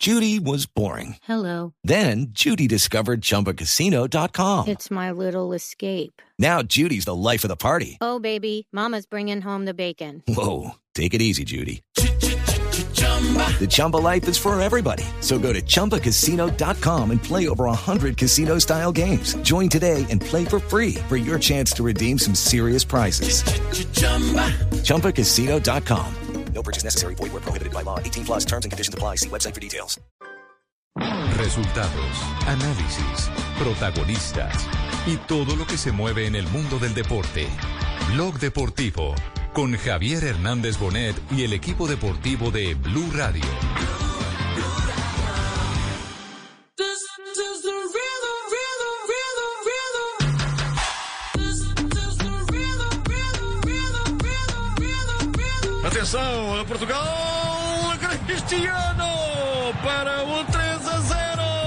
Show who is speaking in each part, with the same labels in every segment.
Speaker 1: Judy was boring.
Speaker 2: Hello.
Speaker 1: Then Judy discovered ChumbaCasino.com.
Speaker 2: It's my little escape.
Speaker 1: Now Judy's the life of the party.
Speaker 2: Oh, baby, mama's bringing home the bacon.
Speaker 1: Whoa, take it easy, Judy. The Chumba life is for everybody. So go to ChumbaCasino.com and play over 100 casino-style games. Join today and play for free for your chance to redeem some serious prizes. ChumbaCasino.com. No purchase necessary. Void where prohibited by law. 18 plus terms and conditions apply. See website for details.
Speaker 3: Resultados, análisis, protagonistas y todo lo que se mueve en el mundo del deporte. Blog Deportivo con Javier Hernández Bonet y el equipo deportivo de Blue Radio.
Speaker 4: Atenção, Portugal, Cristiano para o 3-0.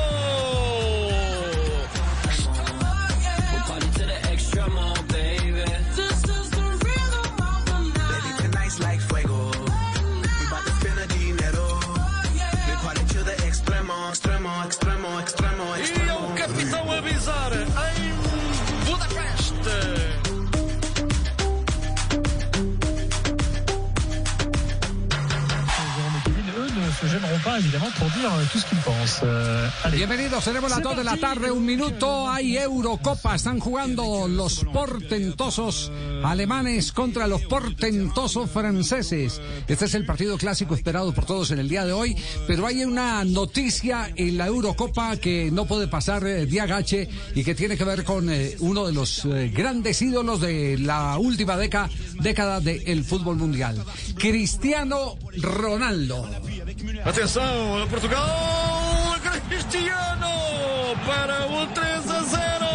Speaker 4: E é o capitão a avisar em Budapeste.
Speaker 5: Se gêneront pas évidemment pour dire tout ce qu'ils pensent.
Speaker 6: Bienvenidos, tenemos las 2 de la tarde, un minuto, hay Eurocopa, están jugando los portentosos alemanes contra los portentosos franceses. Este es el partido clásico esperado por todos en el día de hoy, pero hay una noticia en la Eurocopa que no puede pasar de agache y que tiene que ver con uno de los grandes ídolos de la última década del fútbol mundial, Cristiano Ronaldo.
Speaker 4: Atenção, Portugal, Cristiano para o 3-0.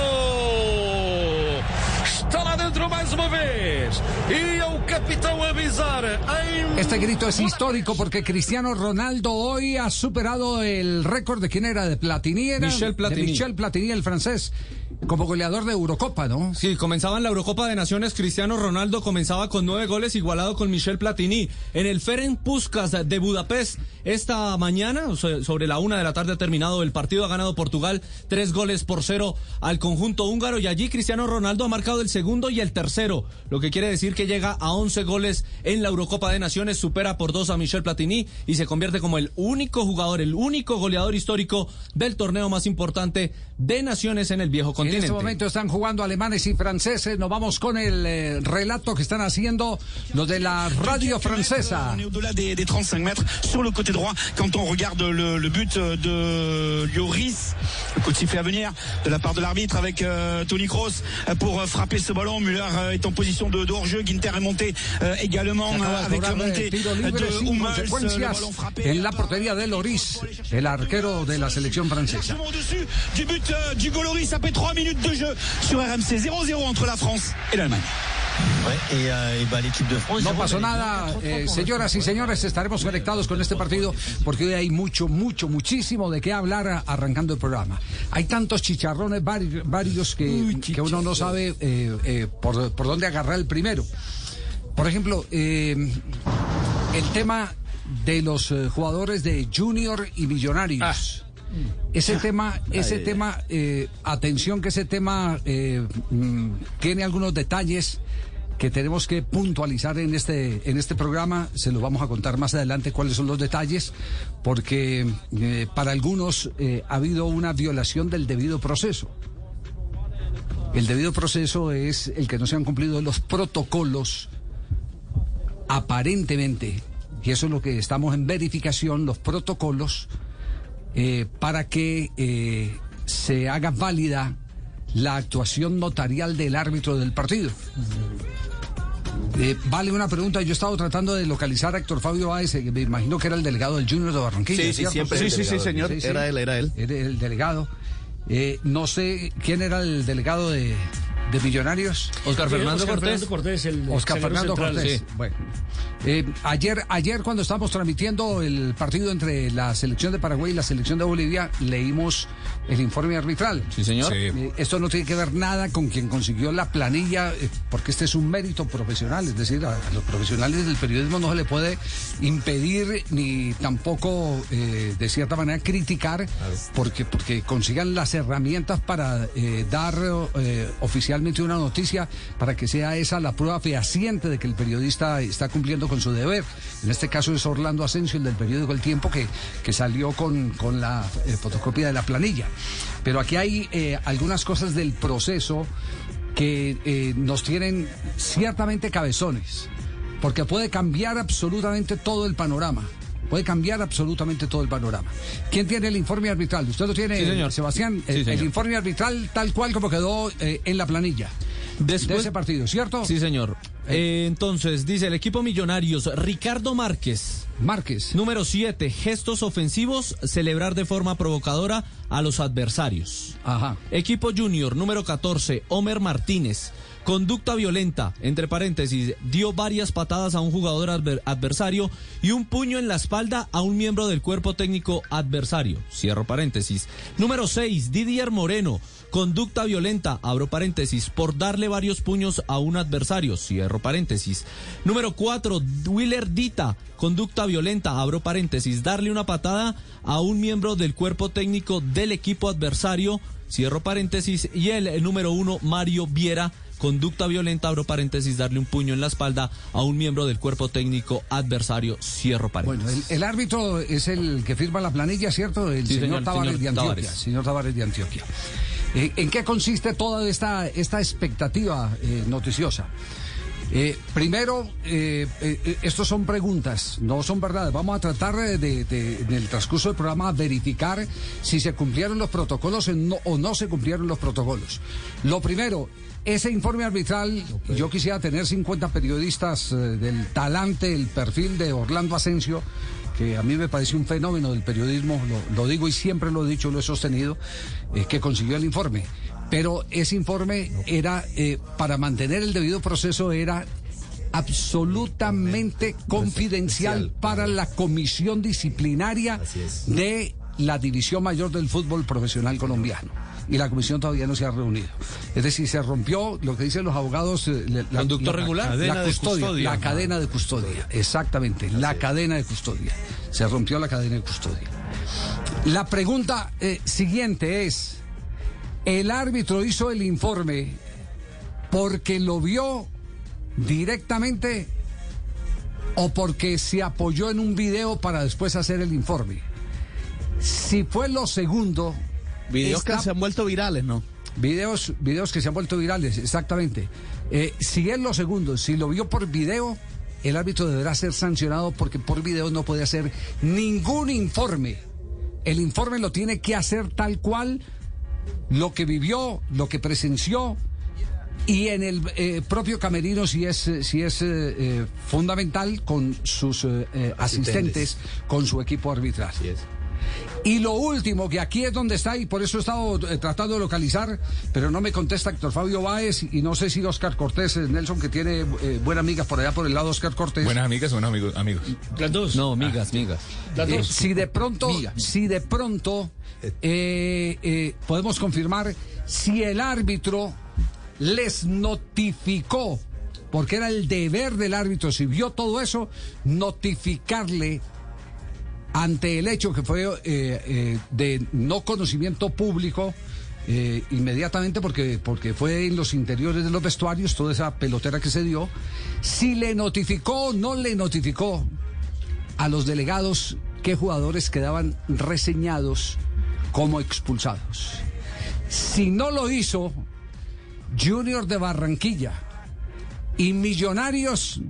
Speaker 4: Está lá dentro mais uma vez. E é o capitão a avisar em...
Speaker 6: Este grito es histórico porque Cristiano Ronaldo hoy ha superado el récord de quién era, de Platini,
Speaker 7: Michel Platini.
Speaker 6: De Michel Platini, el francés, como goleador de Eurocopa, ¿no?
Speaker 7: Sí, comenzaba en la Eurocopa de Naciones. Cristiano Ronaldo comenzaba con 9 goles, igualado con Michel Platini. En el Ferenc Puskás de Budapest, esta mañana, sobre la 1 de la tarde ha terminado el partido, ha ganado Portugal 3-0 al conjunto húngaro, y allí Cristiano Ronaldo ha marcado el segundo y el tercero, lo que quiere decir que llega a 11 goles en la Eurocopa de Naciones, supera por 2 a Michel Platini y se convierte como el único jugador, el único goleador histórico del torneo más importante de Naciones en el viejo continente.
Speaker 6: En este momento están jugando alemanes y franceses. Nos vamos con el relato que están haciendo los de la radio francesa.
Speaker 8: Au-delà des 35 mètres sur le côté droit, quand on regarde le but de Lloris, le coup de sifflet à venir de la part de l'arbitre avec Toni Kroos pour frapper ce ballon. Müller est en position de hors-jeu. Ginter est monté également avec la montée de Hummels.
Speaker 6: En la portería de Lloris, el arquero de la selección francesa.
Speaker 8: Du but d'Hugo Lloris après 3 minutes de jeu sur RMC. 0-0 entre la France et l'Allemagne.
Speaker 6: No pasó nada, señoras y señores, estaremos conectados con este partido porque hoy hay muchísimo de qué hablar arrancando el programa. Hay tantos chicharrones varios que uno no sabe por dónde agarrar el primero. Por ejemplo, el tema de los jugadores de Junior y Millonarios. Ese tema, atención que ese tema tiene algunos detalles que tenemos que puntualizar en este programa. Se los vamos a contar más adelante cuáles son los detalles, porque para algunos ha habido una violación del debido proceso. El debido proceso es el que no se han cumplido los protocolos, aparentemente, y eso es lo que estamos en verificación, los protocolos para que se haga válida la actuación notarial del árbitro del partido. Vale una pregunta, yo he estado tratando de localizar a Héctor Fabio Báez, que me imagino que era el delegado del Junior de Barranquilla.
Speaker 9: Sí, siempre. Sí, señor, era él.
Speaker 6: Era el delegado. No sé quién era el delegado de de Millonarios.
Speaker 7: Oscar Fernando
Speaker 5: Cortés, el
Speaker 6: Oscar Fernando
Speaker 5: central,
Speaker 6: Cortés.
Speaker 5: sí.
Speaker 6: Bueno, ayer cuando estábamos transmitiendo el partido entre la selección de Paraguay y la selección de Bolivia, leímos el informe arbitral.
Speaker 7: Sí, señor.
Speaker 6: Esto no tiene que ver nada con quien consiguió la planilla, porque este es un mérito profesional, es decir, a los profesionales del periodismo no se le puede impedir ni tampoco de cierta manera criticar porque consigan las herramientas para dar oficialmente una noticia, para que sea esa la prueba fehaciente de que el periodista está cumpliendo con su deber. En este caso es Orlando Asensio, el del periódico El Tiempo, que salió con la fotocopia de la planilla. Pero aquí hay algunas cosas del proceso que nos tienen ciertamente cabezones, porque puede cambiar absolutamente todo el panorama. Puede cambiar absolutamente todo el panorama. ¿Quién tiene el informe arbitral? ¿Usted lo tiene,
Speaker 7: sí, señor.
Speaker 6: Sebastián?
Speaker 7: Sí,
Speaker 6: el informe arbitral tal cual como quedó en la planilla. Después de ese partido, ¿cierto?
Speaker 7: Sí, señor. Entonces, dice el equipo Millonarios, Ricardo Márquez. Número 7, gestos ofensivos, celebrar de forma provocadora a los adversarios.
Speaker 6: Ajá.
Speaker 7: Equipo Junior, número 14, Homer Martínez. Conducta violenta, entre paréntesis, dio varias patadas a un jugador adversario y un puño en la espalda a un miembro del cuerpo técnico adversario. Cierro paréntesis. Número 6, Didier Moreno. Conducta violenta, abro paréntesis, por darle varios puños a un adversario, cierro paréntesis. Número 4, Willer Dita. Conducta violenta, abro paréntesis, darle una patada a un miembro del cuerpo técnico del equipo adversario, cierro paréntesis. Y el número 1, Mario Viera. Conducta violenta, abro paréntesis, darle un puño en la espalda a un miembro del cuerpo técnico adversario, cierro paréntesis.
Speaker 6: Bueno, el árbitro es el que firma la planilla, ¿cierto? El señor Tavares de Antioquia. Señor Tavares de Antioquia. ¿En qué consiste toda esta expectativa noticiosa? Primero, estos son preguntas, no son verdades. Vamos a tratar en el transcurso del programa verificar si se cumplieron los protocolos o no se cumplieron los protocolos. Lo primero, ese informe arbitral, yo quisiera tener 50 periodistas del talante, el perfil de Orlando Asensio, que a mí me parece un fenómeno del periodismo, lo digo y siempre lo he dicho, lo he sostenido, que consiguió el informe. Pero ese informe era, para mantener el debido proceso, era absolutamente confidencial para la comisión disciplinaria de la División Mayor del Fútbol Profesional Colombiano. Y la comisión todavía no se ha reunido. Es decir, se rompió lo que dicen los abogados,
Speaker 7: conducto regular,
Speaker 6: la cadena de custodia. Exactamente, la cadena de custodia. Se rompió la cadena de custodia. La pregunta siguiente es: ¿el árbitro hizo el informe porque lo vio directamente o porque se apoyó en un video para después hacer el informe? Si fue lo segundo...
Speaker 9: Videos que se han vuelto virales, ¿no?
Speaker 6: Videos que se han vuelto virales, exactamente. Si es lo segundo, si lo vio por video, el árbitro deberá ser sancionado porque por video no puede hacer ningún informe. El informe lo tiene que hacer tal cual, lo que vivió, lo que presenció, y en el propio camerino si es fundamental, con sus asistentes, con su equipo arbitral.
Speaker 9: Así es.
Speaker 6: Y lo último, que aquí es donde está, y por eso he estado tratando de localizar, pero no me contesta Héctor Fabio Báez, y no sé si Oscar Cortés, Nelson, que tiene buenas amigas por allá por el lado de Oscar Cortés.
Speaker 10: Buenas amigas o buenos amigos.
Speaker 5: Las dos.
Speaker 7: No, migas.
Speaker 5: Las dos.
Speaker 6: Si de pronto podemos confirmar si el árbitro les notificó, porque era el deber del árbitro, si vio todo eso, notificarle ante el hecho que fue de no conocimiento público, inmediatamente, porque fue en los interiores de los vestuarios, toda esa pelotera que se dio, si le notificó o no le notificó a los delegados qué jugadores quedaban reseñados como expulsados. Si no lo hizo, Junior de Barranquilla y Millonarios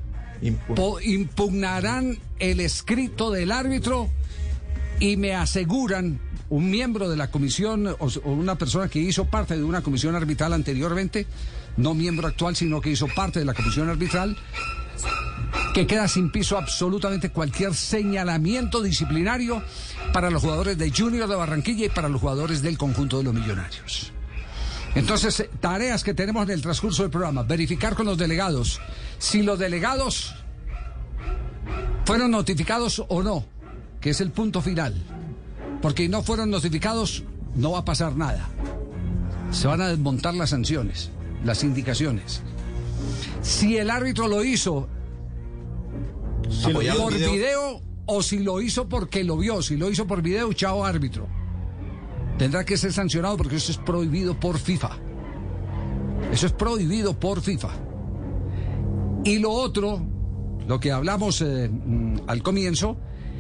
Speaker 6: impugnarán el escrito del árbitro, y me aseguran un miembro de la comisión o una persona que hizo parte de una comisión arbitral anteriormente, no miembro actual, sino que hizo parte de la comisión arbitral, que queda sin piso absolutamente cualquier señalamiento disciplinario para los jugadores de Junior de Barranquilla y para los jugadores del conjunto de los Millonarios. Entonces, tareas que tenemos en el transcurso del programa, verificar con los delegados si los delegados fueron notificados o no, que es el punto final. Porque si no fueron notificados, no va a pasar nada. Se van a desmontar las sanciones, las indicaciones. Si el árbitro lo hizo por video o si lo hizo porque lo vio. Si lo hizo por video, chao árbitro. Tendrá que ser sancionado porque eso es prohibido por FIFA. Eso es prohibido por FIFA. Y lo otro, lo que hablamos al comienzo,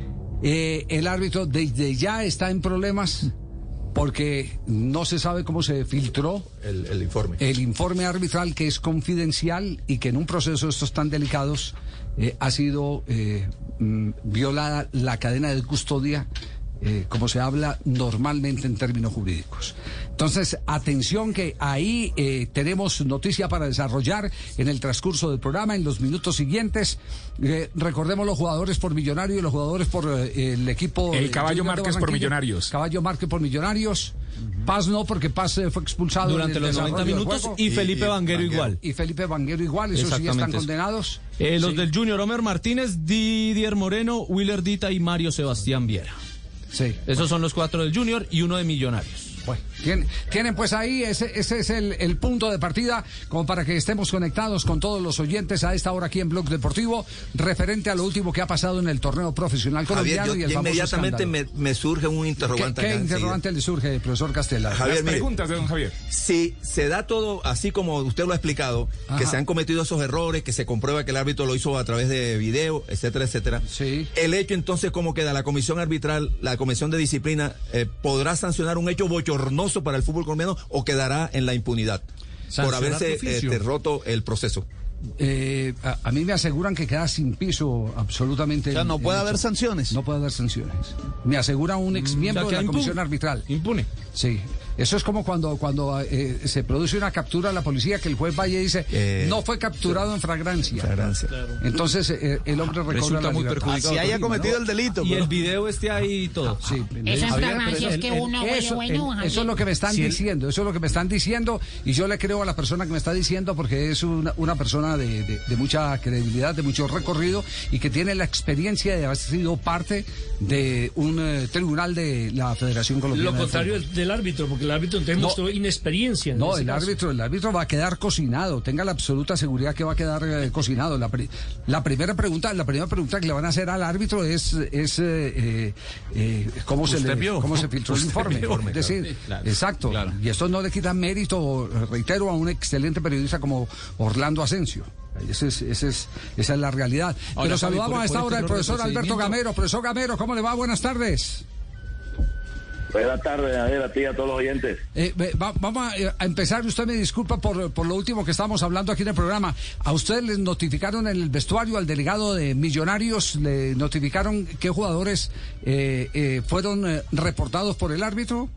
Speaker 6: el árbitro desde ya está en problemas porque no se sabe cómo se filtró el informe arbitral, que es confidencial y que en un proceso de estos tan delicados ha sido violada la cadena de custodia, como se habla normalmente en términos jurídicos. Entonces, atención que ahí tenemos noticia para desarrollar en el transcurso del programa, en los minutos siguientes. Recordemos los jugadores por Millonario y los jugadores por el equipo...
Speaker 10: El Caballo Márquez por Millonarios.
Speaker 6: Caballo Márquez por Millonarios. Paz no, porque Paz fue expulsado
Speaker 7: durante los 90 minutos y Felipe Vanguero igual.
Speaker 6: Y Felipe Vanguero igual, esos sí ya están condenados.
Speaker 7: Los del Junior, Homer Martínez, Didier Moreno, Willer Dita y Mario Sebastián Viera.
Speaker 6: Sí.
Speaker 7: Esos son los 4 del Junior y 1 de Millonarios.
Speaker 6: Bueno, tienen pues ahí, ese es el punto de partida, como para que estemos conectados con todos los oyentes a esta hora aquí en Blog Deportivo, referente a lo último que ha pasado en el torneo profesional colombiano.
Speaker 11: Javier,
Speaker 6: y el famoso
Speaker 11: inmediatamente
Speaker 6: escándalo.
Speaker 11: me surge un interrogante.
Speaker 6: ¿Qué interrogante le surge, profesor Castela?
Speaker 11: Javier,
Speaker 10: Las preguntas de don Javier.
Speaker 11: Si se da todo así como usted lo ha explicado, que se han cometido esos errores, que se comprueba que el árbitro lo hizo a través de video, etcétera, etcétera.
Speaker 6: Sí.
Speaker 11: El hecho entonces, ¿cómo queda? La comisión arbitral, la comisión de disciplina, ¿podrá sancionar un hecho bochornoso para el fútbol colombiano o quedará en la impunidad por haberse roto el proceso?
Speaker 6: A mí me aseguran que queda sin piso absolutamente.
Speaker 9: O sea, no puede haber sanciones.
Speaker 6: No puede haber sanciones. Me asegura un ex miembro de la comisión arbitral.
Speaker 7: Impune.
Speaker 6: Sí. Eso es como cuando se produce una captura a la policía, que el juez vaya y dice no fue capturado en flagrancia. Claro. Entonces el hombre recobra la libertad.
Speaker 9: Si haya cometido el delito.
Speaker 7: Y el video esté ahí y todo.
Speaker 6: Sí.
Speaker 12: Esa flagrancia es que uno
Speaker 6: eso es lo que me están diciendo. Eso es lo que me están diciendo. Y yo le creo a la persona que me está diciendo, porque es una persona de mucha credibilidad, de mucho recorrido, y que tiene la experiencia de haber sido parte de un tribunal de la Federación Colombiana.
Speaker 13: Lo contrario del árbitro, porque el árbitro mostró inexperiencia.
Speaker 6: No, el árbitro va a quedar cocinado. Tenga la absoluta seguridad que va a quedar cocinado. La primera pregunta que le van a hacer al árbitro es cómo se filtró el informe. Es decir, exacto. Claro. Y esto no le quita mérito, reitero, a un excelente periodista como Orlando Asensio. Esa es la realidad. Ahora, pero saludamos a esta hora al profesor Alberto Gamero. Profesor Gamero, ¿cómo le va? Buenas tardes.
Speaker 14: Buenas tardes, a ti y a todos los oyentes.
Speaker 6: Vamos a empezar. Usted me disculpa por lo último que estamos hablando aquí en el programa. ¿A usted les notificaron en el vestuario, al delegado de Millonarios, le notificaron qué jugadores fueron reportados por el árbitro?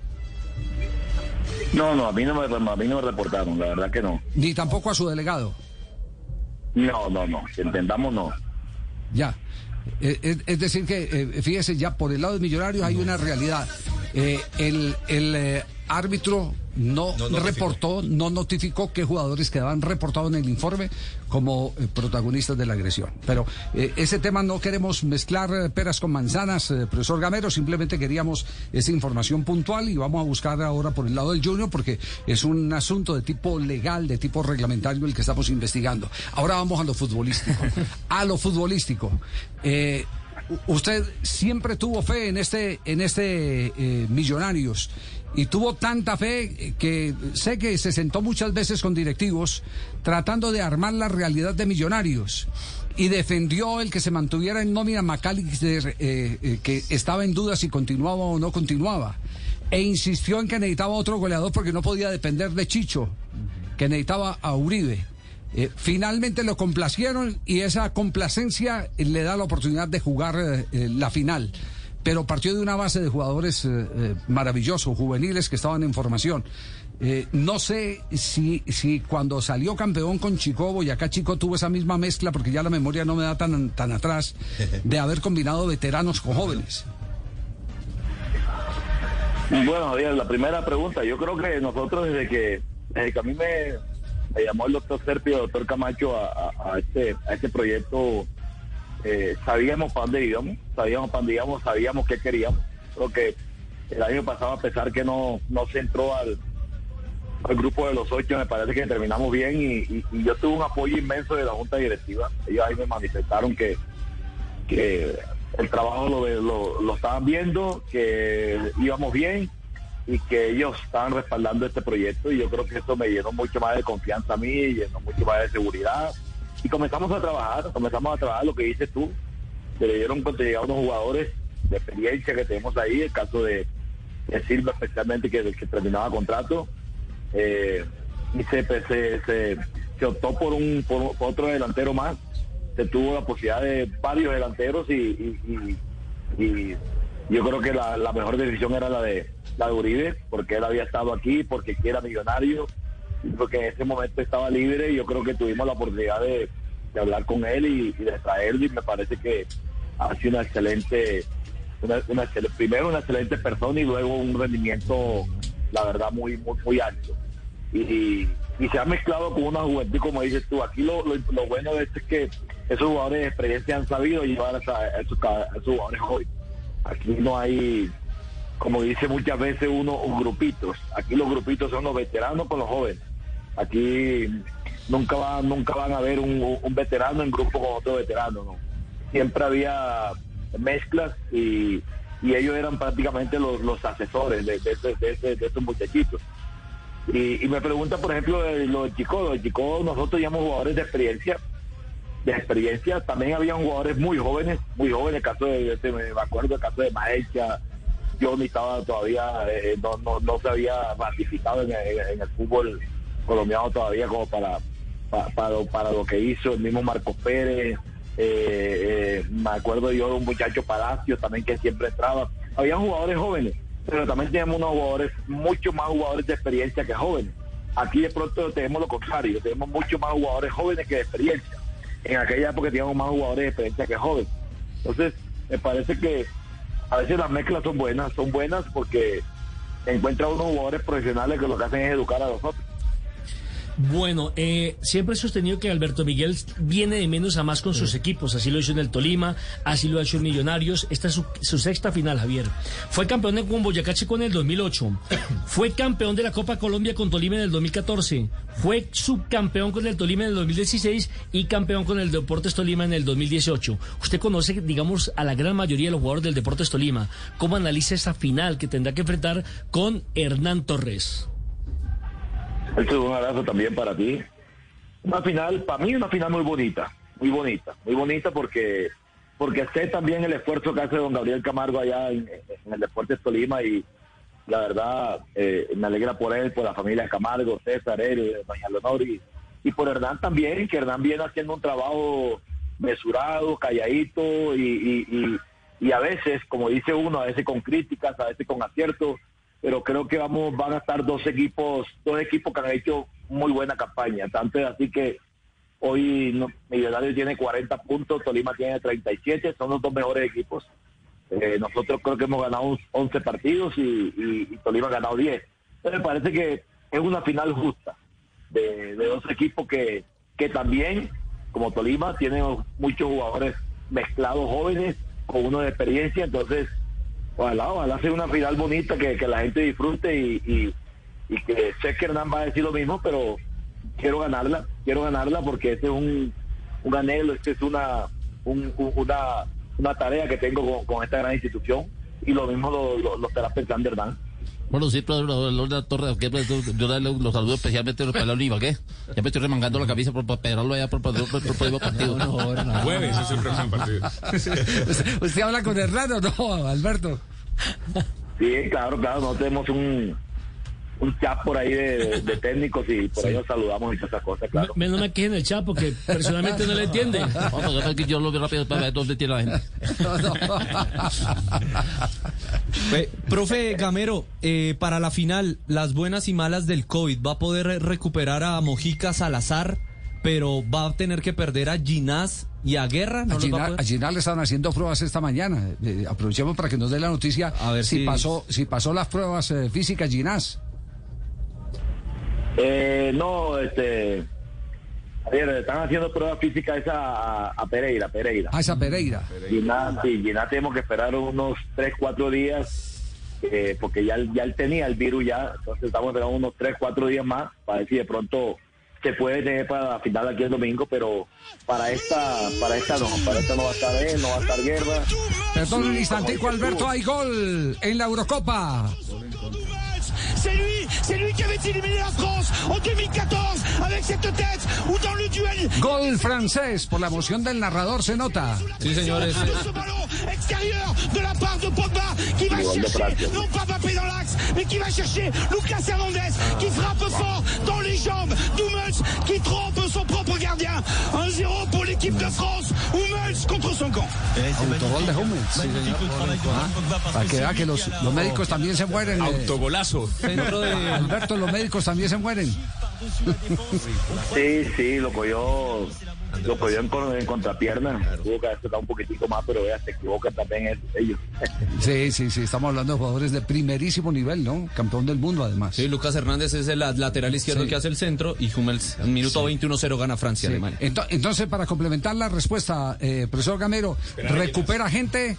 Speaker 14: No, a mí no me reportaron, la verdad que no.
Speaker 6: Ni tampoco a su delegado.
Speaker 14: No, que entendamos no.
Speaker 6: Ya. Es decir que, fíjese, ya por el lado de Millonarios hay una realidad. El árbitro no reportó, no notificó qué jugadores quedaban reportados en el informe como protagonistas de la agresión. Pero ese tema no queremos mezclar peras con manzanas, profesor Gamero, simplemente queríamos esa información puntual y vamos a buscar ahora por el lado del Junior, porque es un asunto de tipo legal, de tipo reglamentario el que estamos investigando. Ahora vamos a lo futbolístico. Usted siempre tuvo fe en este Millonarios, y tuvo tanta fe que sé que se sentó muchas veces con directivos tratando de armar la realidad de Millonarios, y defendió el que se mantuviera en nómina McAllister, que estaba en duda si continuaba o no continuaba, e insistió en que necesitaba otro goleador porque no podía depender de Chicho, que necesitaba a Uribe. Finalmente lo complacieron y esa complacencia le da la oportunidad de jugar la final. Pero partió de una base de jugadores maravillosos, juveniles que estaban en formación. No sé si cuando salió campeón con Chico, Boyacá Chico tuvo esa misma mezcla, porque ya la memoria no me da tan atrás, de haber combinado veteranos con jóvenes.
Speaker 14: Bueno, Javier, la primera pregunta, yo creo que nosotros desde que a mí me llamó el doctor Serpio, el doctor Camacho a este proyecto, sabíamos para dónde íbamos, sabíamos qué queríamos. Creo que el año pasado, a pesar que no se entró al grupo de los 8, me parece que terminamos bien y yo tuve un apoyo inmenso de la Junta Directiva. Ellos ahí me manifestaron que el trabajo lo estaban viendo, que íbamos bien y que ellos estaban respaldando este proyecto, y yo creo que eso me llenó mucho más de confianza a mí, llenó mucho más de seguridad, y comenzamos a trabajar lo que dices tú. Se le dieron cuando llegaron unos jugadores de experiencia que tenemos ahí, el caso de Silva especialmente, que terminaba contrato, y se optó por otro delantero más. Se tuvo la posibilidad de varios delanteros y yo creo que la mejor decisión era la de Uribe, porque él había estado aquí, porque era millonario, y porque en ese momento estaba libre, y yo creo que tuvimos la oportunidad de hablar con él y de traerlo, y me parece que ha sido una excelente persona y luego un rendimiento, la verdad, muy, muy, muy alto. Y se ha mezclado con una juventud, como dices tú. Aquí lo bueno de esto es que esos jugadores de experiencia han sabido llevar a esos jugadores jóvenes. Aquí no hay, como dice muchas veces grupitos. Aquí los grupitos son los veteranos con los jóvenes. Aquí nunca van a ver un veterano en grupo con otro veterano, ¿no? Siempre había mezclas y ellos eran prácticamente los asesores de estos muchachitos. Y me pregunta, por ejemplo, lo de Chico. Nosotros teníamos jugadores de experiencia. También habían jugadores muy jóvenes, el caso me acuerdo el caso de Maecha. Johnny estaba todavía, no se había ratificado en el fútbol colombiano todavía como para lo que hizo. El mismo Marcos Pérez, me acuerdo yo de un muchacho Palacio también que siempre entraba. Habían jugadores jóvenes, pero también tenemos mucho más jugadores de experiencia que jóvenes. Aquí de pronto tenemos lo contrario, tenemos mucho más jugadores jóvenes que de experiencia. En aquella época teníamos más jugadores de experiencia que jóvenes. Entonces, me parece que a veces las mezclas son buenas porque encuentra unos jugadores profesionales que lo que hacen es educar a los otros.
Speaker 13: Bueno, siempre he sostenido que Alberto Miguel viene de menos a más con sus equipos. Así lo hizo en el Tolima, así lo ha hecho en Millonarios. Esta es su sexta final, Javier. Fue campeón con Boyacá Chico en el 2008. Fue campeón de la Copa Colombia con Tolima en el 2014. Fue subcampeón con el Tolima en el 2016 y campeón con el Deportes Tolima en el 2018. Usted conoce, digamos, a la gran mayoría de los jugadores del Deportes Tolima. ¿Cómo analiza esa final que tendrá que enfrentar con Hernán Torres?
Speaker 14: Esto es un abrazo también para ti. Una final, para mí, una final muy bonita porque sé también el esfuerzo que hace don Gabriel Camargo allá en el Deportes Tolima, y la verdad me alegra por él, por la familia Camargo, César, él, doña Leonor, y por Hernán también, que Hernán viene haciendo un trabajo mesurado, calladito, y a veces, como dice uno, a veces con críticas, a veces con aciertos, pero creo que van a estar dos equipos que han hecho muy buena campaña. Tanto es así que hoy Millonarios tiene 40 puntos, Tolima tiene 37, son los dos mejores equipos. Nosotros creo que hemos ganado 11 partidos y Tolima ha ganado 10. Entonces me parece que es una final justa de dos equipos que también, como Tolima, tienen muchos jugadores mezclados jóvenes con uno de experiencia. Entonces ojalá sea una final bonita que la gente disfrute y que sé que Hernán va a decir lo mismo, pero quiero ganarla porque este es un anhelo, este es una tarea que tengo con esta gran institución, y lo mismo lo estará pensando Hernán.
Speaker 15: Bueno, sí, pero la Torre, yo los saludo especialmente para la Oliva, ¿qué? Ya me estoy remangando la camisa por esperarlo allá por el próximo partido.
Speaker 10: Jueves es el próximo partido.
Speaker 6: ¿Usted habla con Hernán o no, Alberto?
Speaker 14: Sí, claro, no tenemos un chat por ahí de técnicos y por ahí nos saludamos y todas esas cosas, claro.
Speaker 13: Menos me queje en el chat porque personalmente no le entiende.
Speaker 15: Vamos, yo lo veo rápido para ver dónde tiene la gente.
Speaker 7: Profe Gamero, para la final, las buenas y malas del COVID, ¿va a poder recuperar a Mojica, Salazar pero va a tener que perder a Ginás y a Guerra. ¿No
Speaker 6: a Ginás le estaban haciendo pruebas esta mañana. Aprovechemos para que nos dé la noticia a ver si pasó las pruebas físicas Ginás.
Speaker 14: No, ayer están haciendo pruebas físicas a Pereira.
Speaker 6: Esa Pereira.
Speaker 14: Ginás tenemos que esperar unos 3-4 días, porque ya él tenía el virus ya, entonces estamos esperando unos 3-4 días más para ver si de pronto se puede tener para la final aquí el domingo, pero para esta no va a estar él, no va a estar Guerra.
Speaker 6: Perdón un instantico, Alberto, hay gol en la Eurocopa.
Speaker 16: C'est lui qui avait éliminé la France en 2014 avec cette tête ou dans le duel.
Speaker 6: Gol francés, por la emoción del narrador se nota.
Speaker 7: Sí, señores.
Speaker 16: Extérieur de la part de Pogba qui va chercher non pas Mbappé dans l'axe mais qui va chercher Lucas Hernandez qui frappe fort dans les jambes d'Hummels qui trompe son propre gardien. 1-0 pour l'équipe de France. Hummels contre son camp.
Speaker 6: Autogol de Hummels. Para que vea que los médicos también se mueren.
Speaker 10: Autogolazo.
Speaker 6: Alberto, los médicos también se mueren.
Speaker 14: Sí, lo cogió en contrapierna. Tuvo que haber tocado un poquitico más, pero ya se equivocan también ellos.
Speaker 6: Sí, estamos hablando de jugadores de primerísimo nivel, ¿no? Campeón del mundo, además.
Speaker 7: Sí, Lucas Hernández es el lateral izquierdo que hace el centro y Hummels en minuto 21-0 gana Francia, Alemania.
Speaker 6: Entonces, para complementar la respuesta, profesor Gamero, ¿recupera gente?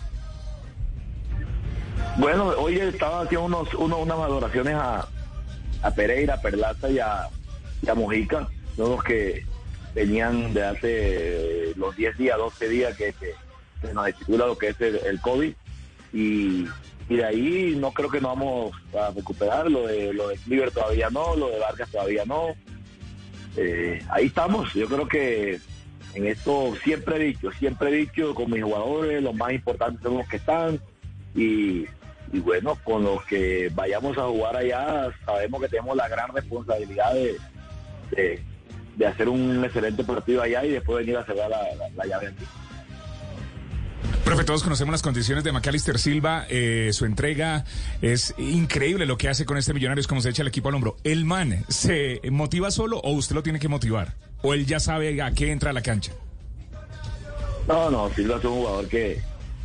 Speaker 14: Bueno, hoy estaba haciendo unas valoraciones a Pereira, Perlaza y a Mojica, los que venían de hace los 10 días, 12 días que nos estipula lo que es el COVID, y de ahí no creo que nos vamos a recuperar. Lo de Cliver todavía no, lo de Vargas todavía no. Ahí estamos. Yo creo que en esto siempre he dicho con mis jugadores, los más importantes son los que están, y bueno, con los que vayamos a jugar allá, sabemos que tenemos la gran responsabilidad de hacer un excelente partido allá y después venir a cerrar la llave aquí.
Speaker 10: Profe, todos conocemos las condiciones de Macalister Silva, su entrega es increíble lo que hace con este Millonarios, como se echa el equipo al hombro. ¿El man se motiva solo o usted lo tiene que motivar? ¿O él ya sabe a qué entra a la cancha?
Speaker 14: No, Silva es un jugador que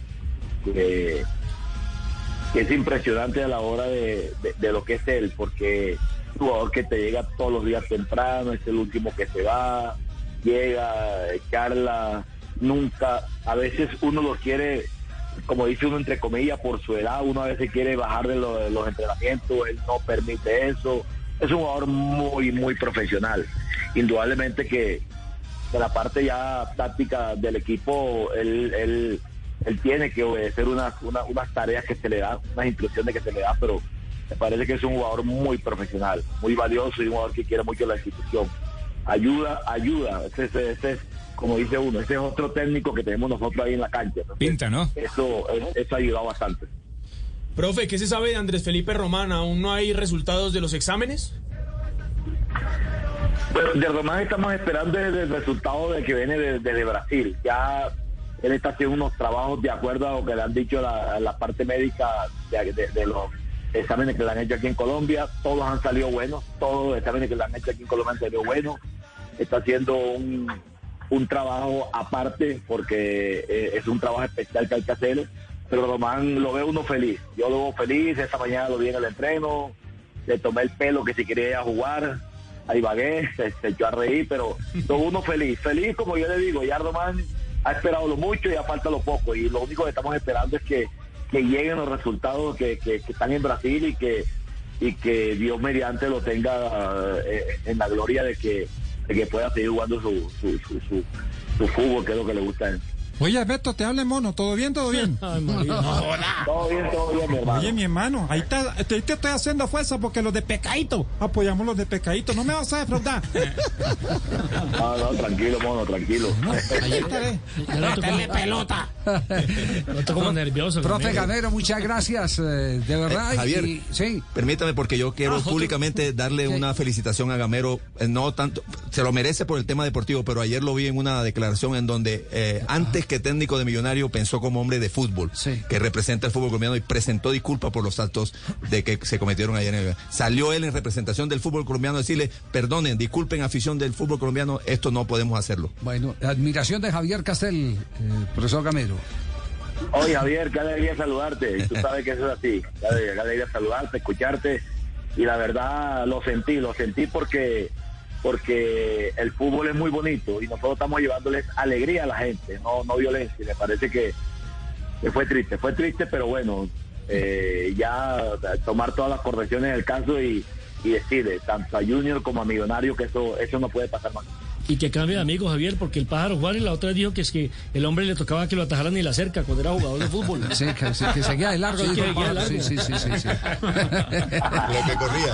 Speaker 14: es impresionante a la hora de lo que es él, porque es un jugador que te llega todos los días temprano, es el último que se va, llega, charla, nunca, a veces uno lo quiere, como dice uno entre comillas, por su edad, uno a veces quiere bajar de los entrenamientos, él no permite eso. Es un jugador muy, muy profesional. Indudablemente que de la parte ya táctica del equipo, él tiene que obedecer unas tareas que se le dan, unas instrucciones que se le dan, pero me parece que es un jugador muy profesional, muy valioso y un jugador que quiere mucho la institución. Ayuda. Ese es, como dice uno, ese es otro técnico que tenemos nosotros ahí en la cancha. Entonces,
Speaker 10: pinta, ¿no?
Speaker 14: Eso ha ayudado bastante.
Speaker 17: Profe, ¿qué se sabe de Andrés Felipe Román? ¿Aún no hay resultados de los exámenes?
Speaker 14: Bueno, de Román estamos esperando el resultado de que viene desde Brasil. Ya él está haciendo unos trabajos de acuerdo a lo que le han dicho la parte médica de los exámenes que le han hecho aquí en Colombia. Todos han salido buenos, todos los exámenes que le han hecho aquí en Colombia han salido buenos. Está haciendo un trabajo aparte porque es un trabajo especial que hay que hacer. Pero Román lo ve uno feliz. Yo lo veo feliz. Esta mañana lo vi en el entreno. Le tomé el pelo que si quería ir a jugar. Ahí vagué, se echó a reír, pero lo veo uno feliz. Feliz, como yo le digo, ya Román ha esperado lo mucho y ya falta lo poco. Y lo único que estamos esperando es que lleguen los resultados que están en Brasil y que Dios mediante lo tenga en la gloria de que pueda seguir jugando su fútbol, que es lo que le gusta a él.
Speaker 18: Oye, Beto, te habla mono, ¿todo bien?
Speaker 14: Todo bien, mi hermano.
Speaker 18: Oye, mi hermano, ahí te estoy haciendo fuerza porque los de Pecadito, apoyamos los de Pecadito, no me vas a defraudar.
Speaker 14: No, tranquilo, mono, tranquilo.
Speaker 18: Ahí está,
Speaker 12: Métele pelota.
Speaker 13: Estoy como nervioso.
Speaker 6: Profe Gamero, muchas gracias, de verdad.
Speaker 11: Javier,
Speaker 6: sí.
Speaker 11: Permítame, porque yo quiero públicamente darle una felicitación a Gamero. No tanto, se lo merece por el tema deportivo, pero ayer lo vi en una declaración en donde antes que técnico de Millonario pensó como hombre de fútbol, que representa el fútbol colombiano, y presentó disculpas por los actos de que se cometieron ayer. Salió él en representación del fútbol colombiano a decirle, perdonen, disculpen, afición del fútbol colombiano, esto no podemos hacerlo.
Speaker 6: Bueno, admiración de Javier Castel, profesor Gamero.
Speaker 14: Oye, Javier, qué alegría saludarte. Y tú sabes que eso es así. Qué alegría saludarte, escucharte. Y la verdad lo sentí porque el fútbol es muy bonito y nosotros estamos llevándoles alegría a la gente, no violencia. Y me parece que fue triste, pero bueno, ya tomar todas las correcciones del caso y decirle tanto a Junior como a Millonario que eso no puede pasar más.
Speaker 13: Y que cambie de amigo, Javier, porque el pájaro Juárez la otra vez dijo que es que el hombre le tocaba que lo atajaran ni la cerca cuando era jugador de fútbol.
Speaker 6: Sí, que seguía de largo.
Speaker 13: Sí,
Speaker 6: dijo,
Speaker 13: seguía de largo.
Speaker 6: Sí.
Speaker 11: Lo que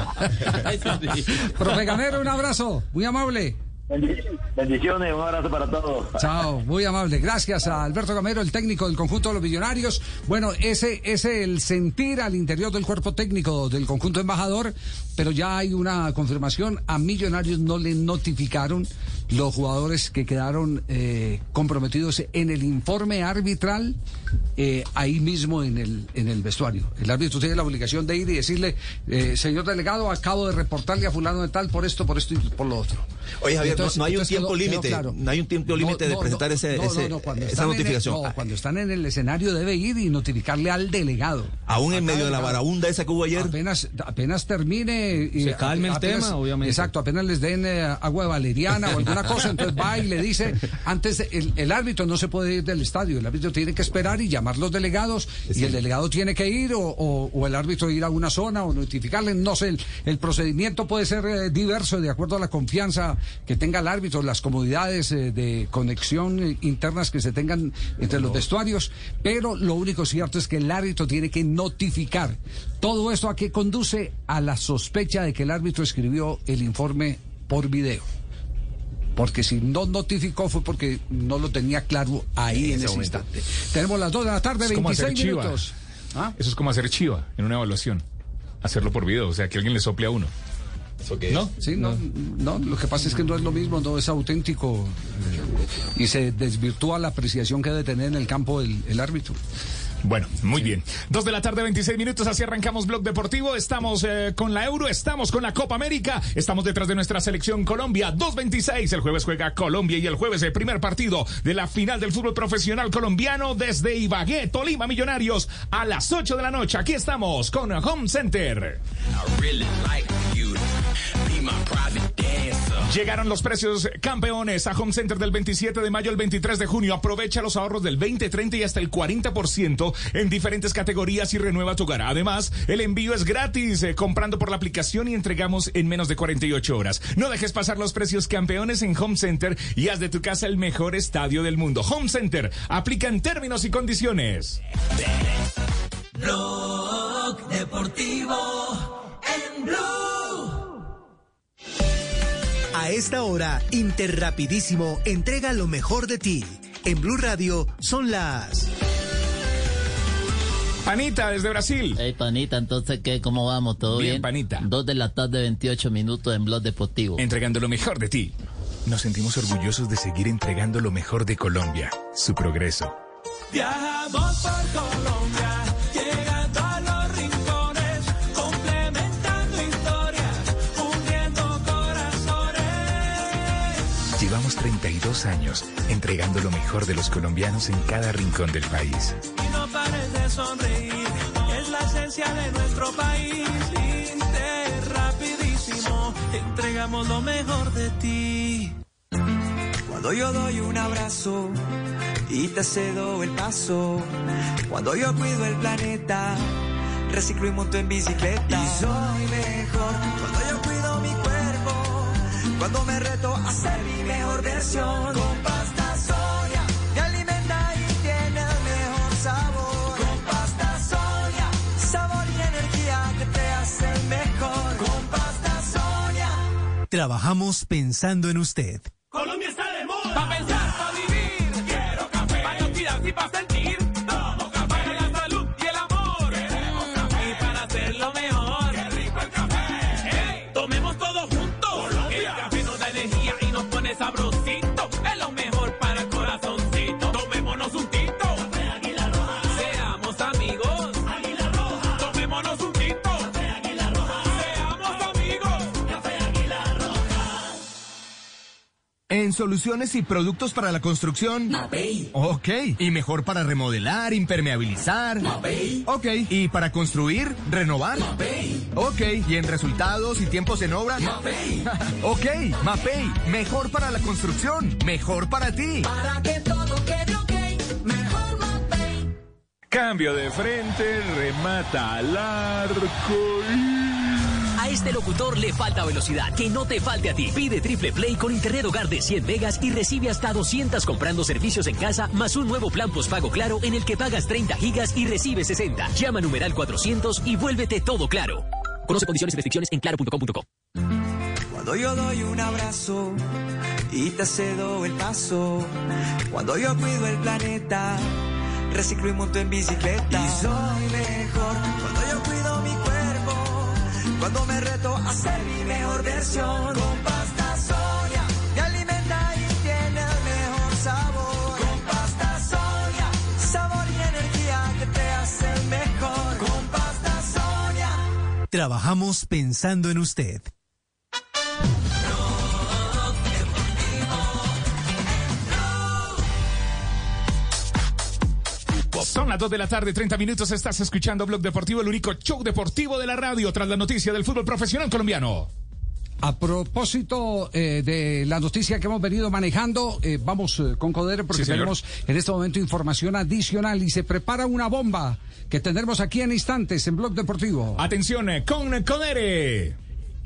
Speaker 11: corría.
Speaker 6: Profe Gamero, un abrazo, muy amable.
Speaker 14: Bendiciones, un abrazo para todos.
Speaker 6: Chao, muy amable. Gracias a Alberto Gamero, el técnico del conjunto de los Millonarios. Bueno, ese es el sentir al interior del cuerpo técnico del conjunto embajador, pero ya hay una confirmación. A Millonarios no le notificaron los jugadores que quedaron comprometidos en el informe arbitral, ahí mismo en el vestuario. El árbitro tiene la obligación de ir y decirle, señor delegado, acabo de reportarle a fulano de tal por esto y por lo otro.
Speaker 11: Oye, Javier, no hay un tiempo límite, claro. No hay un tiempo límite de presentar esa notificación.
Speaker 6: Cuando están en el escenario debe ir y notificarle al delegado.
Speaker 11: Aún en medio de la varaunda esa que hubo ayer.
Speaker 6: Apenas termine.
Speaker 7: Se calme el tema, obviamente.
Speaker 6: Exacto, apenas les den agua de valeriana o alguna cosa, entonces va y le dice, antes el árbitro no se puede ir del estadio, el árbitro tiene que esperar y llamar los delegados, y el delegado tiene que ir o el árbitro ir a una zona o notificarle, no sé, el procedimiento puede ser diverso de acuerdo a la confianza que tenga el árbitro, las comodidades de conexión internas que se tengan entre los vestuarios, pero lo único cierto es que el árbitro tiene que notificar. Todo esto a qué conduce a la sospecha de que el árbitro escribió el informe por video. Porque si no notificó fue porque no lo tenía claro ahí en ese instante. Tenemos las 2 de la tarde, 26 minutos.
Speaker 10: ¿Ah? Eso es como hacer chiva en una evaluación. Hacerlo por video, o sea, que alguien le sople a uno.
Speaker 6: ¿No? Sí, no, lo que pasa es que no es lo mismo, no es auténtico y se desvirtúa la apreciación que debe tener en el campo el árbitro.
Speaker 10: Bueno, muy bien. 2 de la tarde, 26 minutos, así arrancamos Blog Deportivo. Estamos con la Euro, estamos con la Copa América, estamos detrás de nuestra selección Colombia. 2:26, el jueves juega Colombia y el jueves el primer partido de la final del fútbol profesional colombiano desde Ibagué, Tolima Millonarios, a las 8 de la noche. Aquí estamos con Home Center. Llegaron los precios campeones a Home Center del 27 de mayo al 23 de junio. Aprovecha los ahorros del 20, 30 y hasta el 40% en diferentes categorías y renueva tu hogar. Además, el envío es gratis comprando por la aplicación y entregamos en menos de 48 horas. No dejes pasar los precios campeones en Home Center y haz de tu casa el mejor estadio del mundo. Home Center, aplica en términos y condiciones.
Speaker 19: Blog Deportivo en Blue. A esta hora, Interrapidísimo entrega lo mejor de ti. En Blue Radio son las...
Speaker 10: Panita, desde Brasil.
Speaker 15: Hey, Panita, entonces, ¿qué? ¿Cómo vamos? ¿Todo bien?
Speaker 10: Bien, Panita.
Speaker 15: 2 de la tarde, 28 minutos en Blog Deportivo.
Speaker 10: Entregando lo mejor de ti. Nos sentimos orgullosos de seguir entregando lo mejor de Colombia, su progreso.
Speaker 19: Viajamos por Colombia, llegando a los rincones, complementando historias, uniendo corazones.
Speaker 10: Llevamos 32 años entregando lo mejor de los colombianos en cada rincón del país.
Speaker 19: Y no pares de sonreír, es la esencia de nuestro país. Rapidísimo, entregamos lo mejor de ti. Cuando yo doy un abrazo y te cedo el paso, cuando yo cuido el planeta, reciclo y monto en bicicleta. Y soy mejor cuando yo cuido mi cuerpo, cuando me reto a ser mi mejor versión. Con pasta Sonia me alimenta y tiene el mejor sabor. Con pasta Sonia, sabor y energía que te hacen mejor. Con pasta Sonia. Trabajamos pensando en usted.
Speaker 16: Colombia está de moda. Pa' pensar, pa' vivir. Quiero café. Pa' no olvidar y pa' sentir.
Speaker 20: en soluciones y productos para la construcción?
Speaker 19: Mapei.
Speaker 20: Ok. ¿Y mejor para remodelar, impermeabilizar?
Speaker 19: Mapei.
Speaker 20: Ok. ¿Y para construir, renovar?
Speaker 19: Mapei.
Speaker 20: Ok. ¿Y en resultados y tiempos en obra?
Speaker 19: Mapei.
Speaker 20: Ok. Mapei. Mejor para la construcción. Mejor para ti.
Speaker 19: Para que todo quede ok, mejor Mapei.
Speaker 10: Cambio de frente, remata al arco y...
Speaker 21: A este locutor le falta velocidad, que no te falte a ti. Pide Triple Play con internet hogar de 100 megas y recibe hasta 200 comprando servicios en casa, más un nuevo plan postpago Claro en el que pagas 30 gigas y recibes 60. Llama numeral 400 y vuélvete todo Claro. Conoce condiciones y restricciones en claro.com.co.
Speaker 19: Cuando yo doy un abrazo y te cedo el paso, cuando yo cuido el planeta, reciclo y monto en bicicleta. Y soy mejor cuando yo cuido mi cuerpo, cuando me reto a ser mi mejor versión. Con pasta Sonia me alimenta y tiene el mejor sabor. Con pasta Sonia, sabor y energía que te hacen mejor. Con pasta Sonia.
Speaker 22: Trabajamos pensando en usted.
Speaker 10: Son las 2 de la tarde, 30 minutos. Estás escuchando Blog Deportivo, el único show deportivo de la radio tras la noticia del fútbol profesional colombiano.
Speaker 6: A propósito de la noticia que hemos venido manejando, vamos con Codere porque tenemos en este momento información adicional y se prepara una bomba que tendremos aquí en instantes en Blog Deportivo.
Speaker 10: Atención con Codere.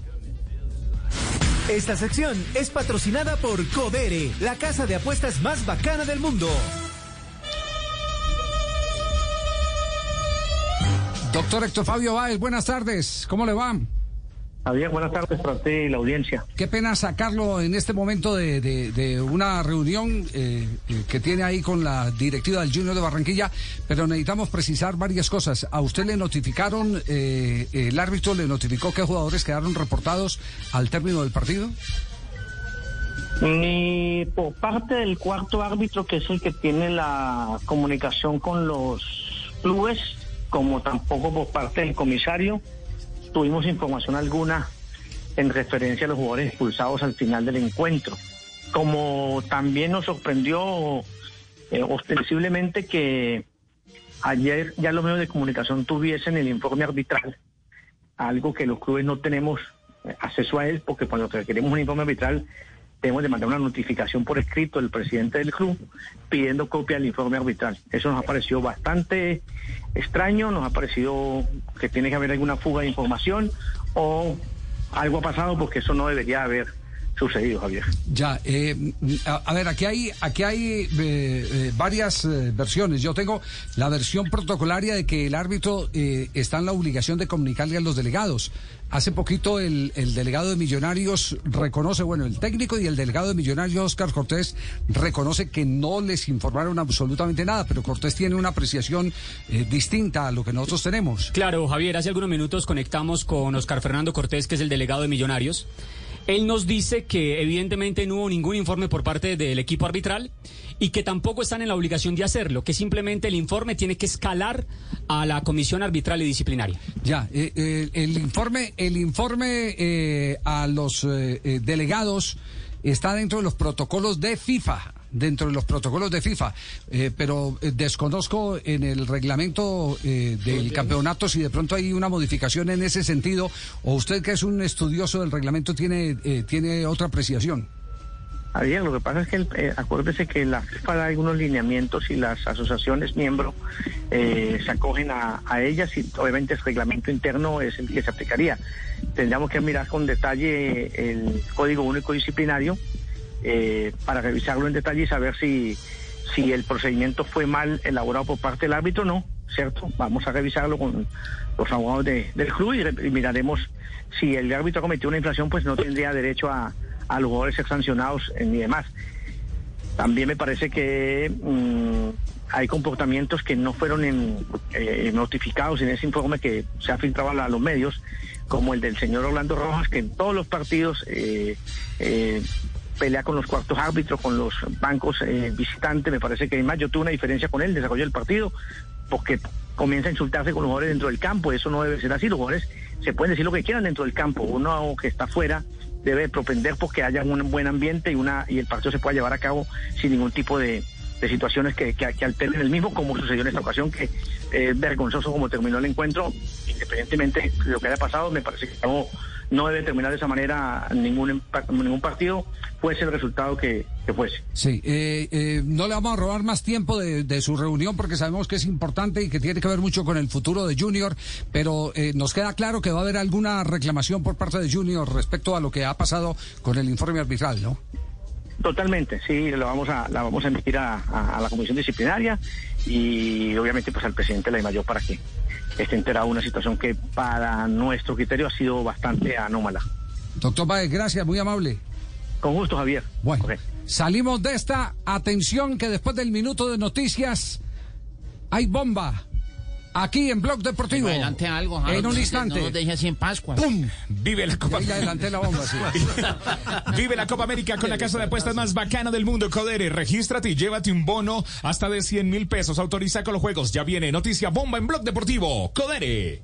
Speaker 22: Esta sección es patrocinada por Codere, la casa de apuestas más bacana del mundo.
Speaker 6: Doctor Héctor Fabio Báez, buenas tardes, ¿cómo le va?
Speaker 23: Javier, buenas tardes para usted y la audiencia.
Speaker 6: Qué pena sacarlo en este momento de una reunión que tiene ahí con la directiva del Junior de Barranquilla, pero necesitamos precisar varias cosas. ¿A usted le notificaron, el árbitro le notificó qué jugadores quedaron reportados al término del partido?
Speaker 23: Ni por parte del cuarto árbitro, que es el que tiene la comunicación con los clubes, como tampoco por parte del comisario, tuvimos información alguna en referencia a los jugadores expulsados al final del encuentro. Como también nos sorprendió ostensiblemente que ayer ya los medios de comunicación tuviesen el informe arbitral, algo que los clubes no tenemos acceso a él, porque cuando requerimos un informe arbitral tenemos de mandar una notificación por escrito del presidente del club pidiendo copia del informe arbitral. Eso nos ha parecido bastante extraño, nos ha parecido que tiene que haber alguna fuga de información o algo ha pasado, porque eso no debería haber sucedido, Javier.
Speaker 6: Ya, a ver, aquí hay varias versiones. Yo tengo la versión protocolaria de que el árbitro está en la obligación de comunicarle a los delegados. Hace poquito el delegado de Millonarios reconoce, bueno, el técnico y el delegado de Millonarios, Óscar Cortés, reconoce que no les informaron absolutamente nada, pero Cortés tiene una apreciación distinta a lo que nosotros tenemos.
Speaker 24: Claro, Javier, hace algunos minutos conectamos con Óscar Fernando Cortés, que es el delegado de Millonarios. Él nos dice que evidentemente no hubo ningún informe por parte del equipo arbitral y que tampoco están en la obligación de hacerlo, que simplemente el informe tiene que escalar a la comisión arbitral y disciplinaria.
Speaker 6: Ya, el informe a los delegados está dentro de los protocolos de FIFA. Pero desconozco en el reglamento del campeonato si de pronto hay una modificación en ese sentido, o usted, que es un estudioso del reglamento, tiene otra apreciación.
Speaker 23: Javier, lo que pasa es que acuérdese que la FIFA da algunos lineamientos y las asociaciones miembros se acogen a ellas, y obviamente el reglamento interno es el que se aplicaría. Tendríamos que mirar con detalle el Código Único Disciplinario para revisarlo en detalle y saber si el procedimiento fue mal elaborado por parte del árbitro o no, ¿cierto? Vamos a revisarlo con los abogados del club y miraremos si el árbitro cometió una infracción, pues no tendría derecho a los jugadores ser sancionados ni demás. También me parece que hay comportamientos que no fueron notificados en ese informe que se ha filtrado a los medios, como el del señor Orlando Rojas, que en todos los partidos pelea con los cuartos árbitros, con los bancos visitantes. Me parece que además yo tuve una diferencia con él, desarrolló el partido, porque comienza a insultarse con los jugadores dentro del campo. Eso no debe ser así. Los jugadores se pueden decir lo que quieran dentro del campo. Uno que está fuera debe propender porque haya un buen ambiente y el partido se pueda llevar a cabo sin ningún tipo de situaciones que alteren el mismo, como sucedió en esta ocasión, que es vergonzoso como terminó el encuentro. Independientemente de lo que haya pasado, me parece que no debe terminar de esa manera ningún partido, fuese el resultado que fuese.
Speaker 6: Sí, no le vamos a robar más tiempo de su reunión porque sabemos que es importante y que tiene que ver mucho con el futuro de Junior, pero nos queda claro que va a haber alguna reclamación por parte de Junior respecto a lo que ha pasado con el informe arbitral, ¿no?
Speaker 23: Totalmente, sí, la vamos a emitir a la comisión disciplinaria y obviamente pues al presidente de la DIMAYOR para que esté enterado de una situación que para nuestro criterio ha sido bastante anómala.
Speaker 6: Doctor Páez, gracias, muy amable.
Speaker 23: Con gusto, Javier.
Speaker 6: Bueno, salimos de esta. Atención que después del minuto de noticias hay bomba. Aquí en Blog Deportivo.
Speaker 15: Adelante algo,
Speaker 6: en un instante.
Speaker 15: No nos deje así en Pascua.
Speaker 6: ¡Pum!
Speaker 10: Vive la Copa
Speaker 6: América. Adelanté la bomba, sí.
Speaker 10: Vive la Copa América con la casa de apuestas más bacana del mundo, Codere. Regístrate y llévate un bono hasta de 100,000 pesos. Autoriza con los juegos. Ya viene noticia bomba en Blog Deportivo. Codere.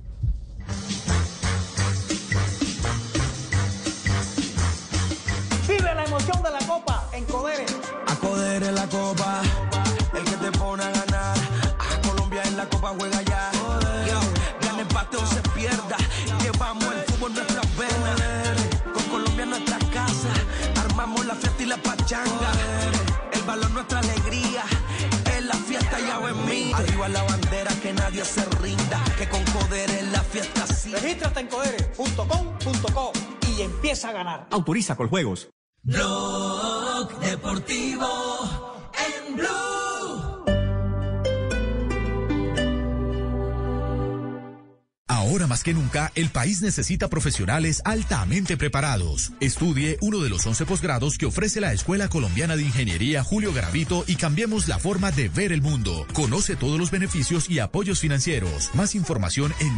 Speaker 1: Vive la emoción de la Copa en Codere.
Speaker 19: A Codere la Copa, el que te pone a ganar. A Colombia en la Copa juega ya. Yo, gane, empate o se pierda. Llevamos el fútbol en nuestras venas. Con Colombia en nuestra casa, armamos la fiesta y la pachanga. El balón nuestra alegría, es la fiesta ya en mí. Arriba la bandera, que nadie se rinda. Que con Codere la fiesta sí.
Speaker 1: Regístrate en codere.com.co y empieza a ganar.
Speaker 20: Autoriza con juegos.
Speaker 19: Blog Deportivo en Blue.
Speaker 2: Ahora más que nunca, el país necesita profesionales altamente preparados. Estudie uno de los 11 posgrados que ofrece la Escuela Colombiana de Ingeniería Julio Garavito y cambiemos la forma de ver el mundo. Conoce todos los beneficios y apoyos financieros. Más información en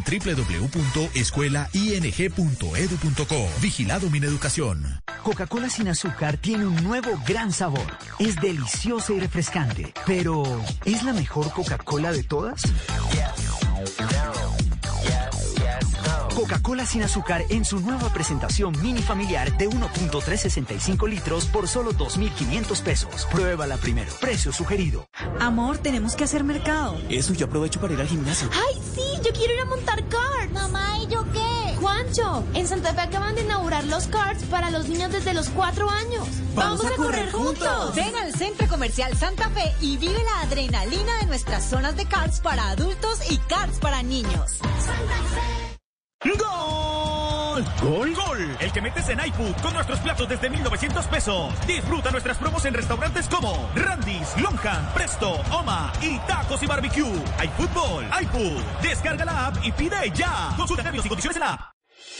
Speaker 2: www.escuelaing.edu.co. Vigilado Mineducación.
Speaker 3: Coca-Cola sin azúcar tiene un nuevo gran sabor. Es deliciosa y refrescante. Pero, ¿es la mejor Coca-Cola de todas? Coca-Cola sin azúcar en su nueva presentación mini familiar de 1.365 litros por solo 2.500 pesos. Pruébala primero. Precio sugerido.
Speaker 4: Amor, tenemos que hacer mercado.
Speaker 20: Eso, yo aprovecho para ir al gimnasio.
Speaker 4: ¡Ay, sí! Yo quiero ir a montar karts.
Speaker 25: Mamá, ¿y yo qué?
Speaker 4: Juancho, en Santa Fe acaban de inaugurar los karts para los niños desde los 4 años.
Speaker 25: ¡Vamos a correr juntos! Ven al Centro Comercial Santa Fe y vive la adrenalina de nuestras zonas de karts para adultos y karts para niños. Santa Fe.
Speaker 20: ¡Gol! ¡Gol! ¡Gol! El que metes en iFood con nuestros platos desde 1.900 pesos. Disfruta nuestras promos en restaurantes como Randy's, Longham, Presto, Oma y Tacos y Barbecue. Hay fútbol, iFood. Descarga la app y pide ya. Consulta términos y condiciones en la app.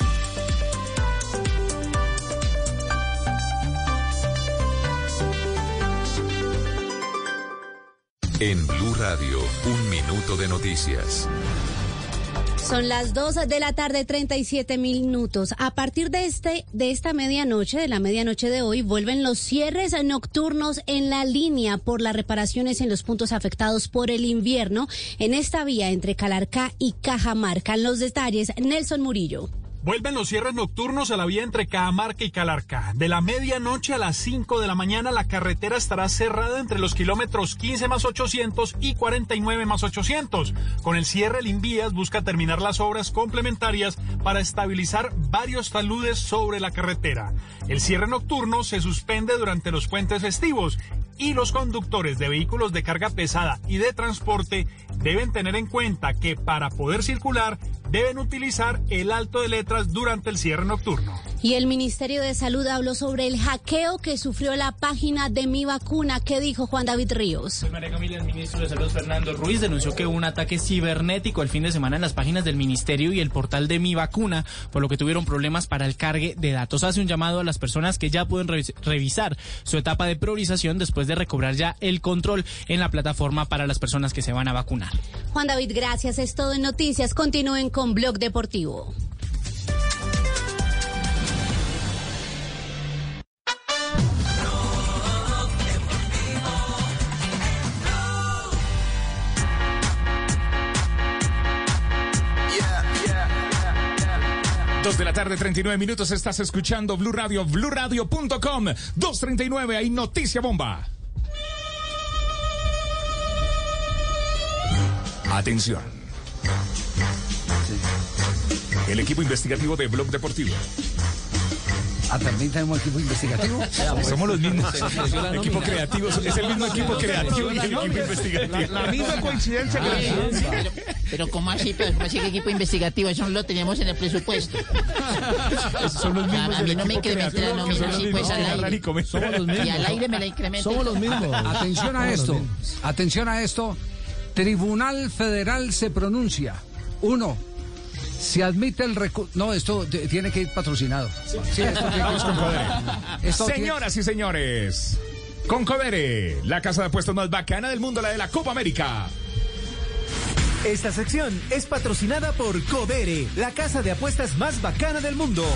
Speaker 26: En Blue Radio, un minuto de noticias.
Speaker 27: Son las 2 de la tarde, 37 minutos. A partir de esta medianoche, de la medianoche de hoy, vuelven los cierres nocturnos en la línea por las reparaciones en los puntos afectados por el invierno en esta vía entre Calarcá y Cajamarca. En los detalles, Nelson Murillo.
Speaker 28: Vuelven los cierres nocturnos a la vía entre Cajamarca y Calarcá. De la medianoche a las 5 de la mañana la carretera estará cerrada entre los kilómetros 15 más 800 y 49 más 800. Con el cierre, el Invías busca terminar las obras complementarias para estabilizar varios taludes sobre la carretera. El cierre nocturno se suspende durante los puentes festivos y los conductores de vehículos de carga pesada y de transporte deben tener en cuenta que para poder circular deben utilizar el alto de letras durante el cierre nocturno.
Speaker 27: Y el Ministerio de Salud habló sobre el hackeo que sufrió la página de Mi Vacuna. ¿Qué dijo Juan David Ríos?
Speaker 29: Pues María Camila, el ministro de Salud, Fernando Ruiz, denunció que hubo un ataque cibernético el fin de semana en las páginas del Ministerio y el portal de Mi Vacuna, por lo que tuvieron problemas para el cargue de datos. Hace un llamado a las personas que ya pueden revisar su etapa de priorización después de recobrar ya el control en la plataforma para las personas que se van a vacunar.
Speaker 27: Juan David, gracias. Es todo en noticias. Continúen con Blog Deportivo.
Speaker 10: 2 de la tarde, 39 minutos. Estás escuchando Blue Radio, bluradio.com. 2:39, hay noticia bomba. Atención. El equipo investigativo de Blog Deportivo.
Speaker 6: ¿También tenemos equipo investigativo?
Speaker 10: Somos los mismos. Equipo creativo, es el mismo equipo creativo y el equipo investigativo.
Speaker 1: La misma coincidencia que
Speaker 15: Pero ¿cómo así? ¿Cómo así que equipo investigativo? Eso no lo teníamos en el presupuesto.
Speaker 10: Son los mismos.
Speaker 15: A mí no me incrementen la nómina así pues al aire.
Speaker 6: Somos los mismos.
Speaker 15: Y al aire me la incrementan.
Speaker 6: Somos los mismos. Atención a esto. Tribunal Federal se pronuncia. 1. Se admite el recurso. No, esto tiene que ir patrocinado.
Speaker 10: Sí, vamos con Codere. Señoras y señores, con Codere, la casa de apuestas más bacana del mundo, la de la Copa América.
Speaker 22: Esta sección es patrocinada por Codere, la casa de apuestas más bacana del mundo.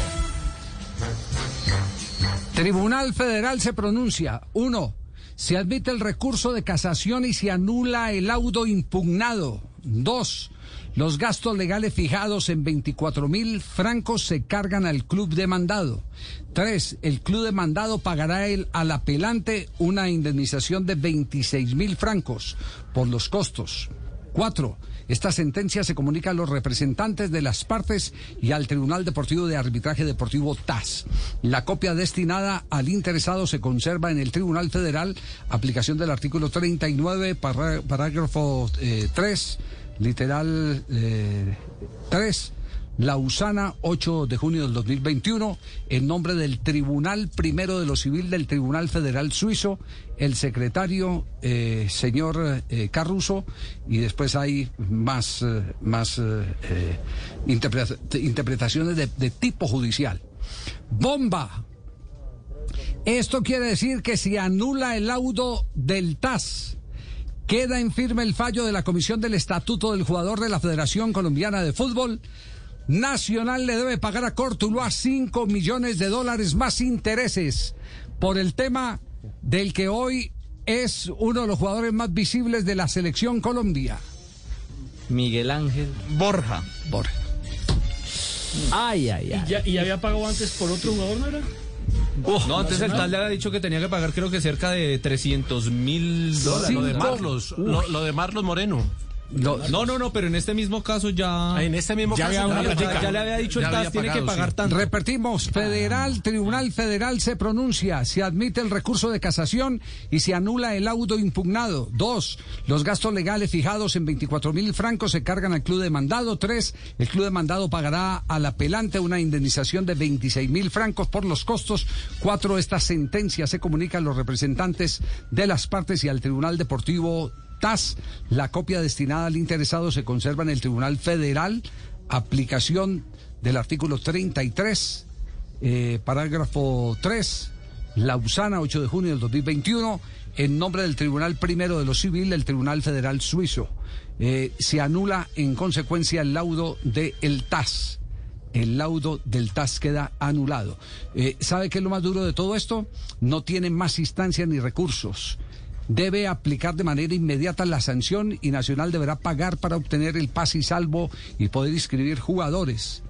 Speaker 6: Tribunal Federal se pronuncia. 1. Se admite el recurso de casación y se anula el laudo impugnado. 2. Los gastos legales fijados en 24.000 francos se cargan al club demandado. 3. El club demandado pagará al apelante una indemnización de 26.000 francos por los costos. 4. Esta sentencia se comunica a los representantes de las partes y al Tribunal Deportivo de Arbitraje Deportivo TAS. La copia destinada al interesado se conserva en el Tribunal Federal, aplicación del artículo 39, parágrafo 3, literal 3, Lausana, 8 de junio del 2021, en nombre del Tribunal Primero de lo Civil del Tribunal Federal Suizo, el secretario, señor Caruso, y después hay más interpretaciones de tipo judicial. ¡Bomba! Esto quiere decir que se anula el laudo del TAS. Queda en firme el fallo de la Comisión del Estatuto del Jugador de la Federación Colombiana de Fútbol. Nacional le debe pagar a Cortuluá $5 millones más intereses por el tema del que hoy es uno de los jugadores más visibles de la selección Colombia.
Speaker 29: Miguel Ángel
Speaker 10: Borja.
Speaker 29: Ay. ¿Y ya había pagado antes por otro jugador, no era?
Speaker 7: No, antes el TAS le había dicho que tenía que pagar creo que cerca de $300,000.
Speaker 29: Lo de Marlos Moreno.
Speaker 7: No, pero en este mismo caso ya...
Speaker 29: En este mismo caso
Speaker 7: ya le había dicho el TAS, tiene que pagar tanto.
Speaker 6: Repetimos, Tribunal Federal se pronuncia, se admite el recurso de casación y se anula el laudo impugnado. 2. Los gastos legales fijados en 24.000 francos se cargan al club demandado. 3. El club demandado pagará al apelante una indemnización de 26.000 francos por los costos. 4. Esta sentencia se comunica a los representantes de las partes y al Tribunal Deportivo TAS. La copia destinada al interesado se conserva en el Tribunal Federal, aplicación del artículo 33, parágrafo 3, Lausana, 8 de junio del 2021, en nombre del Tribunal Primero de lo Civil, el Tribunal Federal Suizo. Se anula en consecuencia el laudo del TAS. El laudo del TAS queda anulado. ¿Sabe qué es lo más duro de todo esto? No tiene más instancias ni recursos. Debe aplicar de manera inmediata la sanción y Nacional deberá pagar para obtener el pase y salvo y poder inscribir jugadores.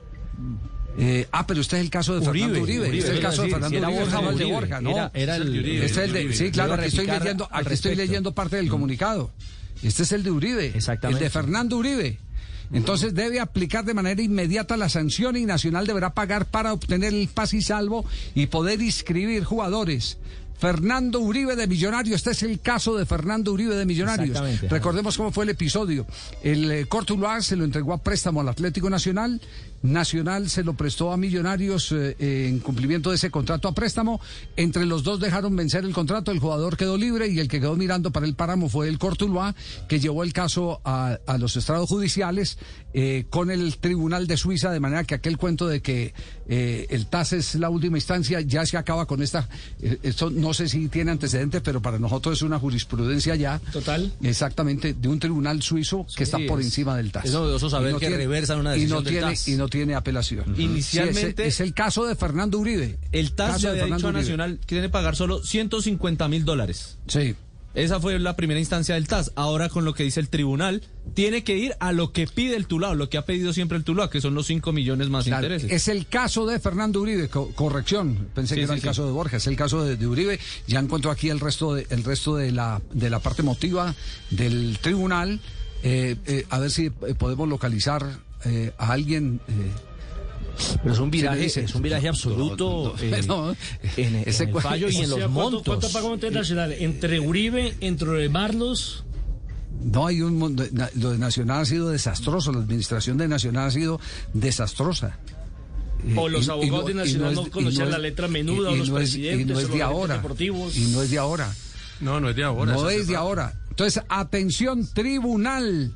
Speaker 6: Pero este es el caso de Fernando Uribe. Este es el caso de Fernando Uribe, no el de Borja, ¿no?
Speaker 29: Era el de Uribe.
Speaker 6: Este es el de, sí, claro, aquí estoy leyendo parte del comunicado. Este es el de Uribe,
Speaker 29: exactamente.
Speaker 6: El de Fernando Uribe. Entonces debe aplicar de manera inmediata la sanción y Nacional deberá pagar para obtener el pase y salvo y poder inscribir jugadores. Fernando Uribe de Millonarios, este es el caso de Fernando Uribe de Millonarios. Recordemos cómo fue el episodio. El Cortuluá se lo entregó a préstamo al Atlético Nacional, Nacional se lo prestó a Millonarios en cumplimiento de ese contrato a préstamo. Entre los dos dejaron vencer el contrato, el jugador quedó libre y el que quedó mirando para el páramo fue el Cortuluá, que llevó el caso a los estrados judiciales con el Tribunal de Suiza, de manera que aquel cuento de que el TAS es la última instancia ya se acaba con esta. Esto no sé si tiene antecedentes, pero para nosotros es una jurisprudencia ya.
Speaker 29: Total.
Speaker 6: Exactamente, de un tribunal suizo que está por encima del TAS.
Speaker 29: Es novedoso saber que reversan una decisión del TAS.
Speaker 6: Y no tiene apelación.
Speaker 29: Inicialmente...
Speaker 6: Sí, es el caso de Fernando Uribe.
Speaker 7: El TAS le había dicho a Nacional que tiene que pagar solo $150,000.
Speaker 6: Sí.
Speaker 7: Esa fue la primera instancia del TAS. Ahora con lo que dice el tribunal, tiene que ir a lo que pide el Tuluá, lo que ha pedido siempre el Tuluá, que son los 5 millones más intereses.
Speaker 6: Es el caso de Fernando Uribe, corrección, pensé que era el caso de Borja, es el caso de Uribe. Ya encuentro aquí el resto de la parte emotiva del tribunal. A ver si podemos localizar a alguien.
Speaker 5: Pero es un viraje absoluto en el fallo y en los montos.
Speaker 8: ¿Cuánto pagó Nacional? Entre Uribe, entre Marlos.
Speaker 6: No, hay lo de Nacional ha sido desastroso, la administración de Nacional ha sido desastrosa.
Speaker 8: O los abogados de Nacional no conocían la letra menuda, o los presidentes,
Speaker 6: y no es de ahora.
Speaker 8: Deportivos.
Speaker 6: Y no es de ahora.
Speaker 5: No es de ahora.
Speaker 6: No es de ahora. Entonces, atención, Tribunal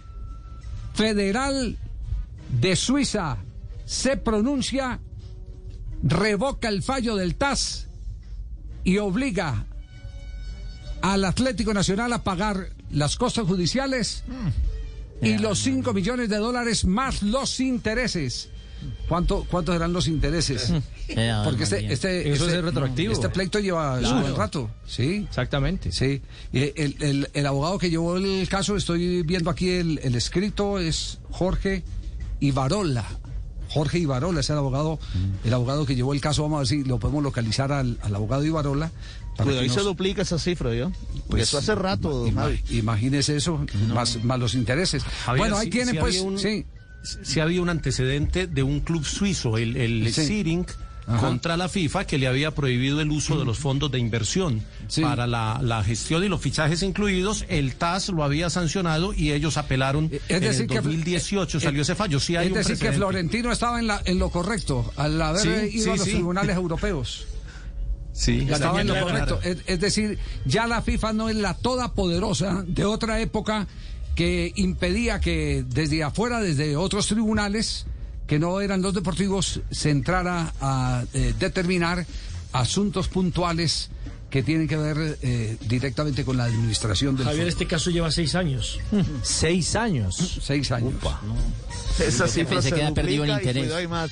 Speaker 6: Federal de Suiza se pronuncia, revoca el fallo del TAS y obliga al Atlético Nacional a pagar las costas judiciales y los 5 millones de dólares más los intereses. ¿Cuántos eran los intereses? Porque
Speaker 5: eso es retroactivo.
Speaker 6: Este pleito lleva un buen rato. Sí.
Speaker 5: Exactamente.
Speaker 6: Sí. El abogado que llevó el caso, estoy viendo aquí el escrito, es Jorge Ibarola. Jorge Ibarola es el abogado que llevó el caso. Vamos a ver si lo podemos localizar al abogado Ibarola.
Speaker 5: Pues ahí se duplica esa cifra, ¿yo? Porque eso hace rato, Javi.
Speaker 6: Imagínese eso, más los intereses.
Speaker 5: Javier,
Speaker 6: bueno, ahí tienen pues...
Speaker 5: Sí había un antecedente de un club suizo, el Sirink, contra la FIFA, que le había prohibido el uso de los fondos de inversión para la gestión y los fichajes incluidos. El TAS lo había sancionado y ellos apelaron. En el 2018 salió ese fallo. Sí hay
Speaker 6: es decir, que Florentino estaba en lo correcto al haber ido a los tribunales europeos.
Speaker 5: Sí,
Speaker 6: estaba en lo correcto. Es decir, ya la FIFA no es la todopoderosa de otra época que impedía que desde afuera, desde otros tribunales que no eran los deportivos, se entrara a determinar asuntos puntuales que tienen que ver directamente con la administración del
Speaker 8: Javier, este caso lleva 6 años.
Speaker 5: 6 años.
Speaker 6: 6 años.
Speaker 5: Upa, no.
Speaker 15: Esa cifra se queda perdido el interés.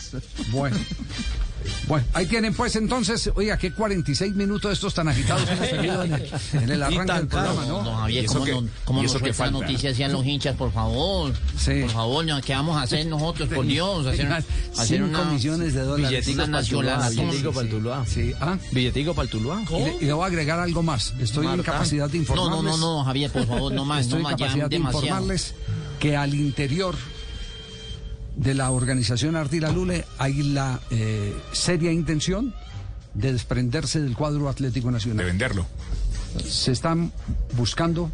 Speaker 6: Bueno, ahí tienen pues entonces, oiga, qué 46 minutos estos tan agitados hemos tenido en el arranque del programa, ¿no?
Speaker 15: No, Javier, ¿cómo nos suelta la noticia hacían los hinchas, por favor? Sí. Por favor, ¿qué vamos a hacer nosotros, por Dios? Hacer
Speaker 6: 5 millones de dólares.
Speaker 15: Billetico
Speaker 5: para el Tuluá.
Speaker 6: Sí.
Speaker 5: Billetico para el Tuluá.
Speaker 6: Y le voy a agregar algo más. Estoy en capacidad de informarles.
Speaker 15: No, Javier, por favor, no más.
Speaker 6: Estoy en capacidad de informarles que al interior de la organización Ardila Lule hay la seria intención de desprenderse del cuadro Atlético Nacional.
Speaker 10: De venderlo.
Speaker 6: Se están buscando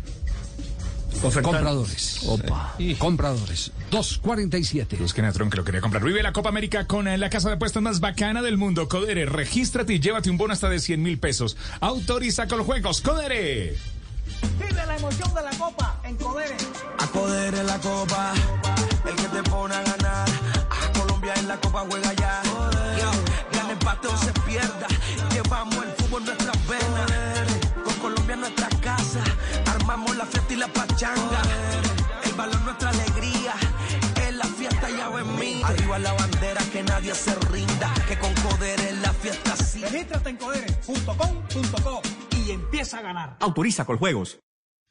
Speaker 6: compradores. Compradores. 2.47.
Speaker 10: Busquen a Tron que lo quería comprar. Vive la Copa América con la casa de apuestas más bacana del mundo. Codere, regístrate y llévate un bono hasta de 100.000 pesos. Autoriza con los juegos. Codere.
Speaker 1: Vive la emoción de la Copa en Codere.
Speaker 19: A Codere la Copa, el que te pone a ganar. A Colombia en la Copa juega ya. Gana, empate o se pierda. Llevamos el fútbol en nuestras venas. Con Colombia en nuestra casa. Armamos la fiesta y la pachanga. El balón nuestra alegría. En la fiesta ya en mí. Arriba la bandera, que nadie se rinda. Que con Codere la fiesta sí.
Speaker 1: Regístrate en codere.com.co y empieza a ganar.
Speaker 9: Autoriza con juegos.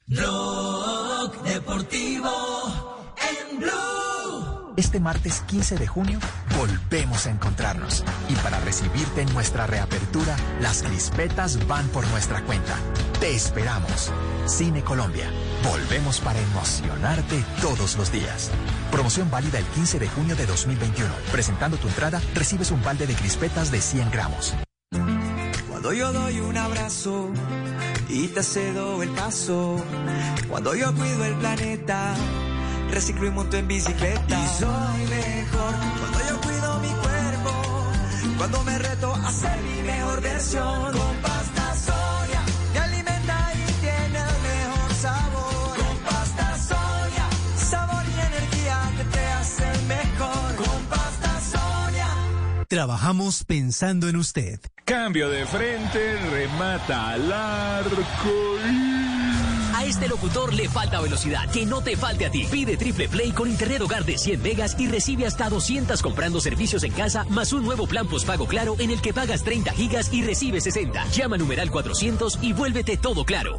Speaker 19: Blog Deportivo en Blue.
Speaker 11: Este martes 15 de junio volvemos a encontrarnos. Y para recibirte en nuestra reapertura, las crispetas van por nuestra cuenta. Te esperamos. Cine Colombia. Volvemos para emocionarte todos los días. Promoción válida el 15 de junio de 2021. Presentando tu entrada, recibes un balde de crispetas de 100 gramos.
Speaker 19: Cuando yo doy un abrazo y te cedo el paso, cuando yo cuido el planeta, reciclo y monto en bicicleta. Y soy mejor cuando yo cuido mi cuerpo, cuando me reto a ser mi mejor versión. Con pasta Sonia me alimenta y tiene el mejor sabor. Con pasta Sonia, sabor y energía que te hacen mejor. Con pasta Sonia.
Speaker 22: Trabajamos pensando en usted.
Speaker 10: Cambio de frente, remata al arco y...
Speaker 21: A este locutor le falta velocidad, que no te falte a ti. Pide Triple Play con internet hogar de 100 megas y recibe hasta 200 comprando servicios en casa, más un nuevo plan postpago Claro en el que pagas 30 gigas y recibes 60. Llama numeral 400 y vuélvete todo claro.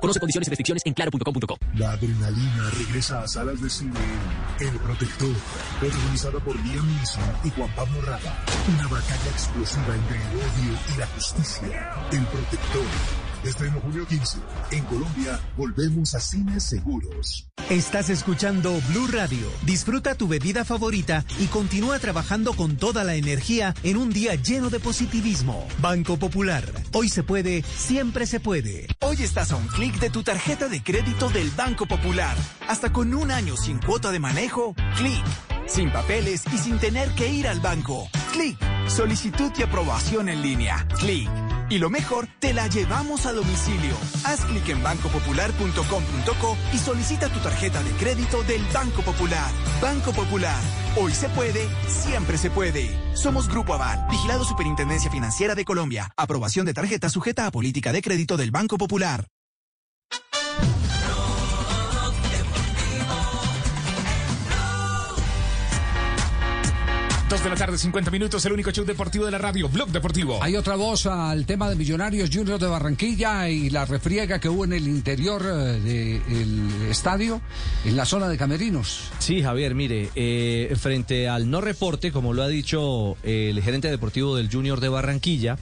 Speaker 21: Conoce condiciones y restricciones en claro.com.co.
Speaker 9: La adrenalina regresa a salas de cine en El Protector, protagonizada por Liam Neeson y Juan Pablo Rada. Una batalla explosiva entre el odio y la justicia. El Protector. Estreno junio 15. En Colombia, volvemos a cines seguros.
Speaker 22: Estás escuchando Blue Radio. Disfruta tu bebida favorita y continúa trabajando con toda la energía en un día lleno de positivismo. Banco Popular. Hoy se puede, siempre se puede.
Speaker 12: Hoy estás a un clic de tu tarjeta de crédito del Banco Popular. Hasta con 1 año sin cuota de manejo, clic. Sin papeles y sin tener que ir al banco. Clic. Solicitud y aprobación en línea. Clic. Y lo mejor, te la llevamos a domicilio. Haz clic en bancopopular.com.co y solicita tu tarjeta de crédito del Banco Popular. Banco Popular. Hoy se puede, siempre se puede. Somos Grupo Aval, vigilado Superintendencia Financiera de Colombia. Aprobación de tarjeta sujeta a política de crédito del Banco Popular.
Speaker 10: 2 de la tarde, 50 minutos, el único show deportivo de la radio, Blog Deportivo.
Speaker 6: Hay otra voz al tema de Millonarios Juniors de Barranquilla y la refriega que hubo en el interior del estadio, en la zona de camerinos.
Speaker 7: Sí, Javier, mire, frente al no reporte, como lo ha dicho el gerente deportivo del Junior de Barranquilla,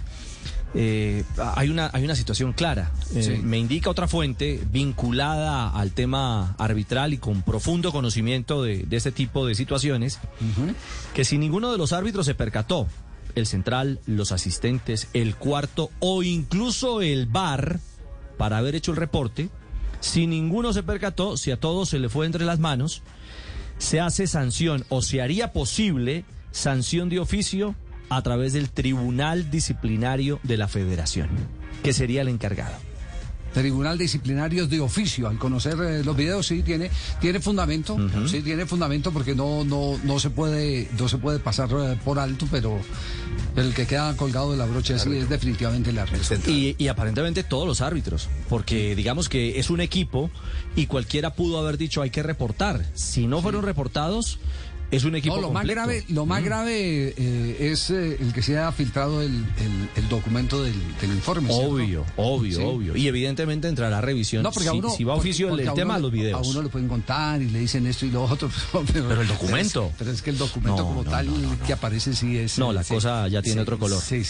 Speaker 7: hay una situación clara.
Speaker 6: Sí.
Speaker 7: Me indica otra fuente vinculada al tema arbitral y con profundo conocimiento de este tipo de situaciones, que si ninguno de los árbitros se percató, el central, los asistentes, el cuarto o incluso el VAR, para haber hecho el reporte, si ninguno se percató, si a todos se le fue entre las manos, se hace sanción o se haría posible sanción de oficio a través del Tribunal Disciplinario de la Federación, que sería el encargado.
Speaker 6: Tribunal Disciplinario de oficio, al conocer los videos, sí tiene fundamento, sí tiene fundamento porque no se puede pasar por alto, pero el que queda colgado de la brocha sí es definitivamente el árbitro.
Speaker 7: Y aparentemente todos los árbitros, porque digamos que es un equipo y cualquiera pudo haber dicho hay que reportar. Si no fueron reportados, es un equipo completo.
Speaker 6: Lo más grave es el que se ha filtrado el documento del informe.
Speaker 7: Obvio. Y evidentemente entrará a revisión.
Speaker 6: No, porque
Speaker 7: si va a oficio el tema de los videos.
Speaker 6: A uno le pueden contar y le dicen esto y lo otro.
Speaker 7: Pero el documento.
Speaker 6: Pero es que el documento que aparece sí es...
Speaker 7: No, la cosa ya tiene otro color.
Speaker 6: Sí.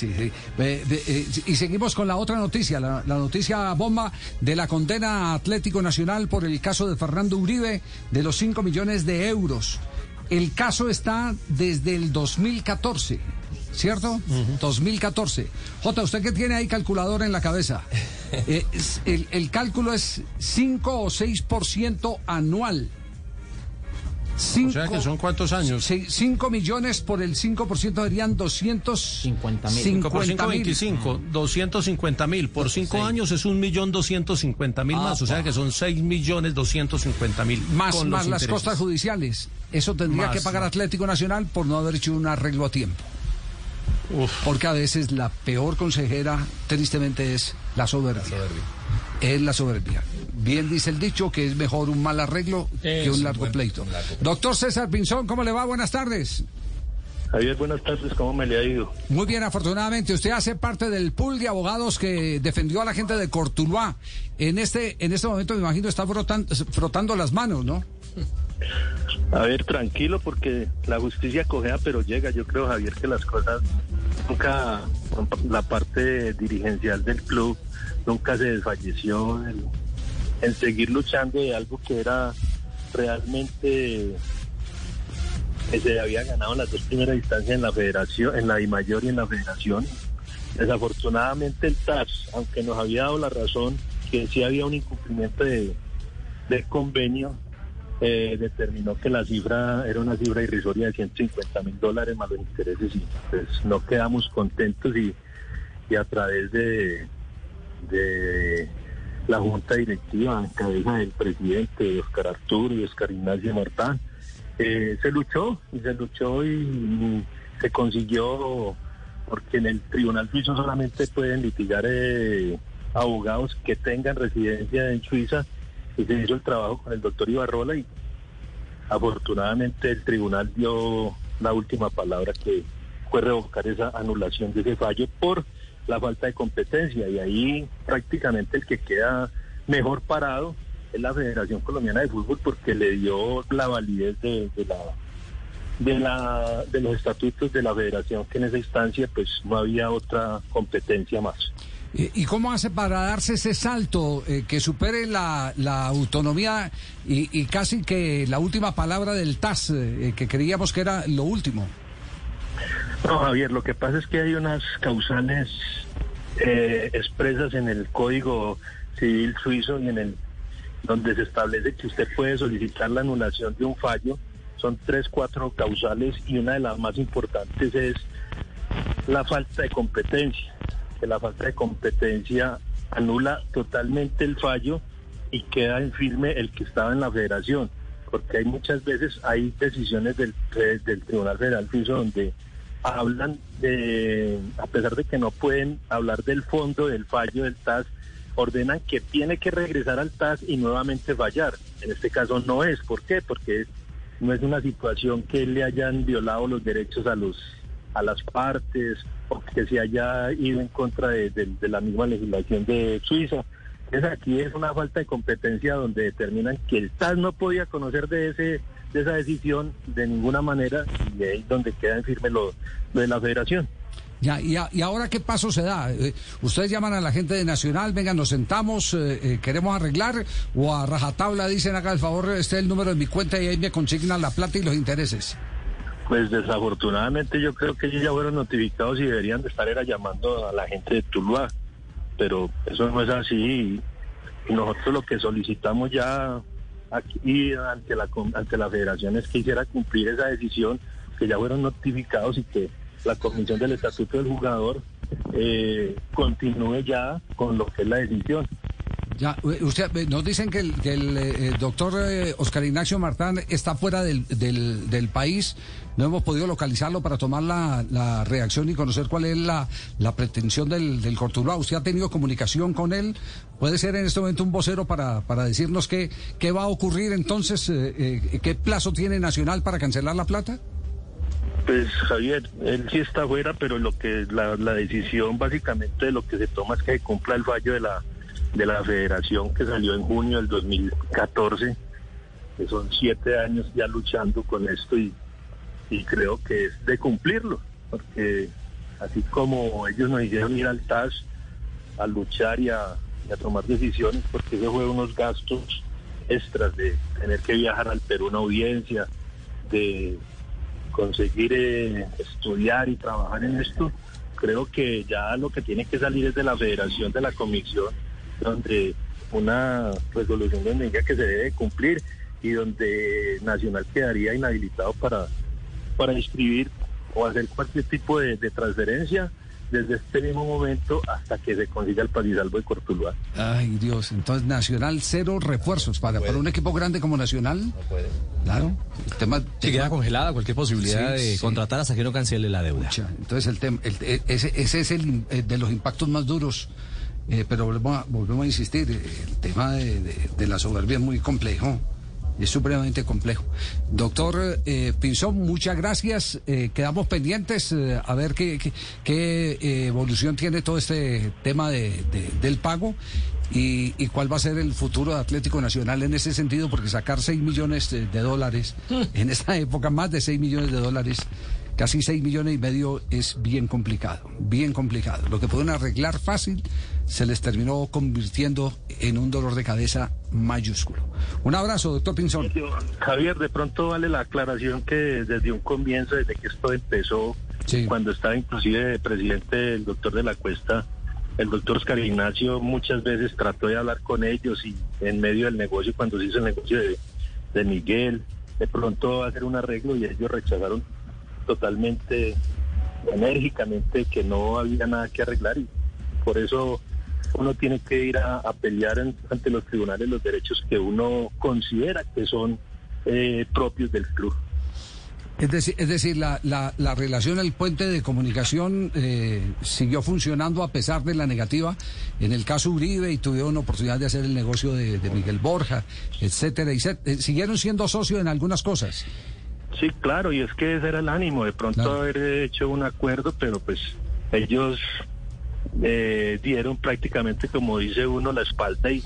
Speaker 6: Y seguimos con la otra noticia, la noticia bomba de la condena a Atlético Nacional por el caso de Fernando Uribe de los 5 millones de euros. El caso está desde el 2014, ¿cierto? 2014. Jota, ¿usted qué tiene ahí calculadora en la cabeza? El cálculo es 5 o 6% anual.
Speaker 5: O sea que son ¿cuántos años?
Speaker 6: 5 millones por el 5% serían 250 mil.
Speaker 5: 5 por 5, 25, 250 mil. Por 5 años es 1.250.000 más. O sea que son 6.250.000.
Speaker 6: Más las costas judiciales. Eso tendría que pagar Atlético Nacional por no haber hecho un arreglo a tiempo. Porque a veces la peor consejera, tristemente, es la soberbia. Es la soberbia. Bien dice el dicho que es mejor un mal arreglo que un largo pleito. Doctor César Pinzón, ¿cómo le va? Buenas tardes.
Speaker 13: Javier, buenas tardes, ¿cómo me le ha ido?
Speaker 6: Muy bien, afortunadamente. Usted hace parte del pool de abogados que defendió a la gente de Cortuluá. En este momento, me imagino, está frotando las manos, ¿no?
Speaker 13: A ver, tranquilo, porque la justicia cojea, pero llega. Yo creo, Javier, que las cosas nunca, la parte dirigencial del club nunca se desfalleció en seguir luchando de algo que era realmente que se había ganado en las 2 primeras instancias en la federación, en la DIMAYOR y en la federación. Desafortunadamente el TAS, aunque nos había dado la razón que sí había un incumplimiento del convenio, determinó que la cifra era una cifra irrisoria de $150.000 más los intereses, y pues no quedamos contentos y a través de la junta directiva en cabeza del presidente Oscar Arturo y Oscar Ignacio Martán, se luchó y se consiguió, porque en el tribunal suizo solamente pueden litigar abogados que tengan residencia en Suiza, y se hizo el trabajo con el doctor Ibarrola y afortunadamente el tribunal dio la última palabra, que fue revocar esa anulación de ese fallo por la falta de competencia, y ahí prácticamente el que queda mejor parado es la Federación Colombiana de Fútbol, porque le dio la validez de los estatutos de la federación, que en esa instancia pues no había otra competencia más.
Speaker 6: ¿Y cómo hace para darse ese salto que supere la autonomía y casi que la última palabra del TAS, que creíamos que era lo último?
Speaker 13: No, Javier, lo que pasa es que hay unas causales expresas en el Código Civil suizo y donde se establece que usted puede solicitar la anulación de un fallo. Son 4 causales, y una de las más importantes es la falta de competencia. Que la falta de competencia anula totalmente el fallo y queda en firme el que estaba en la federación, porque hay muchas veces decisiones del Tribunal Federal Suizo donde hablan a pesar de que no pueden hablar del fondo del fallo del TAS, ordenan que tiene que regresar al TAS y nuevamente fallar. En este caso no es. ¿Por qué? Porque no es una situación que le hayan violado los derechos a las partes, o que se haya ido en contra de la misma legislación de Suiza. Entonces aquí es una falta de competencia donde determinan que el TAS no podía conocer de esa decisión de ninguna manera, y ahí es donde queda en firme lo de la federación.
Speaker 6: Ya, y ahora ¿qué paso se da? ¿Ustedes llaman a la gente de Nacional, vengan, nos sentamos, queremos arreglar, o a rajatabla dicen, haga el favor, este es el número de mi cuenta y ahí me consignan la plata y los intereses?
Speaker 13: Pues desafortunadamente yo creo que ellos ya fueron notificados y deberían de estar llamando a la gente de Tuluá, pero eso no es así, y nosotros lo que solicitamos ya aquí ante la federación es que hiciera cumplir esa decisión, que ya fueron notificados, y que la comisión del estatuto del jugador continúe ya con lo que es la decisión.
Speaker 6: Ya, usted nos dicen que el doctor Oscar Ignacio Martán está fuera del país. No hemos podido localizarlo para tomar la reacción y conocer cuál es la pretensión del Cortuluá. ¿Usted ha tenido comunicación con él? ¿Puede ser en este momento un vocero para decirnos qué va a ocurrir entonces? ¿Qué plazo tiene Nacional para cancelar la plata?
Speaker 13: Pues Javier, él sí está fuera, pero la decisión básicamente de lo que se toma es que se cumpla el fallo de la federación, que salió en junio del 2014, que son 7 años ya luchando con esto, y creo que es de cumplirlo, porque así como ellos nos hicieron ir al TAS a luchar y a tomar decisiones, porque eso fue unos gastos extras de tener que viajar al Perú a una audiencia, de conseguir estudiar y trabajar en esto, creo que ya lo que tiene que salir es de la federación, de la comisión, donde una resolución donde diga que se debe cumplir, y donde Nacional quedaría inhabilitado para inscribir o hacer cualquier tipo de transferencia desde este mismo momento hasta que se consiga el paz y salvo de Cortuluá.
Speaker 6: Ay, Dios, entonces Nacional 0 refuerzos para un equipo grande como Nacional. No puede. Claro. El tema
Speaker 7: queda congelada cualquier posibilidad de contratar hasta que no cancele la deuda.
Speaker 6: Entonces el tema, ese es el de los impactos más duros. Pero volvemos a insistir, el tema de la soberbia es muy complejo. Es supremamente complejo. Doctor Pinzón, muchas gracias. Quedamos pendientes a ver qué evolución tiene todo este tema del pago y cuál va a ser el futuro de Atlético Nacional en ese sentido, porque sacar 6 millones de dólares en esta época, más de 6 millones de dólares, casi 6 millones y medio, es bien complicado, bien complicado. Lo que pueden arreglar fácil se les terminó convirtiendo en un dolor de cabeza mayúsculo. Un abrazo, doctor Pinzón.
Speaker 13: Javier, de pronto vale la aclaración que desde un comienzo, desde que esto empezó, cuando estaba inclusive presidente el doctor de la Cuesta, el doctor Oscar Ignacio muchas veces trató de hablar con ellos, y en medio del negocio, cuando se hizo el negocio de Miguel, de pronto hacer un arreglo, y ellos rechazaron totalmente, enérgicamente, que no había nada que arreglar, y por eso uno tiene que ir a pelear ante los tribunales los derechos que uno considera que son propios del club.
Speaker 6: Es decir, la relación, el puente de comunicación siguió funcionando a pesar de la negativa en el caso Uribe, y tuvieron oportunidad de hacer el negocio de Miguel Borja, etcétera, siguieron siendo socios en algunas cosas.
Speaker 13: Sí, claro, y es que ese era el ánimo, de pronto haber hecho un acuerdo, pero pues ellos dieron prácticamente, como dice uno, la espalda, y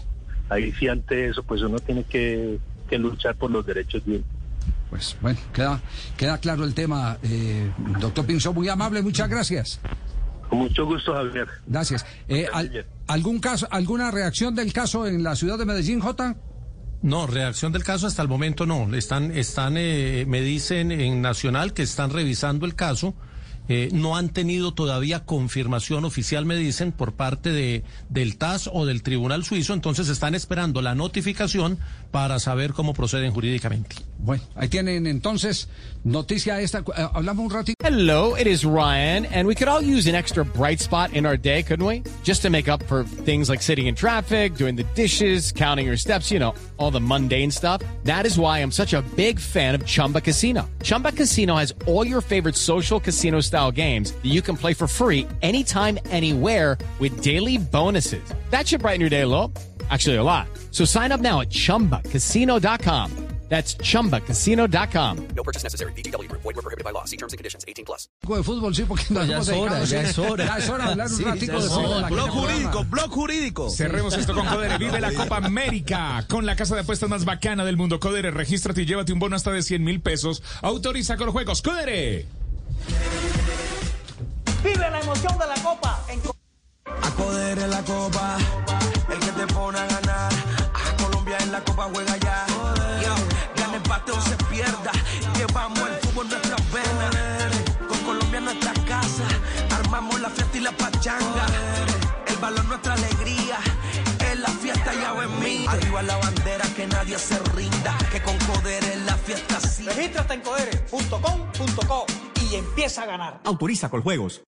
Speaker 13: ahí sí ante eso pues uno tiene que luchar por los derechos de uno.
Speaker 6: Pues bueno, queda claro el tema. Doctor Pinzón, muy amable, muchas gracias.
Speaker 13: Con mucho gusto, Javier.
Speaker 6: Gracias. ¿Alguna reacción del caso en la ciudad de Medellín, Jota?
Speaker 5: No, reacción del caso hasta el momento no. Me dicen en Nacional que están revisando el caso. No han tenido todavía confirmación oficial, me dicen, por parte del TAS o del Tribunal Suizo, entonces están esperando la notificación para saber cómo proceden jurídicamente.
Speaker 6: Bueno, ahí tienen entonces noticia esta. Hablamos un ratito.
Speaker 2: Hello, it is Ryan, and we could all use an extra bright spot in our day, couldn't we? Just to make up for things like sitting in traffic, doing the dishes, counting your steps, you know, all the mundane stuff. That is why I'm such a big fan of Chumba Casino. Chumba Casino has all your favorite social casino-style games that you can play for free anytime, anywhere with daily bonuses. That should brighten your day a little. Actually, a lot. So sign up now at ChumbaCasino.com. That's ChumbaCasino.com.
Speaker 3: No purchase necessary. VGW Group. Void were prohibited by law. See terms and conditions. 18+.
Speaker 6: De fútbol, sí, porque no,
Speaker 7: ya es hora.
Speaker 6: Ya es hora de hablar un ratico de fútbol.
Speaker 10: Blog jurídico. Cerremos esto con Codere. Vive la Copa América con la casa de apuestas más bacana del mundo. Codere, regístrate y llévate un bono hasta de 100,000 pesos. Autoriza con los juegos. Codere.
Speaker 1: Vive la emoción de la Copa.
Speaker 19: A Codere la Copa, el que te pone a ganar. A Colombia en la Copa juega ya. Gana, empate o se pierda. Llevamos el fútbol en nuestras venas. Con Colombia en nuestra casa, armamos la fiesta y la pachanga. El balón nuestra alegría, es la fiesta ya ven mí. Arriba la bandera, que nadie se rinda. Que con Codere la fiesta sí.
Speaker 1: Regístrate en codere.com.co y empieza a ganar.
Speaker 20: Autoriza con juegos.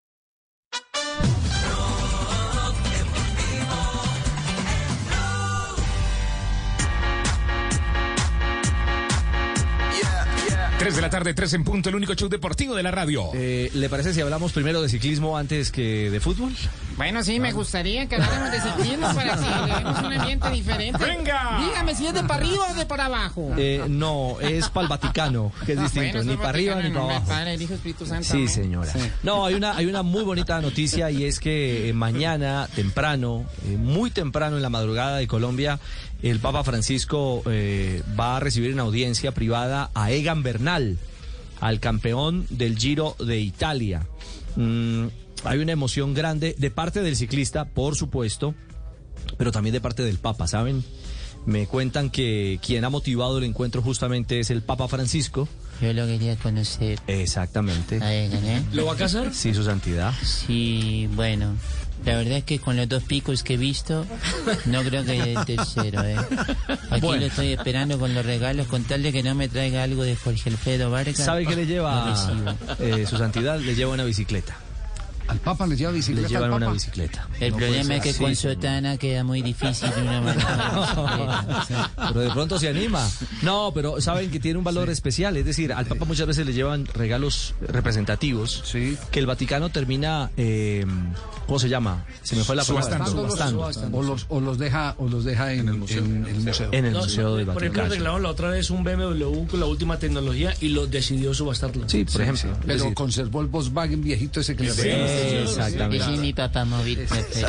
Speaker 10: Tres de la tarde, 3 en punto, el único show deportivo de la radio.
Speaker 7: ¿Le parece si hablamos primero de ciclismo antes que de fútbol?
Speaker 4: Bueno, sí, me gustaría que habláramos de ciclismo para que veamos un ambiente diferente.
Speaker 10: ¡Venga!
Speaker 4: Dígame si es de para arriba o de para abajo.
Speaker 7: No, es para el Vaticano, que es distinto, ni para arriba ni para abajo.
Speaker 4: Padre, el Hijo, Espíritu Santo.
Speaker 7: Sí, señora. Sí. No, hay una muy bonita noticia y es que mañana temprano, muy temprano en la madrugada de Colombia, el Papa Francisco va a recibir en audiencia privada a Egan Bernal, al campeón del Giro de Italia. Hay una emoción grande de parte del ciclista, por supuesto, pero también de parte del Papa, ¿saben? Me cuentan que quien ha motivado el encuentro justamente es el Papa Francisco.
Speaker 4: Yo lo quería conocer.
Speaker 7: Exactamente.
Speaker 4: A Egan, ¿eh?
Speaker 7: ¿Lo va a casar? Sí, su santidad.
Speaker 4: Sí, bueno. La verdad es que con los 2 picos que he visto, no creo que haya el tercero, ¿eh? Aquí lo estoy esperando con los regalos, con tal de que no me traiga algo de Jorge Alfredo Vargas.
Speaker 7: ¿Sabe qué le lleva su santidad? Le lleva una bicicleta.
Speaker 6: ¿Al Papa le lleva bicicleta?
Speaker 7: Le llevan una bicicleta.
Speaker 4: El problema es que con sotana queda muy difícil una bicicleta.
Speaker 7: Pero de pronto se anima. No, pero saben que tiene un valor especial. Es decir, al Papa muchas veces le llevan regalos representativos que el Vaticano termina, ¿cómo se llama? Se me fue la palabra.
Speaker 6: Subastando. O los deja en el museo.
Speaker 7: En el museo del Vaticano.
Speaker 8: Por ejemplo, arreglaron la otra vez un BMW con la última tecnología y lo decidió subastarlo.
Speaker 7: Sí, por ejemplo.
Speaker 6: Pero conservó el Volkswagen viejito ese que le
Speaker 7: exactamente.
Speaker 4: Ese es mi papá móvil.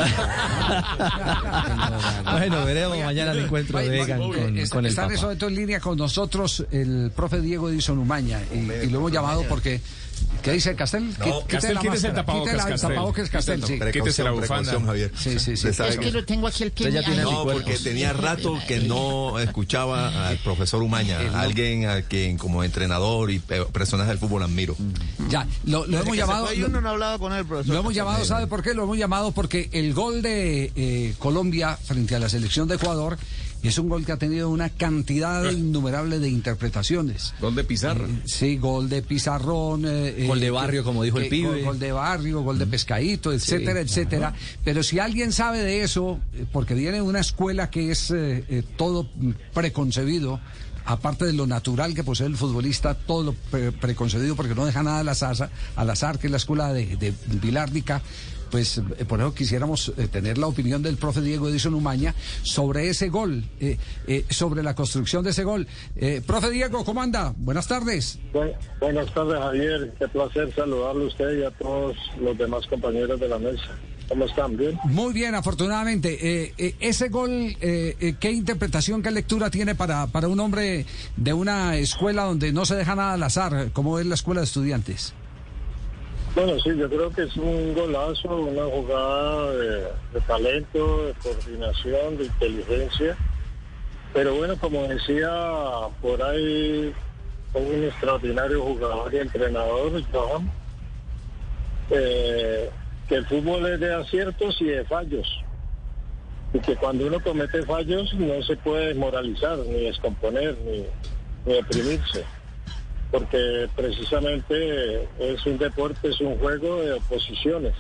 Speaker 7: Bueno, veremos mañana el encuentro de Egan con el Papa.
Speaker 6: Está en línea con nosotros el profe Diego Edison Umaña y lo hemos llamado porque... ¿Qué dice Castel?
Speaker 10: No, Castel, quítese el tapabocas,
Speaker 6: Castel, sí.
Speaker 10: Quítese la bufanda.
Speaker 14: Javier.
Speaker 6: Sí.
Speaker 4: Es que lo tengo aquí el pie.
Speaker 14: No, porque tenía rato que no escuchaba al profesor Umaña, alguien a quien como entrenador y personaje del fútbol admiro.
Speaker 6: Ya, lo hemos llamado...
Speaker 14: Yo no hablaba con él, profesor.
Speaker 6: Lo hemos llamado, ¿sabe por qué? Lo hemos llamado porque el gol de Colombia frente a la selección de Ecuador es un gol que ha tenido una cantidad innumerable de interpretaciones.
Speaker 10: Gol de pizarra.
Speaker 6: Sí, gol de pizarrón.
Speaker 7: Gol de barrio, como dijo el pibe.
Speaker 6: Gol de barrio, gol de pescadito, etcétera, etcétera. Pero si alguien sabe de eso, porque viene de una escuela que es todo preconcebido, aparte de lo natural que posee el futbolista, todo lo preconcebido, porque no deja nada al azar, que es la escuela de Vilárdica. pues por eso quisiéramos tener la opinión del profe Diego Edison Umaña sobre ese gol, sobre la construcción de ese gol. Profe Diego, ¿cómo anda? Buenas tardes.
Speaker 16: Buenas tardes, Javier. Qué placer saludarle a usted y a todos los demás compañeros de la mesa. ¿Cómo están? ¿Bien?
Speaker 6: Muy bien, afortunadamente. Ese gol, ¿qué interpretación, qué lectura tiene para un hombre de una escuela donde no se deja nada al azar, como es la escuela de estudiantes?
Speaker 16: Bueno, sí, yo creo que es un golazo, una jugada de talento, de coordinación, de inteligencia. Pero bueno, como decía por ahí un extraordinario jugador y entrenador, Johan, que el fútbol es de aciertos y de fallos. Y que cuando uno comete fallos no se puede desmoralizar, ni descomponer, ni deprimirse. Porque precisamente es un deporte, es un juego de oposiciones.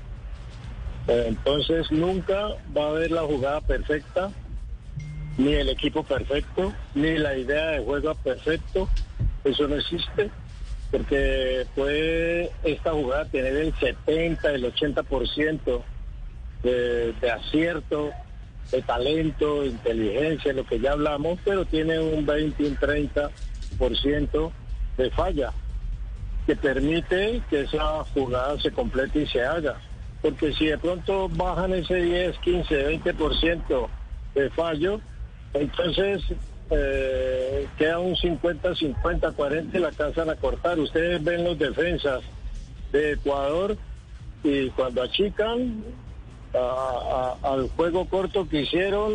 Speaker 16: Entonces nunca va a haber la jugada perfecta, ni el equipo perfecto, ni la idea de juego perfecto. Eso no existe, porque puede esta jugada tener el 70, el 80% de acierto, de talento, de inteligencia, lo que ya hablamos, pero tiene un 20, un 30% de falla, que permite que esa jugada se complete y se haga. Porque si de pronto bajan ese 10, 15, 20% de fallo, entonces queda un 50, 50, 40 y la alcanzan a cortar. Ustedes ven los defensas de Ecuador y cuando achican al juego corto que hicieron,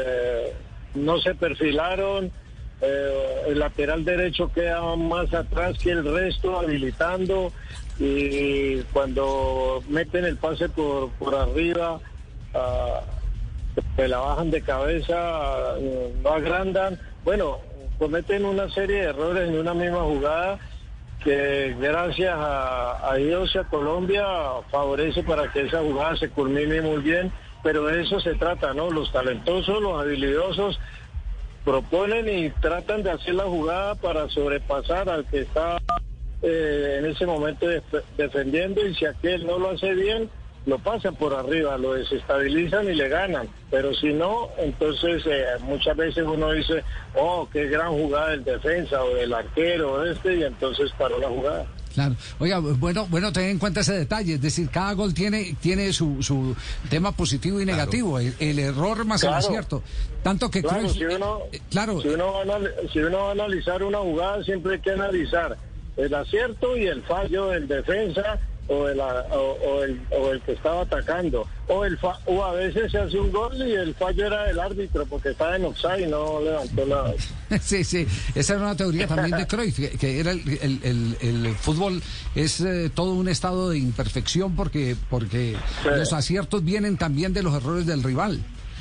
Speaker 16: no se perfilaron. El lateral derecho queda más atrás que el resto, habilitando, y cuando meten el pase por arriba, se la bajan de cabeza, no agrandan. Bueno, cometen una serie de errores en una misma jugada que gracias a Dios y a Colombia favorece para que esa jugada se culmine muy bien, pero de eso se trata, ¿no? Los talentosos, los habilidosos proponen y tratan de hacer la jugada para sobrepasar al que está en ese momento defendiendo, y si aquel no lo hace bien, lo pasan por arriba, lo desestabilizan y le ganan. Pero si no, entonces muchas veces uno dice, oh, qué gran jugada del defensa o del arquero y entonces paró la jugada.
Speaker 6: Claro. Oiga, bueno, ten en cuenta ese detalle, es decir, cada gol tiene su tema positivo y negativo, claro. El error más el acierto. Tanto que
Speaker 16: claro,
Speaker 6: Cruyff,
Speaker 16: si uno va a analizar una jugada, siempre hay que analizar el acierto y el fallo del defensa o el que estaba atacando, o a veces se hace un gol y el fallo era del árbitro porque estaba en offside y no levantó la...
Speaker 6: Sí, esa era una teoría también de Cruyff, que era el fútbol es todo un estado de imperfección porque sí. Los aciertos vienen también de los errores del rival.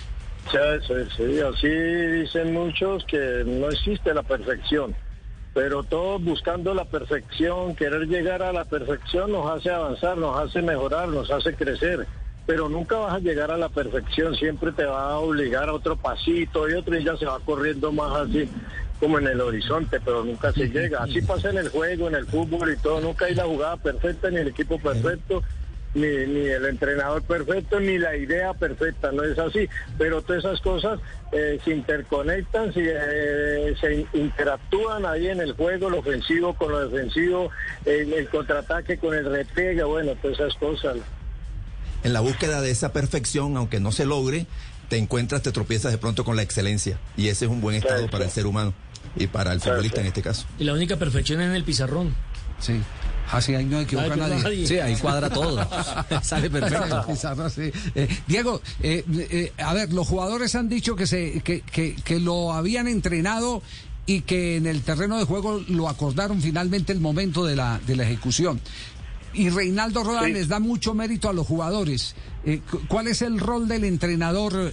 Speaker 16: Sí, así dicen muchos que no existe la perfección. Pero todos buscando la perfección, querer llegar a la perfección nos hace avanzar, nos hace mejorar, nos hace crecer. Pero nunca vas a llegar a la perfección, siempre te va a obligar a otro pasito y otro, y ya se va corriendo más así como en el horizonte, pero nunca se llega. Así pasa en el juego, en el fútbol y todo, nunca hay la jugada perfecta, ni el equipo perfecto, ni el entrenador perfecto, ni la idea perfecta, no es así. Pero todas esas cosas se interconectan, se interactúan ahí en el juego, lo ofensivo con lo defensivo, el contraataque con el repliegue, bueno, todas esas cosas.
Speaker 14: En la búsqueda de esa perfección, aunque no se logre, te tropiezas de pronto con la excelencia, y ese es un buen estado para el ser humano y para el futbolista en este caso.
Speaker 8: Y la única perfección es en el pizarrón.
Speaker 6: Sí. Así ahí no equivoca nadie.
Speaker 7: Sí, ahí cuadra todo. Sale perfecto.
Speaker 6: Sí. Diego, a ver, los jugadores han dicho que lo habían entrenado y que en el terreno de juego lo acordaron finalmente el momento de la ejecución. Y Reinaldo Rueda les da mucho mérito a los jugadores. ¿Cuál es el rol del entrenador,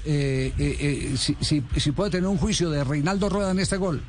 Speaker 6: si puede tener un juicio de Reinaldo Rueda en este gol?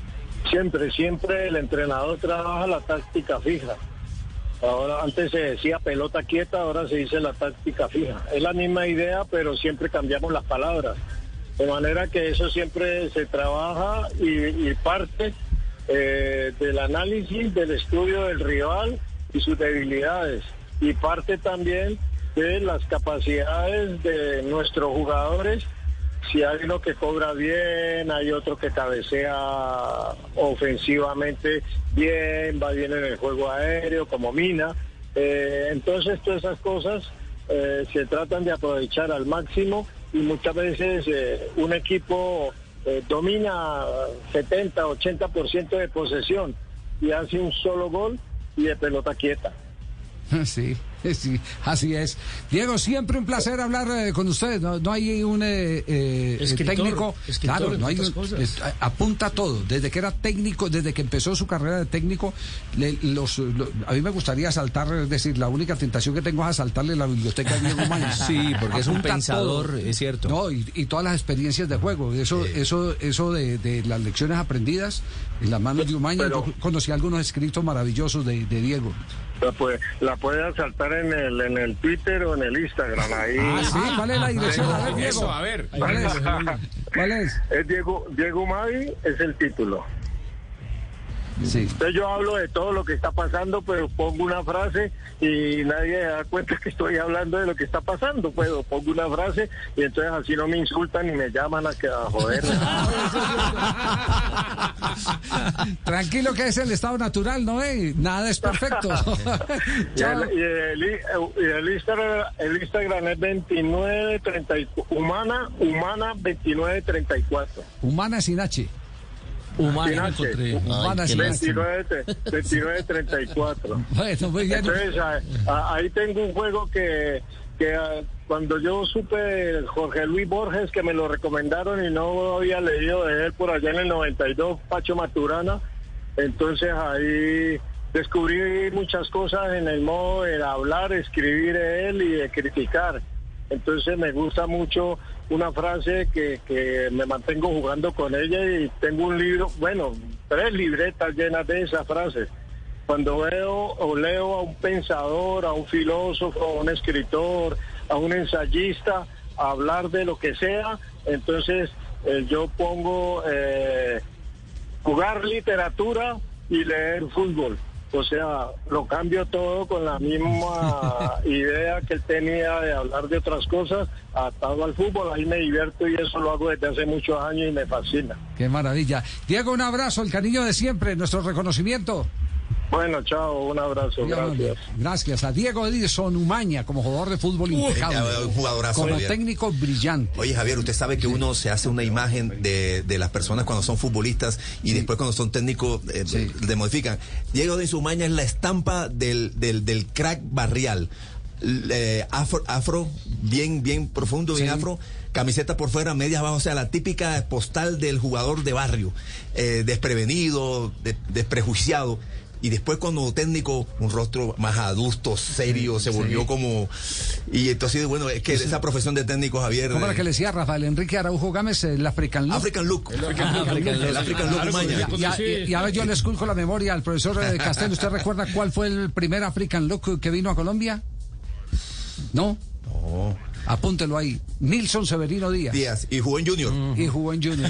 Speaker 16: Siempre el entrenador trabaja la táctica fija. Ahora, antes se decía pelota quieta, ahora se dice la táctica fija. Es la misma idea, pero siempre cambiamos las palabras. De manera que eso siempre se trabaja y parte del análisis, del estudio del rival y sus debilidades. Y parte también de las capacidades de nuestros jugadores. Si hay uno que cobra bien, hay otro que cabecea ofensivamente bien, va bien en el juego aéreo, como Mina. Entonces, todas esas cosas se tratan de aprovechar al máximo y muchas veces un equipo domina 70, 80% de posesión y hace un solo gol y de pelota quieta.
Speaker 6: Sí, sí, así es. Diego, siempre un placer hablar con usted. No hay un técnico. Claro, no hay apunta todo. Desde que era técnico, desde que empezó su carrera de técnico, a mí me gustaría asaltar, es decir, la única tentación que tengo es asaltarle la biblioteca a Diego Umaña.
Speaker 7: Sí, porque es un pensador,
Speaker 6: todo,
Speaker 7: es cierto.
Speaker 6: No, y todas las experiencias de juego. Eso de las lecciones aprendidas en las manos de Umaña. Yo conocí algunos escritos maravillosos de Diego.
Speaker 16: La puede asaltar en el Twitter o en el Instagram. Ahí.
Speaker 6: Sí, ¿cuál es la dirección? A ver, Diego.
Speaker 10: Eso, a ver.
Speaker 6: ¿Cuál es?
Speaker 16: Es Diego Mavi, es el título.
Speaker 6: Sí.
Speaker 16: Entonces yo hablo de todo lo que está pasando, pero pongo una frase y nadie se da cuenta que estoy hablando de lo que está pasando. Pues pongo una frase y entonces así no me insultan ni me llaman a joder.
Speaker 6: Tranquilo que es el estado natural, ¿no? Nada es perfecto.
Speaker 16: y el Instagram es 2934. Humana 2934.
Speaker 6: Humana sin H.
Speaker 16: Humana
Speaker 6: 2934. Bueno, muy bien.
Speaker 16: Entonces ahí tengo un juego que cuando yo supe Jorge Luis Borges, que me lo recomendaron y no había leído de él por allá en el 92, Pacho Maturana, entonces ahí descubrí muchas cosas en el modo de hablar, escribir de él y de criticar. Entonces me gusta mucho una frase que me mantengo jugando con ella y tengo un libro, 3 libretas llenas de esas frases. Cuando veo o leo a un pensador, a un filósofo, a un escritor, a un ensayista, hablar de lo que sea, entonces yo pongo jugar literatura y leer fútbol. O sea, lo cambio todo con la misma idea que él tenía de hablar de otras cosas, atado al fútbol. Ahí me divierto y eso lo hago desde hace muchos años y me fascina.
Speaker 6: Qué maravilla. Diego, un abrazo, el cariño de siempre, nuestro reconocimiento.
Speaker 16: Bueno, chao, un abrazo, gracias.
Speaker 6: Gracias a Diego Edison Umaña, como jugador de fútbol impecable,
Speaker 14: un jugadorazo,
Speaker 6: como
Speaker 14: Javier.
Speaker 6: técnico brillante.
Speaker 14: Oye, Javier, usted sabe que uno se hace una imagen de las personas cuando son futbolistas y después cuando son técnicos le modifican. Diego Edison Umaña es la estampa del crack barrial. Afro, bien profundo, bien afro. Camiseta por fuera, medias abajo, o sea, la típica postal del jugador de barrio, desprevenido, desprejuiciado. Y después cuando técnico, un rostro más adusto, serio, se volvió como... Y entonces, bueno, es que esa profesión de técnico, Javier...
Speaker 6: ¿Cómo era que le decía Rafael Enrique Araujo Gámez, el African Look?
Speaker 14: African Look. El African Look Umaña.
Speaker 6: Y a ver, yo le esculco la memoria al profesor Castel. ¿Usted recuerda cuál fue el primer African Look que vino a Colombia? ¿No?
Speaker 14: No.
Speaker 6: Apúntelo ahí. Nilson Severino Díaz.
Speaker 14: Y jugó en Junior.
Speaker 6: Y jugó en Junior.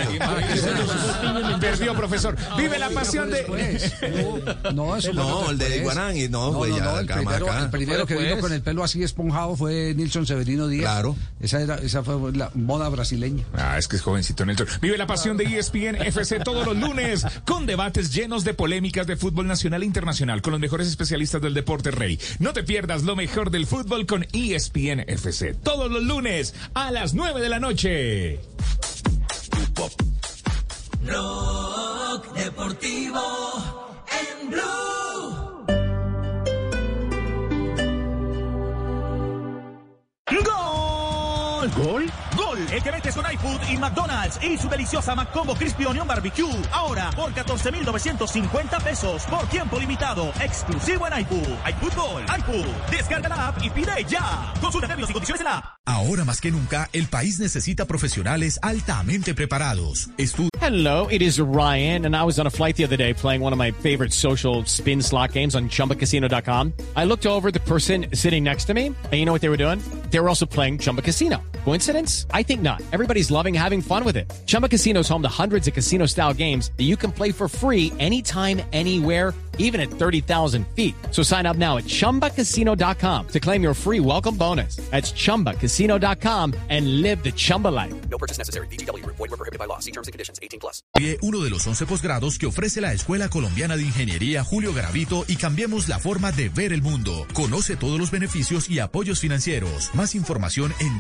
Speaker 10: Perdió, profesor. Vive la pasión de...
Speaker 6: No,
Speaker 14: el de Iguarán. Y no, el
Speaker 6: primero que vino con el pelo así esponjado fue Nilson Severino Díaz.
Speaker 14: Claro.
Speaker 6: Esa fue la moda brasileña.
Speaker 10: Es que es jovencito Nilson. Vive la pasión de ESPN FC todos los lunes con debates llenos de polémicas de fútbol nacional e internacional con los mejores especialistas del deporte rey. No te pierdas lo mejor del fútbol con ESPN FC. Todos los lunes a las 9 de la noche.
Speaker 19: Rock Deportivo en Blue.
Speaker 20: ¡Gol! ¡Gol! El que metes con iFood y McDonald's y su deliciosa McCombo Crispy Onion Barbecue. Ahora por 14,950 pesos por tiempo limitado. Exclusivo en iFood. iFood Gol. iFood. Descarga la app y pide ya. Consulta términos y condiciones en la app.
Speaker 17: Ahora más que nunca, el país necesita profesionales altamente preparados.
Speaker 2: Hello, it is Ryan, and I was on a flight the other day playing one of my favorite social spin slot games on ChumbaCasino.com. I looked over at the person sitting next to me, and you know what they were doing? They were also playing Chumba Casino. Coincidence? I think not. Everybody's loving having fun with it. Chumba Casino is home to hundreds of casino-style games that you can play for free anytime, anywhere, even at 30,000 feet. So sign up now at ChumbaCasino.com to claim your free welcome bonus. That's ChumbaCasino.com and live the Chumba life.
Speaker 3: No purchase necessary. VGW Group. Void where prohibited by law. See terms and conditions. 18+.
Speaker 17: Uno de los 11 posgrados que ofrece la Escuela Colombiana de Ingeniería Julio Garavito y cambiemos la forma de ver el mundo. Conoce todos los beneficios y apoyos financieros. Más información en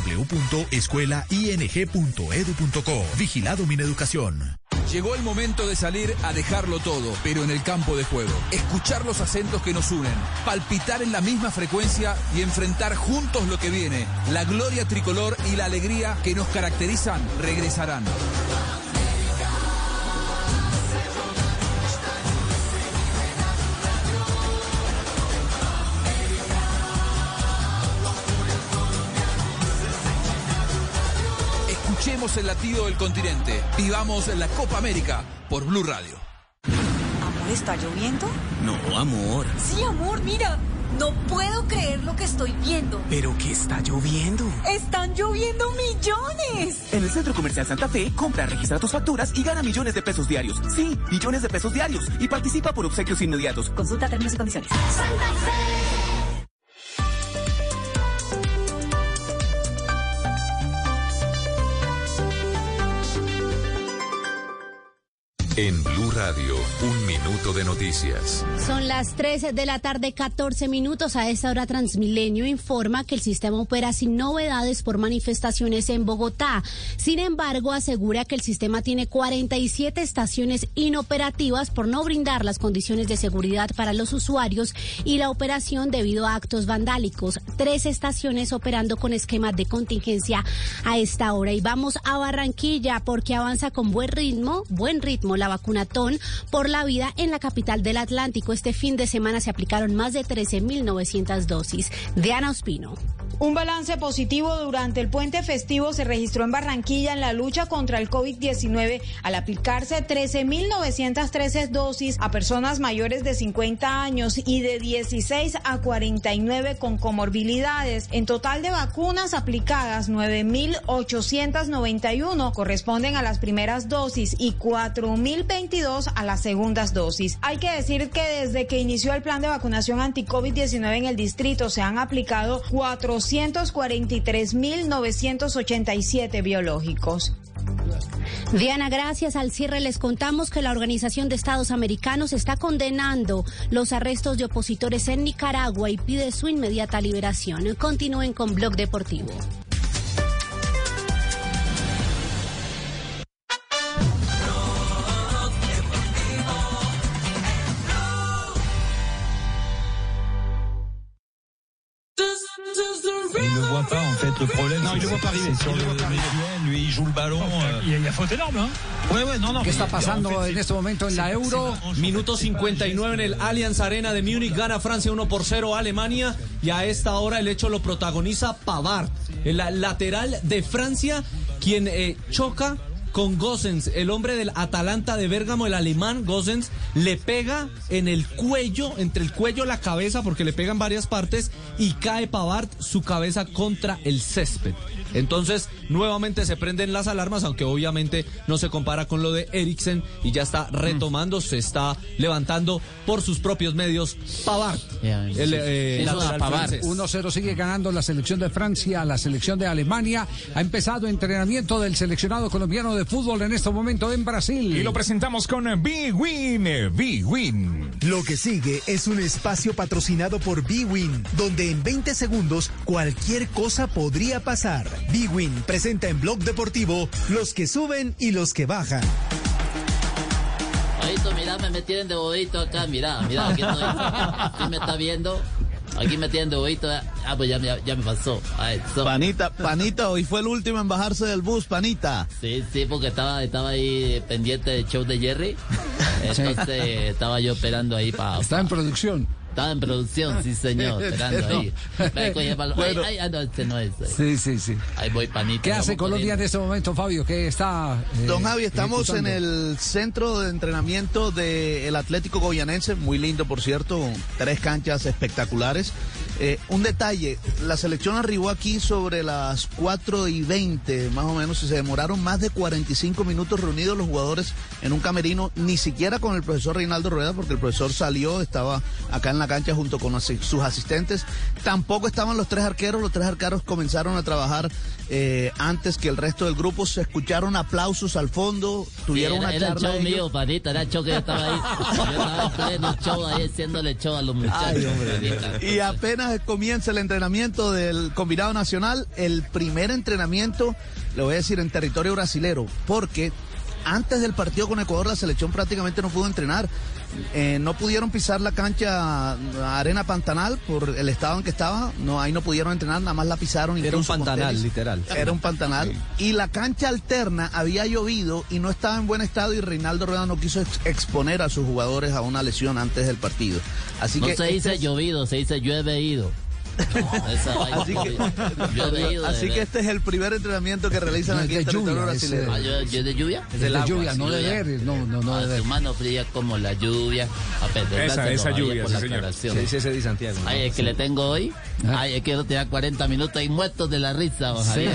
Speaker 17: www.escuelaing.edu.co. Vigilado Mineducación.
Speaker 15: Llegó el momento de salir a dejarlo todo, pero en el campo de juego. Escuchar los acentos que nos unen, palpitar en la misma frecuencia y enfrentar juntos lo que viene. La gloria tricolor y la alegría que nos caracterizan regresarán. Escuchemos el latido del continente. Vivamos la Copa América por Blue Radio.
Speaker 18: ¿Amor, está lloviendo?
Speaker 15: No, amor.
Speaker 18: Sí, amor, mira. No puedo creer lo que estoy viendo.
Speaker 15: ¿Pero qué está lloviendo?
Speaker 18: ¡Están lloviendo millones!
Speaker 23: En el Centro Comercial Santa Fe, compra, registra tus facturas y gana millones de pesos diarios. Sí, millones de pesos diarios. Y participa por obsequios inmediatos.
Speaker 18: Consulta términos y condiciones. ¡Santa Fe!
Speaker 24: En Blue Radio, 1 minuto de noticias.
Speaker 25: Son las 3 de la tarde, 14 minutos. A esta hora Transmilenio informa que el sistema opera sin novedades por manifestaciones en Bogotá. Sin embargo, asegura que el sistema tiene 47 estaciones inoperativas por no brindar las condiciones de seguridad para los usuarios y la operación debido a actos vandálicos. 3 estaciones operando con esquema de contingencia a esta hora. Y vamos a Barranquilla porque avanza con buen ritmo la vacunatón por la vida en la capital del Atlántico. Este fin de semana se aplicaron más de 13.900 dosis. Diana Ospino.
Speaker 26: Un balance positivo durante el puente festivo se registró en Barranquilla en la lucha contra el COVID-19 al aplicarse 13.913 dosis a personas mayores de 50 años y de 16 a 49 con comorbilidades. En total de vacunas aplicadas, 9.891 corresponden a las primeras dosis y 4.022 a las segundas dosis. Hay que decir que desde que inició el plan de vacunación anti-COVID-19 en el distrito se han aplicado 443.987 biológicos.
Speaker 25: Diana, gracias. Al cierre les contamos que la Organización de Estados Americanos está condenando los arrestos de opositores en Nicaragua y pide su inmediata liberación. Continúen con Blog Deportivo.
Speaker 27: Il ne voit pas en fait le problème.
Speaker 28: No, il ne voit pas arriver.
Speaker 27: Sur le visuel, lui il joue le ballon.
Speaker 28: Il y a faute énorme, ¿no?
Speaker 6: ¿Qué está pasando en este momento en la Euro?
Speaker 7: Minuto 59 en el Allianz Arena de Múnich, gana Francia 1-0 a Alemania y a esta hora el hecho lo protagoniza Pavard, el lateral de Francia, quien choca con Gosens, el hombre del Atalanta de Bérgamo, el alemán Gosens, le pega en el cuello, entre el cuello y la cabeza, porque le pega en varias partes, y cae Pavard, su cabeza contra el césped. Entonces, nuevamente se prenden las alarmas, aunque obviamente no se compara con lo de Eriksen, y ya está retomando, se está levantando por sus propios medios Pavard.
Speaker 6: Pavard. 1-0 sigue ganando la selección de Francia, la selección de Alemania. Ha empezado entrenamiento del seleccionado colombiano de fútbol en este momento en Brasil.
Speaker 10: Y lo presentamos con BWIN. BWIN.
Speaker 22: Lo que sigue es un espacio patrocinado por BWIN, donde en 20 segundos cualquier cosa podría pasar. BWIN presenta en Blog Deportivo los que suben y los que bajan.
Speaker 4: Ahorita, mira, me tienen de bobito acá, mira, aquí estoy. ¿Quién me está viendo? Aquí me tienen de bobito. Ah, pues ya me pasó.
Speaker 29: Panita, hoy fue el último en bajarse del bus, panita.
Speaker 4: Sí, porque estaba ahí pendiente del show de Jerry. Entonces estaba yo esperando ahí para...
Speaker 6: Está en producción.
Speaker 4: Estaba en producción, sí señor, esperando ahí.
Speaker 6: Bueno.
Speaker 4: No, este no es.
Speaker 6: Sí.
Speaker 4: Ahí voy, panita.
Speaker 6: ¿Qué hace Colombia en este momento, Fabio? ¿Qué está
Speaker 29: Don Javi, estamos en el centro de entrenamiento del Atlético Goyanense, muy lindo por cierto, 3 canchas espectaculares. Un detalle, la selección arribó aquí sobre las 4:20, más o menos, y se demoraron más de 45 minutos reunidos los jugadores en un camerino, ni siquiera con el profesor Reinaldo Rueda, porque el profesor salió, estaba acá en la cancha junto con sus asistentes. Tampoco estaban los tres arqueros comenzaron a trabajar antes que el resto del grupo. Se escucharon aplausos al fondo, tuvieron una charla.
Speaker 4: Era el show mío, panita, era el show que yo estaba ahí. Yo estaba en pleno show ahí haciéndole show a los muchachos.
Speaker 29: Y apenas comienza el entrenamiento del combinado nacional, el primer entrenamiento, le voy a decir, en territorio brasilero, porque antes del partido con Ecuador la selección prácticamente no pudo entrenar. No pudieron pisar la cancha Arena Pantanal por el estado en que estaba. No, ahí no pudieron entrenar, nada más la pisaron.
Speaker 7: Era un pantanal, literal.
Speaker 29: Era un pantanal. Sí. Y la cancha alterna había llovido y no estaba en buen estado, y Reinaldo Rueda no quiso exponer a sus jugadores a una lesión antes del partido. Así
Speaker 4: no
Speaker 29: que
Speaker 4: se dice llovido, se dice llueve ido.
Speaker 29: Así que este es el primer entrenamiento que realizan aquí en territorio brasileño.
Speaker 4: ¿Yo de lluvia?
Speaker 6: Es de lluvia, no de ver. No de ver.
Speaker 4: Su mano fría como la lluvia.
Speaker 10: Esa lluvia, sí, señor.
Speaker 7: Sí, ese de Santiago.
Speaker 4: Ay, es que le tengo hoy. Ay, es que yo tenía 40 minutos ahí muertos de la risa, Javier.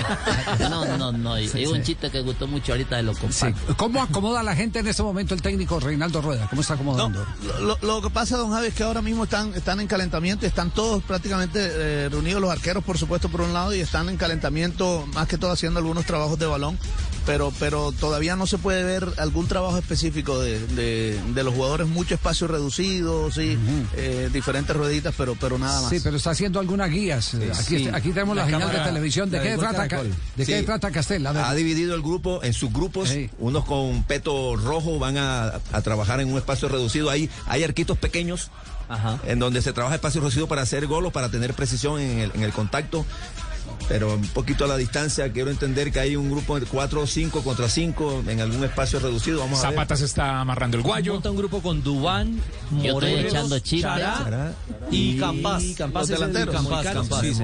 Speaker 4: No. Es un chiste que gustó mucho ahorita de los compactos.
Speaker 6: ¿Cómo acomoda la gente en este momento el técnico Reinaldo Rueda? ¿Cómo está acomodando?
Speaker 29: Lo que pasa, don Javi, es que ahora mismo están en calentamiento y están todos prácticamente reunidos, los arqueros por supuesto por un lado, y están en calentamiento más que todo haciendo algunos trabajos de balón, pero todavía no se puede ver algún trabajo específico de los jugadores, mucho espacio reducido, sí, diferentes rueditas, pero nada más.
Speaker 6: Sí, pero está haciendo algunas guías. Aquí tenemos la señal de televisión. ¿De qué trata Castel?
Speaker 14: Ha dividido el grupo en subgrupos, unos con peto rojo van a trabajar en un espacio reducido. Hay arquitos pequeños. Ajá. En donde se trabaja espacio reducido para hacer gol o para tener precisión en el contacto, pero un poquito a la distancia. Quiero entender que hay un grupo de 4 o 5 contra 5 en algún espacio reducido. Vamos a ver.
Speaker 10: Zapata se está amarrando el guayo.
Speaker 7: Monta un grupo con Dubán,
Speaker 4: yo estoy echando
Speaker 7: Chará y Campas. Campas delantero. Campas. Sí.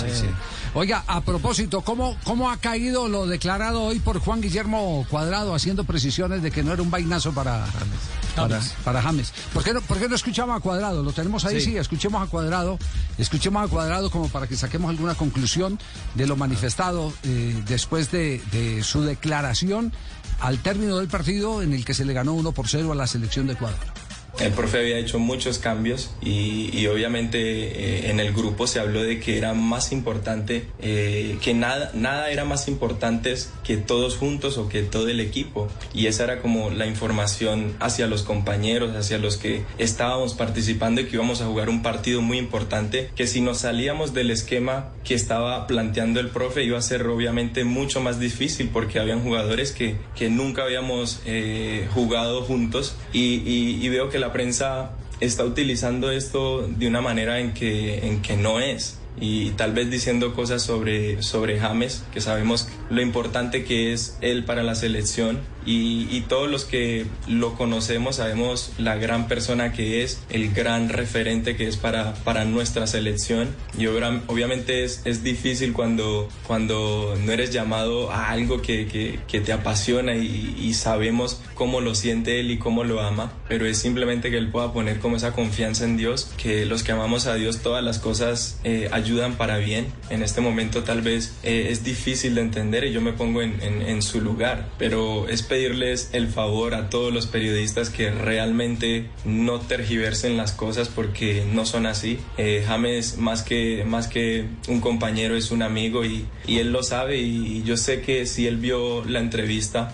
Speaker 6: Oiga, a propósito, ¿cómo ha caído lo declarado hoy por Juan Guillermo Cuadrado, haciendo precisiones de que no era un vainazo para James? ¿Por qué no escuchamos a Cuadrado? Lo tenemos ahí, sí, escuchemos a Cuadrado como para que saquemos alguna conclusión de lo manifestado después de su declaración al término del partido en el que se le ganó 1-0 a la selección de Ecuador.
Speaker 1: El profe había hecho muchos cambios y obviamente en el grupo se habló de que era más importante, que nada era más importante que todos juntos o que todo el equipo, y esa era como la información hacia los compañeros, hacia los que estábamos participando, y que íbamos a jugar un partido muy importante, que si nos salíamos del esquema que estaba planteando el profe iba a ser obviamente mucho más difícil, porque habían jugadores que nunca habíamos jugado juntos, y veo que la prensa está utilizando esto de una manera en que no es, y tal vez diciendo cosas sobre James, que sabemos lo importante que es él para la selección, y todos los que lo conocemos sabemos la gran persona que es, el gran referente que es para nuestra selección. Y obviamente es difícil cuando no eres llamado a algo que te apasiona, y sabemos cómo lo siente él y cómo lo ama, pero es simplemente que él pueda poner como esa confianza en Dios, que los que amamos a Dios todas las cosas ayudan para bien. En este momento tal vez es difícil de entender, y yo me pongo en su lugar, pero es pedirles el favor a todos los periodistas que realmente no tergiversen las cosas, porque no son así. James más que un compañero es un amigo, y él lo sabe, y yo sé que si él vio la entrevista,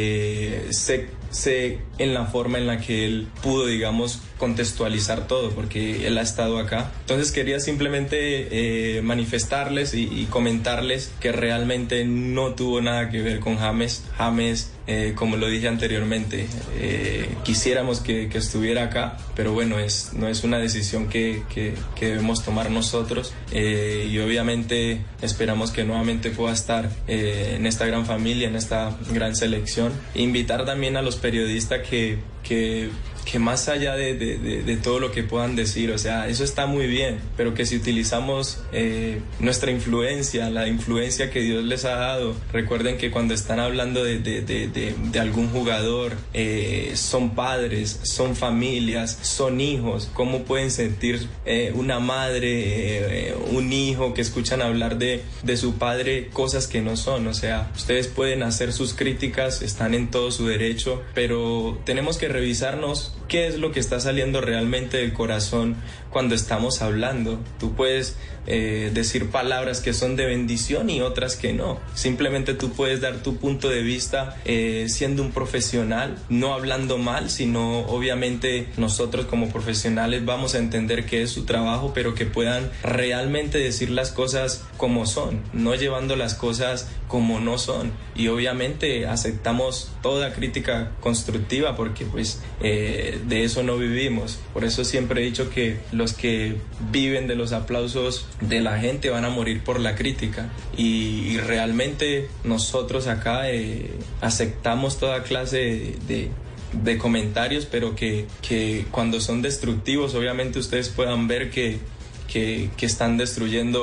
Speaker 1: sé en la forma en la que él pudo, digamos, contextualizar todo, porque él ha estado acá. Entonces quería simplemente manifestarles y comentarles que realmente no tuvo nada que ver con James. Como lo dije anteriormente, quisiéramos que estuviera acá, pero bueno, no es una decisión que debemos tomar nosotros, y obviamente esperamos que nuevamente pueda estar en esta gran familia, en esta gran selección. Invitar también a los periodistas que más allá de todo lo que puedan decir, o sea, eso está muy bien, pero que si utilizamos nuestra influencia, la influencia que Dios les ha dado, recuerden que cuando están hablando de algún jugador, son padres, son familias, son hijos. ¿Cómo pueden sentir una madre, un hijo que escuchan hablar de su padre cosas que no son? O sea, ustedes pueden hacer sus críticas, están en todo su derecho, pero tenemos que revisarnos qué es lo que está saliendo realmente del corazón cuando estamos hablando. Tú puedes decir palabras que son de bendición y otras que no. Simplemente tú puedes dar tu punto de vista siendo un profesional, no hablando mal, sino obviamente nosotros como profesionales vamos a entender que es su trabajo, pero que puedan realmente decir las cosas como son, no llevando las cosas como no son. Y obviamente aceptamos toda crítica constructiva porque pues de eso no vivimos. Por eso siempre he dicho que los que viven de los aplausos de la gente van a morir por la crítica, y realmente nosotros acá aceptamos toda clase de comentarios, pero que cuando son destructivos obviamente ustedes puedan ver que están destruyendo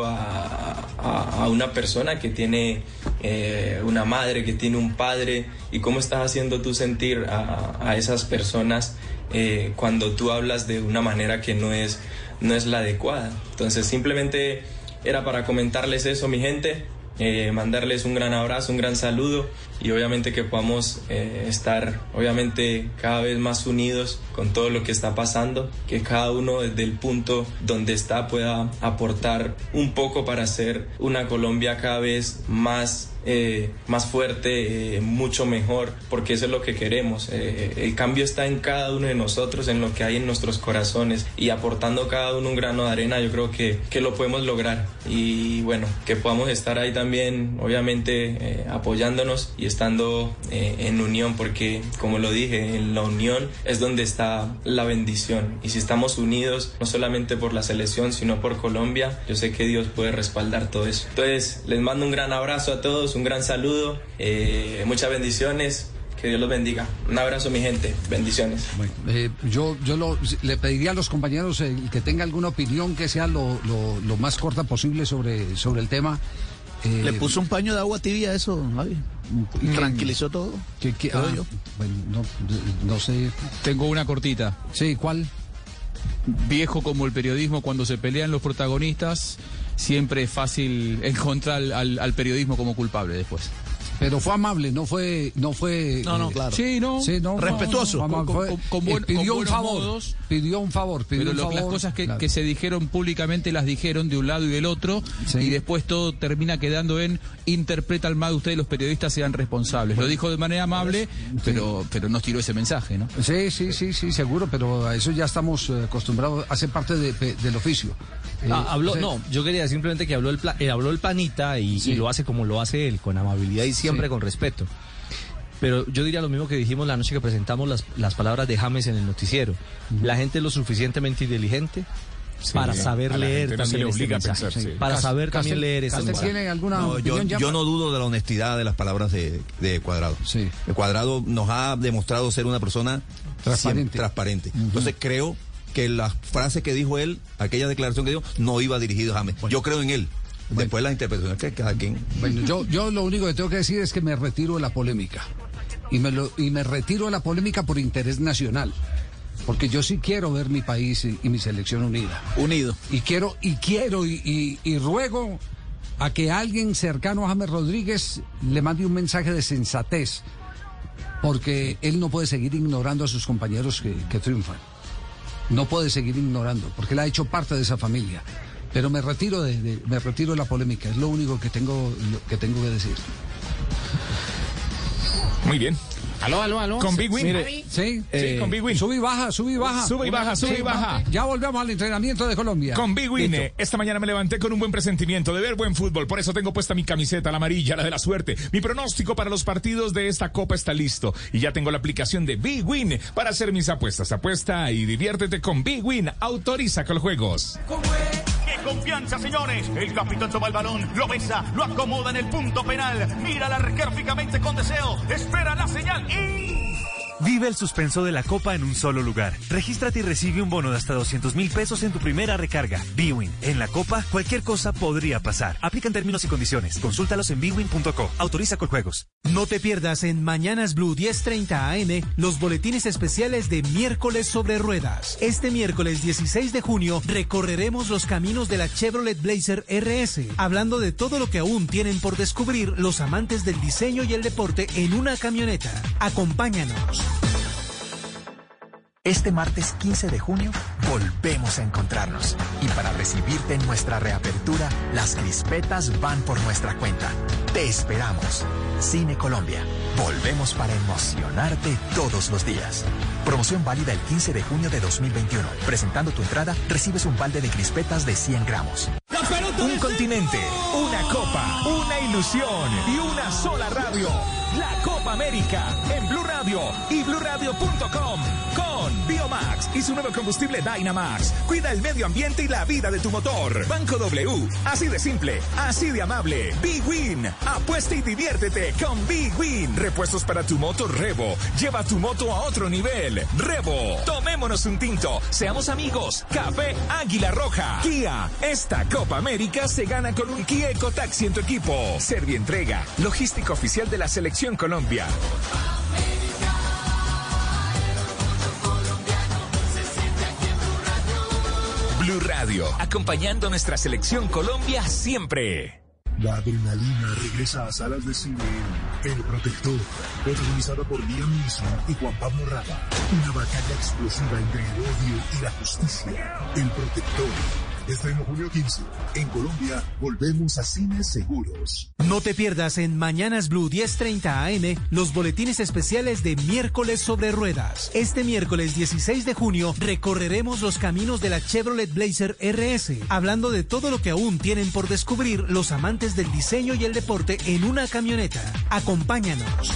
Speaker 1: a una persona que tiene una madre, que tiene un padre, y cómo estás haciendo tú sentir a esas personas cuando tú hablas de una manera que no es la adecuada. Entonces simplemente era para comentarles eso, mi gente, mandarles un gran abrazo, un gran saludo, y obviamente que podamos estar obviamente cada vez más unidos con todo lo que está pasando, que cada uno desde el punto donde está pueda aportar un poco para hacer una Colombia cada vez más fuerte, mucho mejor, porque eso es lo que queremos. El cambio está en cada uno de nosotros, en lo que hay en nuestros corazones, y aportando cada uno un grano de arena, yo creo que lo podemos lograr. Y bueno, que podamos estar ahí también, obviamente, apoyándonos y estando en unión, porque como lo dije, en la unión es donde está la bendición. Y si estamos unidos, no solamente por la selección, sino por Colombia, yo sé que Dios puede respaldar todo eso. Entonces, les mando un gran abrazo a todos, un gran saludo, muchas bendiciones, que Dios los bendiga. Un abrazo, mi gente, bendiciones.
Speaker 6: Bueno, yo le pediría a los compañeros que tenga alguna opinión que sea lo más corta posible sobre el tema.
Speaker 29: Le puso un paño de agua tibia a eso, Javi, y tranquilizó todo.
Speaker 6: Bueno, no sé.
Speaker 15: Tengo una cortita.
Speaker 6: Sí, ¿cuál?
Speaker 15: Viejo como el periodismo, cuando se pelean los protagonistas, siempre es fácil encontrar al periodismo como culpable después.
Speaker 6: Pero fue amable, no fue.
Speaker 15: No,
Speaker 29: claro.
Speaker 15: Sí, no.
Speaker 29: Respetuoso.
Speaker 6: Pidió un favor.
Speaker 15: Pero las cosas que se dijeron públicamente las dijeron de un lado y del otro, sí. Y después todo termina quedando en interpreta al mal, ustedes los periodistas sean responsables. Lo dijo de manera amable, pero nos tiró ese mensaje, ¿no?
Speaker 6: Sí, seguro, pero a eso ya estamos acostumbrados, hace parte del oficio.
Speaker 5: Yo quería simplemente que habló el panita y lo hace como lo hace él, con amabilidad y siempre con respeto. Pero yo diría lo mismo que dijimos la noche que presentamos las palabras de James en el noticiero. La gente es lo suficientemente inteligente para saber leer también este mensaje. Para saber también leer este mensaje.
Speaker 6: ¿Tiene alguna opinión?
Speaker 14: Yo no dudo de la honestidad de las palabras de Cuadrado.
Speaker 6: Sí.
Speaker 14: Cuadrado nos ha demostrado ser una persona transparente. Uh-huh. Entonces creo que la frase que dijo él, aquella declaración que dijo, no iba dirigido a James. Yo creo en él. Después las interpretaciones que cada quien.
Speaker 6: Bueno, yo lo único que tengo que decir es que me retiro de la polémica. Y me retiro de la polémica por interés nacional. Porque yo sí quiero ver mi país y mi selección unido. Y ruego a que alguien cercano a James Rodríguez le mande un mensaje de sensatez. Porque él no puede seguir ignorando a sus compañeros que triunfan. No puede seguir ignorando, porque él ha hecho parte de esa familia. Pero me retiro de la polémica, es lo único que tengo que decir.
Speaker 10: Muy bien.
Speaker 5: Aló.
Speaker 10: Con Big Win.
Speaker 6: Mire, sí,
Speaker 10: con Big Win.
Speaker 6: Sube y baja.
Speaker 10: Sube y baja.
Speaker 6: Ya volvemos al entrenamiento de Colombia.
Speaker 10: Con Big Win.
Speaker 6: Listo.
Speaker 10: Esta mañana me levanté con un buen presentimiento de ver buen fútbol. Por eso tengo puesta mi camiseta, la amarilla, la de la suerte. Mi pronóstico para los partidos de esta Copa está listo. Y ya tengo la aplicación de Big Win para hacer mis apuestas. Apuesta y diviértete con Big Win. Autoriza con los juegos.
Speaker 20: ¡Qué confianza, señores! El capitán toma el balón, lo besa, lo acomoda en el punto penal. Mira al arquero fijamente con deseo. Espera la señal y...
Speaker 8: Vive el suspenso de la Copa en un solo lugar. Regístrate y recibe un bono de hasta 200,000 pesos en tu primera recarga. bwin. En la Copa, cualquier cosa podría pasar. Aplican términos y condiciones. Consúltalos en bwin.co. Autoriza con juegos.
Speaker 22: No te pierdas en Mañanas Blue 10:30 AM los boletines especiales de Miércoles sobre Ruedas. Este miércoles 16 de junio recorreremos los caminos de la Chevrolet Blazer RS, hablando de todo lo que aún tienen por descubrir los amantes del diseño y el deporte en una camioneta. Acompáñanos.
Speaker 9: Este martes 15 de junio volvemos a encontrarnos y para recibirte en nuestra reapertura, las crispetas van por nuestra cuenta. Te esperamos. Cine Colombia. Volvemos para emocionarte todos los días. Promoción válida el 15 de junio de 2021. Presentando tu entrada, recibes un balde de crispetas de 100 gramos.
Speaker 10: Un continente, una copa, una ilusión y una sola radio. La Copa América en Blue Radio y BlueRadio.com con Biomax y su nuevo combustible Dynamax. Cuida el medio ambiente y la vida de tu motor. Banco W, así de simple, así de amable. bwin, apuesta y diviértete con bwin. Repuestos para tu moto Revo. Lleva tu moto a otro nivel. Revo. Tomémonos un tinto. Seamos amigos. Café Águila Roja. Kia. Esta Copa América se gana con un Kia Ecotaxi en tu equipo. Servientrega, logística oficial de la Selección Colombia. Blue Radio, acompañando a nuestra Selección Colombia siempre.
Speaker 11: La adrenalina regresa a salas de cine en El Protector, protagonizada por Liam Neeson y Juan Pablo Rada. Una batalla explosiva entre el odio y la justicia. El Protector. Estreno junio 15. En Colombia, volvemos a cines seguros.
Speaker 22: No te pierdas en Mañanas Blue 10:30 AM los boletines especiales de Miércoles sobre Ruedas. Este miércoles 16 de junio recorreremos los caminos de la Chevrolet Blazer RS, hablando de todo lo que aún tienen por descubrir los amantes del diseño y el deporte en una camioneta. Acompáñanos.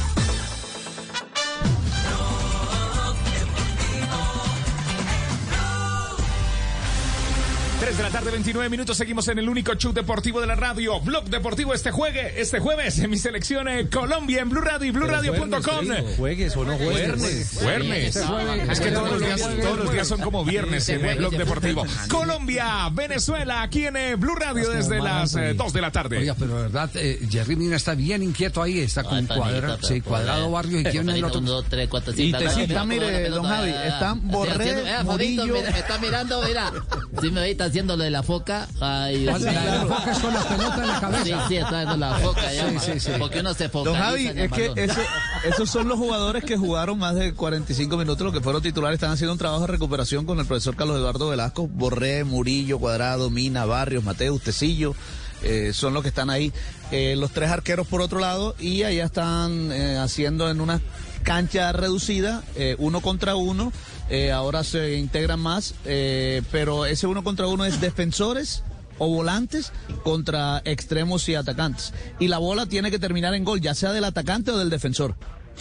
Speaker 10: 3 de la tarde, 29 minutos, seguimos en el único show deportivo de la radio, Blog Deportivo este jueves, en mi selección Colombia en Blue Radio y BlueRadio.com.
Speaker 5: ¿Juegues o no juegues?
Speaker 10: Jueves. Es que todos los días son como viernes en el Blog Deportivo. Colombia, Venezuela, aquí en Blue Radio desde las 2 de la tarde.
Speaker 6: Oiga, pero de verdad, Jerry Mina está bien inquieto ahí, está con Cuadrado Barrios y quién es el otro.
Speaker 4: 1, 2, 3, 4, 5.
Speaker 29: Está, mire, don Javi, están Borré, Murillo.
Speaker 4: Está mirando, mira. Sí, me está haciendo lo de la foca. Ay,
Speaker 6: la foca es con la pelota en la cabeza.
Speaker 4: Sí, está dando la foca ya.
Speaker 29: Sí.
Speaker 4: Porque uno se focaliza.
Speaker 29: Don Javi, es que esos son los jugadores que jugaron más de 45 minutos, los que fueron titulares, están haciendo un trabajo de recuperación con el profesor Carlos Eduardo Velasco. Borré, Murillo, Cuadrado, Mina, Barrios, Mateus, Tecillo. Son los que están ahí. Los 3 arqueros por otro lado, y allá están haciendo en una cancha reducida, 1 contra 1. Ahora se integran más, pero ese 1 contra 1 es defensores o volantes contra extremos y atacantes. Y la bola tiene que terminar en gol, ya sea del atacante o del defensor.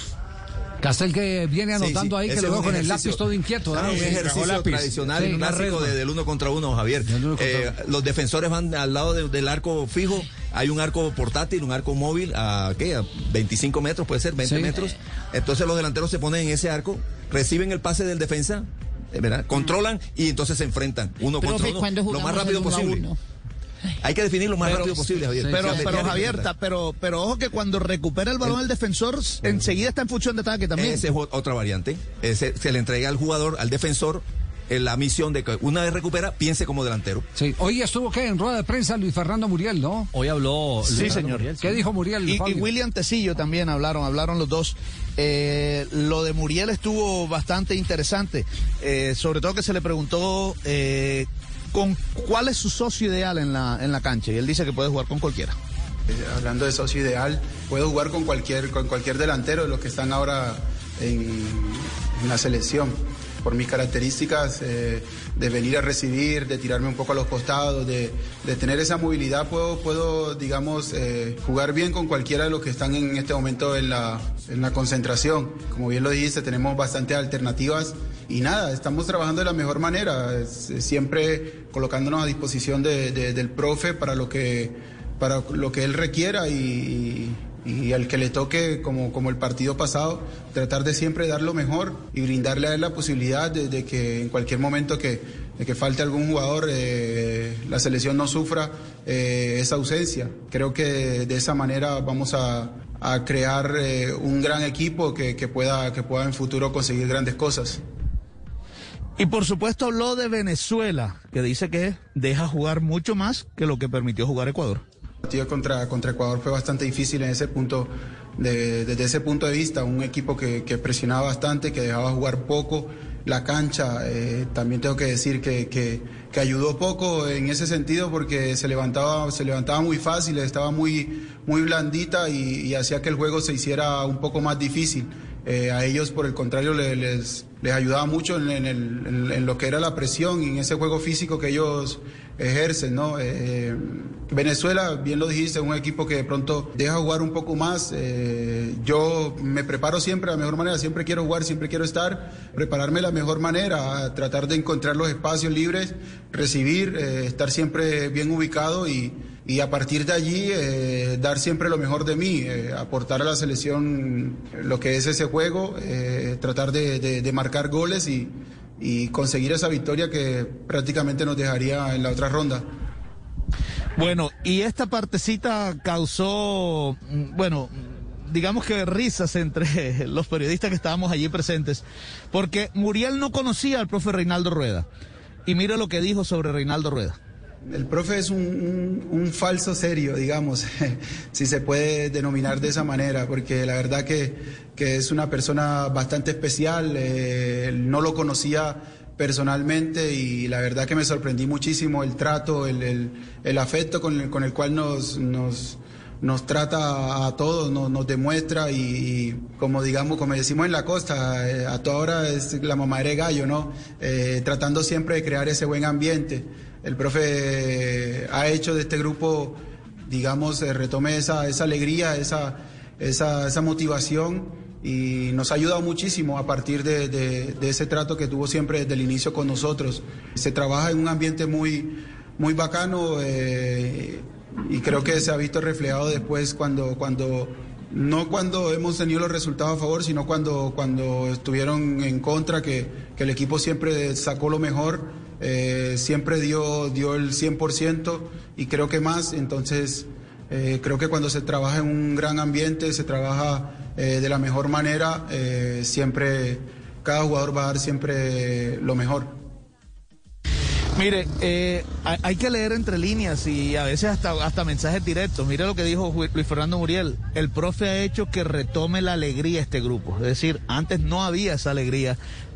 Speaker 6: Castel que viene anotando ahí, que lo veo con el lápiz todo inquieto.
Speaker 14: Un ejercicio tradicional, un clásico del 1 contra 1, Javier. Los defensores van al lado del arco fijo. Hay un arco portátil, un arco móvil a 25 metros, puede ser, 20 metros. Entonces los delanteros se ponen en ese arco, reciben el pase del defensa, ¿verdad? Controlan y entonces se enfrentan uno contra uno lo más rápido posible. Hay que definir lo más rápido posible, Javier.
Speaker 29: Pero Javier, pero ojo que cuando recupera el balón el defensor, enseguida está en función de ataque también.
Speaker 14: Esa es otra variante. Se le entrega al jugador, al defensor, la misión de que una vez recupera, piense como delantero.
Speaker 6: Sí, hoy estuvo en rueda de prensa Luis Fernando Muriel, ¿no?
Speaker 5: Hoy habló
Speaker 29: Luis señor.
Speaker 5: Muriel,
Speaker 29: ¿Qué dijo Muriel? Y William Tecillo también hablaron los dos. Lo de Muriel estuvo bastante interesante, sobre todo que se le preguntó con cuál es su socio ideal en la cancha, y él dice que puede jugar con cualquiera.
Speaker 12: Hablando de socio ideal, puedo jugar con cualquier delantero de los que están ahora en la selección. Por mis características de venir a recibir, de tirarme un poco a los costados, de tener esa movilidad, puedo digamos, jugar bien con cualquiera de los que están en este momento en la concentración. Como bien lo dijiste, tenemos bastantes alternativas y nada, estamos trabajando de la mejor manera, siempre colocándonos a disposición del profe para lo que él requiera y y al que le toque, como el partido pasado, tratar de siempre dar lo mejor y brindarle a él la posibilidad de que en cualquier momento de que falte algún jugador, la selección no sufra esa ausencia. Creo que de esa manera vamos a crear un gran equipo que pueda en futuro conseguir grandes cosas.
Speaker 29: Y por supuesto habló de Venezuela, que dice que deja jugar mucho más que lo que permitió jugar Ecuador.
Speaker 12: El partido contra Ecuador fue bastante difícil en ese punto, desde ese punto de vista, un equipo que presionaba bastante, que dejaba jugar poco la cancha. También tengo que decir que ayudó poco en ese sentido, porque se levantaba muy fácil, estaba muy blandita y hacía que el juego se hiciera un poco más difícil. A ellos, por el contrario, les ayudaba mucho en lo que era la presión y en ese juego físico que ellos ejercen, ¿no? Venezuela, bien lo dijiste, es un equipo que de pronto deja jugar un poco más. Yo me preparo siempre de la mejor manera, siempre quiero jugar, siempre quiero prepararme de la mejor manera, tratar de encontrar los espacios libres, recibir, estar siempre bien ubicado y a partir de allí dar siempre lo mejor de mí, aportar a la selección lo que es ese juego, tratar de marcar goles y conseguir esa victoria que prácticamente nos dejaría en la otra ronda.
Speaker 29: Bueno, y esta partecita causó, digamos que risas entre los periodistas que estábamos allí presentes, porque Muriel no conocía al profe Reinaldo Rueda. Y mira lo que dijo sobre Reinaldo Rueda.
Speaker 12: El profe es un falso serio, digamos, si se puede denominar de esa manera, porque la verdad que es una persona bastante especial. No lo conocía personalmente y la verdad que me sorprendí muchísimo el trato, el afecto con el cual nos trata a todos, nos demuestra y como decimos en la costa, a toda hora es la mamadera de gallo, ¿no? Tratando siempre de crear ese buen ambiente. El profe ha hecho de este grupo, digamos, retome esa alegría, esa motivación y nos ha ayudado muchísimo a partir de ese trato que tuvo siempre desde el inicio con nosotros. Se trabaja en un ambiente muy, muy bacano y creo que se ha visto reflejado después no cuando hemos tenido los resultados a favor, sino cuando estuvieron en contra, que el equipo siempre sacó lo mejor. Siempre dio el 100% y creo que más. Entonces creo que cuando se trabaja en un gran ambiente, se trabaja de la mejor manera, siempre cada jugador va a dar siempre lo mejor.
Speaker 29: Mire, hay que leer entre líneas y a veces hasta mensajes directos. Mire lo que dijo Luis Fernando Muriel. El profe ha hecho que retome la alegría este grupo. Es decir, antes no había esa alegría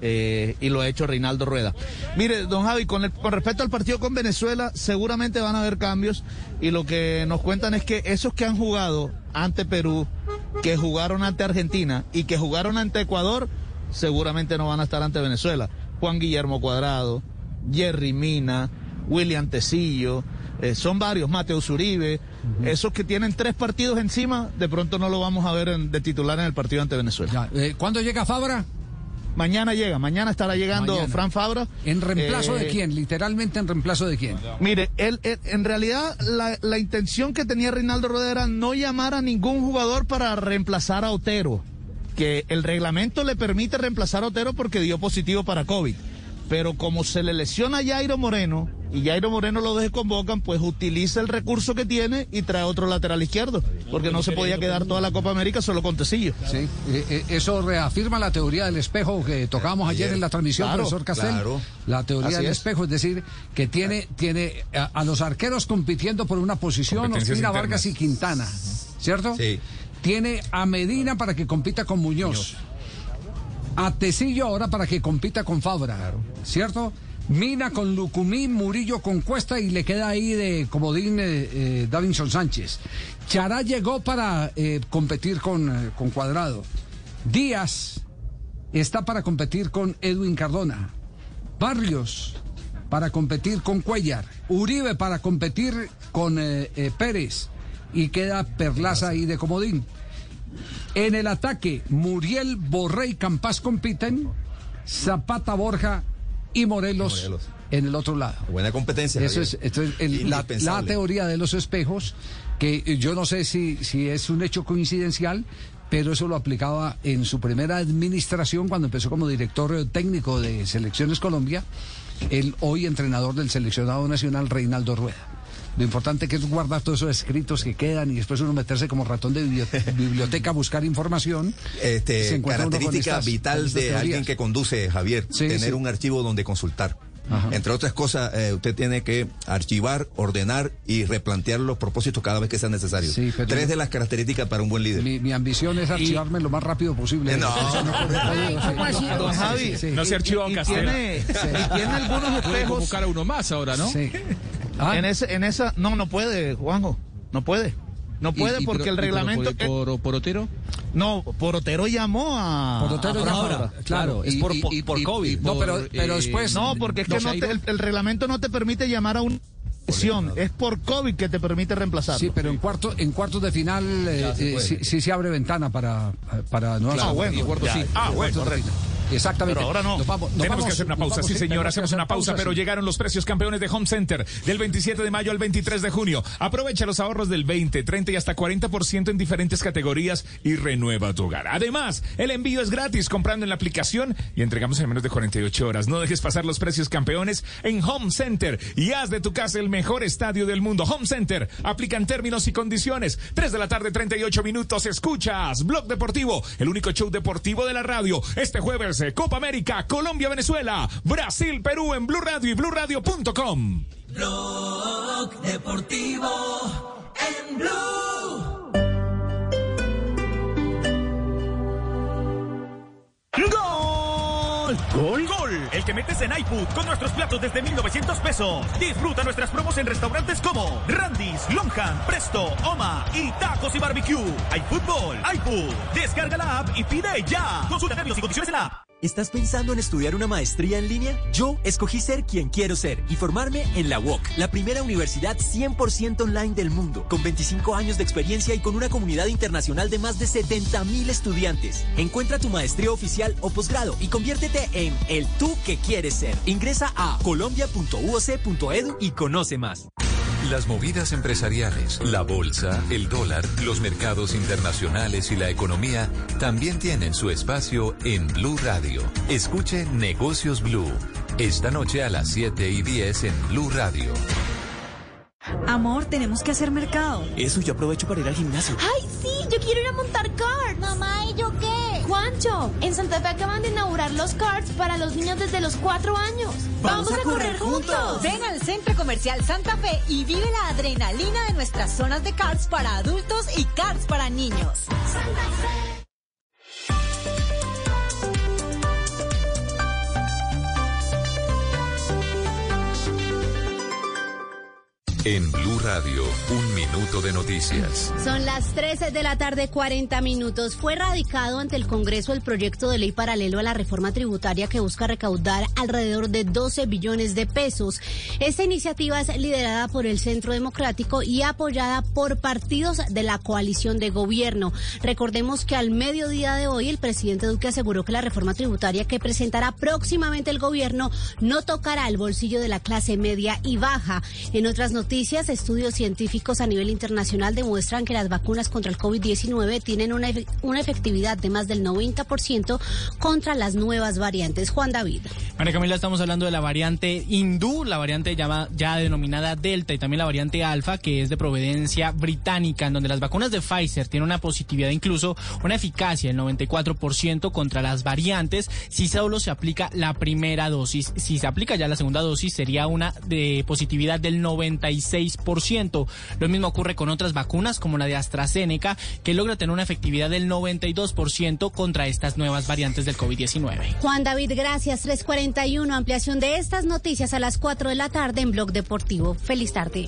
Speaker 29: y lo ha hecho Reinaldo Rueda. Mire, don Javi, con respecto al partido con Venezuela, seguramente van a haber cambios y lo que nos cuentan es que esos que han jugado ante Perú, que jugaron ante Argentina y que jugaron ante Ecuador, seguramente no van a estar ante Venezuela. Juan Guillermo Cuadrado, Jerry Mina, William Tecillo, son varios, Mateus Uribe, esos que tienen 3 partidos encima, de pronto no lo vamos a ver de titular en el partido ante Venezuela.
Speaker 6: ¿Cuándo llega Fabra?
Speaker 29: Mañana mañana estará llegando Fran Fabra.
Speaker 6: ¿En reemplazo de quién? Literalmente en reemplazo de quién.
Speaker 29: Mire, él en realidad la intención que tenía Reinaldo Rueda era no llamar a ningún jugador para reemplazar a Otero, que el reglamento le permite reemplazar a Otero porque dio positivo para COVID. Pero como se le lesiona a Jairo Moreno y Jairo Moreno lo desconvocan, pues utiliza el recurso que tiene y trae otro lateral izquierdo, porque no se podía quedar toda la Copa América solo con Tecillo.
Speaker 6: Sí, eso reafirma la teoría del espejo que tocábamos ayer en la transmisión, profesor Castel. Claro. La teoría del espejo, es decir, que tiene a los arqueros compitiendo por una posición, Ospina, Vargas y Quintana, ¿cierto? Sí. Tiene a Medina para que compita con Muñoz. A Tecillo ahora para que compita con Fabra, ¿cierto? Mina con Lucumí, Murillo con Cuesta y le queda ahí de comodín Davinson Sánchez. Chará llegó para competir con Cuadrado. Díaz está para competir con Edwin Cardona. Barrios para competir con Cuellar. Uribe para competir con Pérez. Y queda Perlaza ahí de comodín. En el ataque, Muriel, Borré y Campás compiten, Zapata, Borja y Morelos en el otro lado.
Speaker 14: Buena competencia.
Speaker 6: Eso es la teoría de los espejos, que yo no sé si es un hecho coincidencial, pero eso lo aplicaba en su primera administración cuando empezó como director técnico de Selecciones Colombia, el hoy entrenador del seleccionado nacional, Reinaldo Rueda. Lo importante que es guardar todos esos escritos que quedan y después uno meterse como ratón de biblioteca a buscar información.
Speaker 14: Característica vital de alguien que conduce, Javier, tener un archivo donde consultar. Ajá. Entre otras cosas, usted tiene que archivar, ordenar y replantear los propósitos cada vez que sea necesario. Sí, 3 de las características para un buen líder.
Speaker 6: Mi ambición es archivarme lo más rápido posible.
Speaker 14: No.
Speaker 29: ¿Cómo así, don Javi?
Speaker 10: No se archivó en Castela.
Speaker 29: Y tiene algunos espejos.
Speaker 2: Puede convocar a uno más ahora, ¿no?
Speaker 29: Sí. En esa, no puede, Juanjo, no puede. No puede porque el reglamento...
Speaker 2: ¿Por Otero?
Speaker 29: No, por Otero llamó a...
Speaker 6: Por Otero llamó, claro.
Speaker 5: Es por COVID.
Speaker 6: No, pero después...
Speaker 29: No, porque es que el reglamento no te permite llamar a una lesión. Es por COVID que te permite reemplazar.
Speaker 6: Sí, pero en cuartos de final sí se abre ventana para nuevas...
Speaker 29: bueno, correcto.
Speaker 6: Exactamente.
Speaker 29: Pero ahora no.
Speaker 10: Tenemos que hacer una pausa, sí señor, hacemos una pausa, pero llegaron los precios campeones de Home Center del 27 de mayo al 23 de junio. Aprovecha los ahorros del 20, 30 y hasta 40% en diferentes categorías y renueva tu hogar. Además, el envío es gratis comprando en la aplicación y entregamos en menos de 48 horas. No dejes pasar los precios campeones en Home Center y haz de tu casa el mejor estadio del mundo. Home Center, aplican términos y condiciones. 3 de la tarde, 38 minutos. Escuchas Blog Deportivo, el único show deportivo de la radio. Este jueves, Copa América, Colombia, Venezuela, Brasil, Perú en Blue Radio y BlueRadio.com.
Speaker 3: Blog Deportivo en Blue.
Speaker 20: ¡Gol! ¡Gol! ¡Gol! El que metes en iFood con nuestros platos desde 1,900 pesos. Disfruta nuestras promos en restaurantes como Randy's, Longhand, Presto, Oma y Tacos y Barbecue. Hay fútbol, iFood. Descarga la app y pide ya. Consulta términos y condiciones en la app.
Speaker 13: ¿Estás pensando en estudiar una maestría en línea? Yo escogí ser quien quiero ser y formarme en la UOC, la primera universidad 100% online del mundo, con 25 años de experiencia y con una comunidad internacional de más de 70,000 estudiantes. Encuentra tu maestría oficial o posgrado y conviértete en el tú que quieres ser. Ingresa a colombia.uoc.edu y conoce más.
Speaker 24: Las movidas empresariales, la bolsa, el dólar, los mercados internacionales y la economía también tienen su espacio en Blue Radio. Escuche Negocios Blue. Esta noche a las 7:10 en Blue Radio.
Speaker 26: Amor, tenemos que hacer mercado.
Speaker 13: Eso, yo aprovecho para ir al gimnasio.
Speaker 16: ¡Ay, sí! Yo quiero ir a montar karts. Mamá, ¿y yo qué? Juancho, en Santa Fe acaban de inaugurar los karts para los niños desde los 4 años. ¡Vamos a correr juntos!
Speaker 18: Ven al Centro Comercial Santa Fe y vive la adrenalina de nuestras zonas de karts para adultos y karts para niños. Santa Fe.
Speaker 24: En Blue Radio, 1 minuto de noticias.
Speaker 25: Son las 13 de la tarde, 40 minutos. Fue radicado ante el Congreso el proyecto de ley paralelo a la reforma tributaria que busca recaudar alrededor de 12 billones de pesos. Esta iniciativa es liderada por el Centro Democrático y apoyada por partidos de la coalición de gobierno. Recordemos que al mediodía de hoy el presidente Duque aseguró que la reforma tributaria que presentará próximamente el gobierno no tocará el bolsillo de la clase media y baja. En otras noticias, estudios científicos a nivel internacional demuestran que las vacunas contra el COVID-19 tienen una efectividad de más del 90% contra las nuevas variantes. Juan David.
Speaker 17: María Camila, estamos hablando de la variante hindú, la variante ya denominada Delta y también la variante Alfa, que es de proveniencia británica, en donde las vacunas de Pfizer tienen una positividad, incluso una eficacia del 94% contra las variantes si solo se aplica la primera dosis. Si se aplica ya la segunda dosis, sería una de positividad del 96%. Lo mismo ocurre con otras vacunas como la de AstraZeneca, que logra tener una efectividad del 92% contra estas nuevas variantes del COVID-19.
Speaker 25: Juan David, gracias. 3:41, ampliación de estas noticias a las 4 de la tarde en Blog Deportivo. Feliz tarde.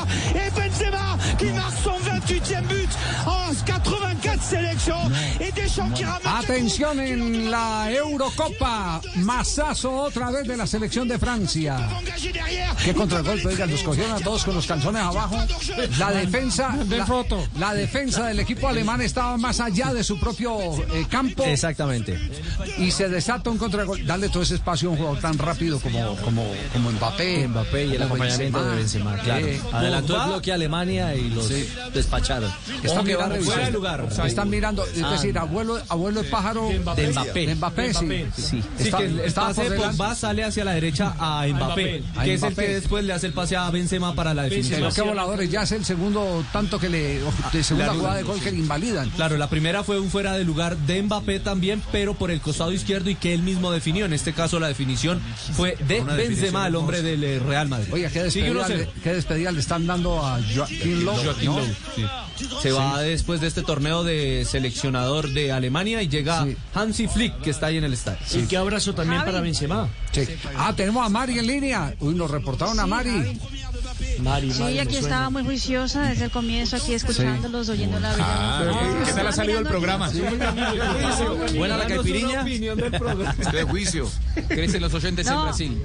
Speaker 3: Qui marque son 28e but en 84 sélections et déjà
Speaker 6: Atención en la Eurocopa. Masazo otra vez de la selección de Francia. Qué contragolpe, oigan, los cogieron a todos con los calzones abajo. La defensa del equipo alemán estaba más allá de su propio campo.
Speaker 5: Exactamente.
Speaker 6: Y se desata un contragolpe. Darle todo ese espacio a un jugador tan rápido como Mbappé.
Speaker 5: Mbappé y el acompañamiento de Benzema, claro. Adelantó el bloque a Alemania y los despacharon.
Speaker 6: Están mirando
Speaker 5: fuera de lugar.
Speaker 6: Están mirando, es decir, abuelo de pájaro
Speaker 5: de Mbappé.
Speaker 6: De Mbappé, sí.
Speaker 5: Que el pase de Pogba sale hacia la derecha a Mbappé, que es el que después le hace el pase a Benzema para la definición.
Speaker 6: Pero qué voladores, ya es el segundo tanto que de segunda jugada de gol que le invalidan.
Speaker 5: Claro, la primera fue un fuera de lugar de Mbappé también, pero por el costado izquierdo y que él mismo definió. En este caso la definición fue de Benzema, el hombre del Real Madrid.
Speaker 6: Oiga, qué despedida le están dando a Joachim Löw.
Speaker 5: Sí. Se va después de este torneo de seleccionador de Alemania y llega Hansi Flick, que está ahí en el estadio.
Speaker 1: Y qué abrazo también para Benzema.
Speaker 6: Sí. Tenemos a Mari en línea. Uy, nos reportaron a Mari.
Speaker 7: Sí, aquí estaba muy juiciosa desde el comienzo, aquí escuchándolos, oyendo la vida.
Speaker 10: ¿Qué tal ha salido el programa?
Speaker 5: Buena la caipiriña.
Speaker 2: De juicio. Crecen los oyentes en Brasil.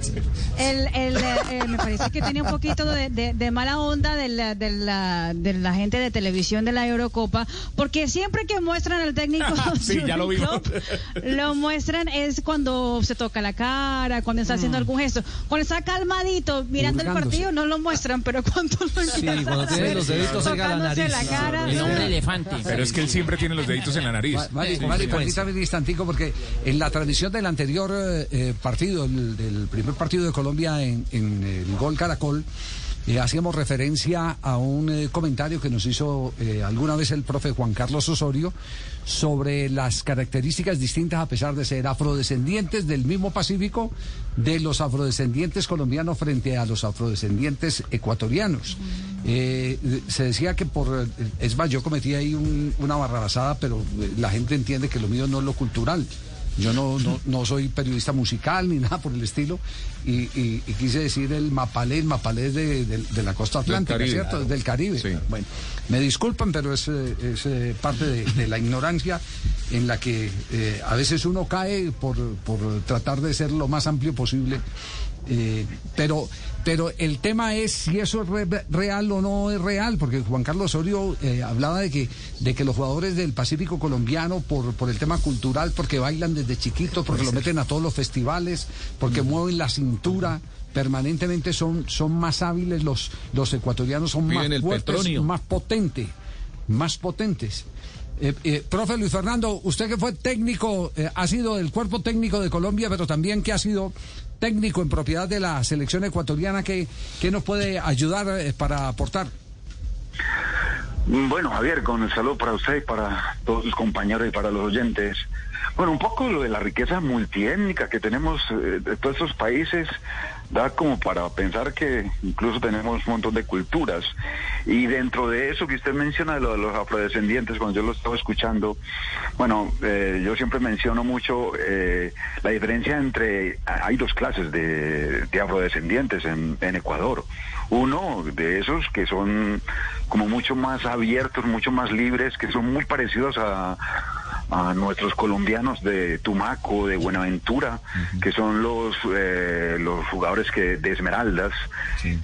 Speaker 7: Me parece que tiene un poquito de mala onda de la gente de televisión de la Eurocopa, porque siempre que muestran al técnico,
Speaker 10: sí, ya lo vimos.
Speaker 7: Lo muestran es cuando se toca la cara, cuando está haciendo algún gesto. Cuando está calmadito mirando el partido no lo muestran, pero cuando lo
Speaker 5: cuando tiene los deditos cerca de la nariz.
Speaker 7: La cara,
Speaker 4: el hombre elefante.
Speaker 10: Pero es que él siempre tiene los deditos en la nariz.
Speaker 6: Mari, permítame un instantico, porque en la transmisión del anterior partido, del primer partido de Colombia en el Gol Caracol, hacíamos referencia a un comentario que nos hizo alguna vez el profe Juan Carlos Osorio sobre las características distintas, a pesar de ser afrodescendientes del mismo Pacífico, de los afrodescendientes colombianos frente a los afrodescendientes ecuatorianos. Se decía que es más, yo cometí ahí una barrabasada, pero la gente entiende que lo mío no es lo cultural. Yo no soy periodista musical ni nada por el estilo, y quise decir el mapalé de la costa atlántica, Caribe, ¿cierto? Del Caribe. Sí. Bueno, me disculpan, pero es parte de la ignorancia en la que a veces uno cae por tratar de ser lo más amplio posible. Pero el tema es si eso es real o no es real, porque Juan Carlos Osorio hablaba de que los jugadores del Pacífico colombiano, por el tema cultural, porque bailan desde chiquitos, porque lo meten a todos los festivales, porque mueven la cintura permanentemente, son más hábiles, los ecuatorianos son más fuertes, más potentes. Profe Luis Fernando, usted que fue técnico, ha sido del cuerpo técnico de Colombia, pero también que ha sido técnico en propiedad de la selección ecuatoriana, ¿qué nos puede ayudar para aportar?
Speaker 8: Bueno, Javier, con el saludo para usted y para todos sus compañeros y para los oyentes. Bueno, un poco lo de la riqueza multiétnica que tenemos de todos estos países da como para pensar que incluso tenemos un montón de culturas. Y dentro de eso que usted menciona, lo de los afrodescendientes, cuando yo lo estaba escuchando, bueno, yo siempre menciono mucho la diferencia entre... Hay dos clases de afrodescendientes en Ecuador. Uno de esos que son como mucho más abiertos, mucho más libres, que son muy parecidos a nuestros colombianos de Tumaco, de Buenaventura, que son los jugadores de Esmeraldas. Sí.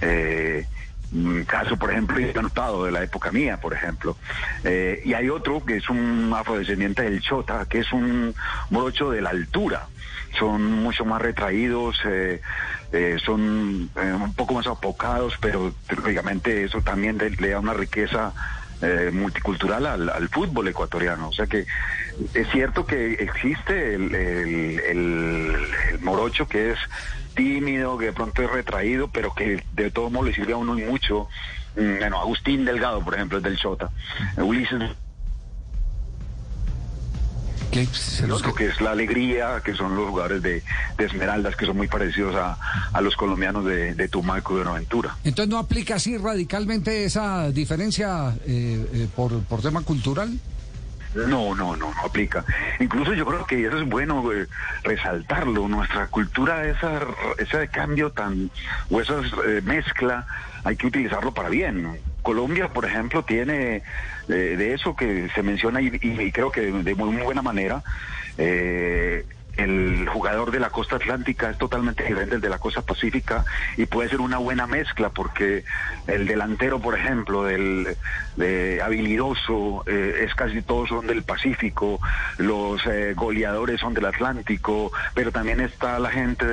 Speaker 8: Caso, por ejemplo, yo he notado de la época mía, por ejemplo. Y hay otro que es un afrodescendiente del Chota, que es un morocho de la altura. Son mucho más retraídos, son un poco más apocados, pero lógicamente eso también le da una riqueza multicultural al fútbol ecuatoriano. O sea que es cierto que existe el morocho que es tímido, que de pronto es retraído, pero que de todos modos le sirve a uno y mucho. Bueno, Agustín Delgado, por ejemplo, es del Chota. Ulises, el otro que es la Alegría, que son los jugadores de Esmeraldas, que son muy parecidos a los colombianos de Tumaco y de Buenaventura.
Speaker 6: Entonces, ¿no aplica así radicalmente esa diferencia por tema cultural?
Speaker 8: No aplica. Incluso yo creo que eso es bueno resaltarlo. Nuestra cultura, ese cambio o esa mezcla, hay que utilizarlo para bien. Colombia, por ejemplo, tiene de eso que se menciona y creo que de muy buena manera. El jugador de la costa atlántica es totalmente diferente del de la costa pacífica y puede ser una buena mezcla porque el delantero, por ejemplo, de habilidoso, es casi todos son del Pacífico, los goleadores son del Atlántico, pero también está la gente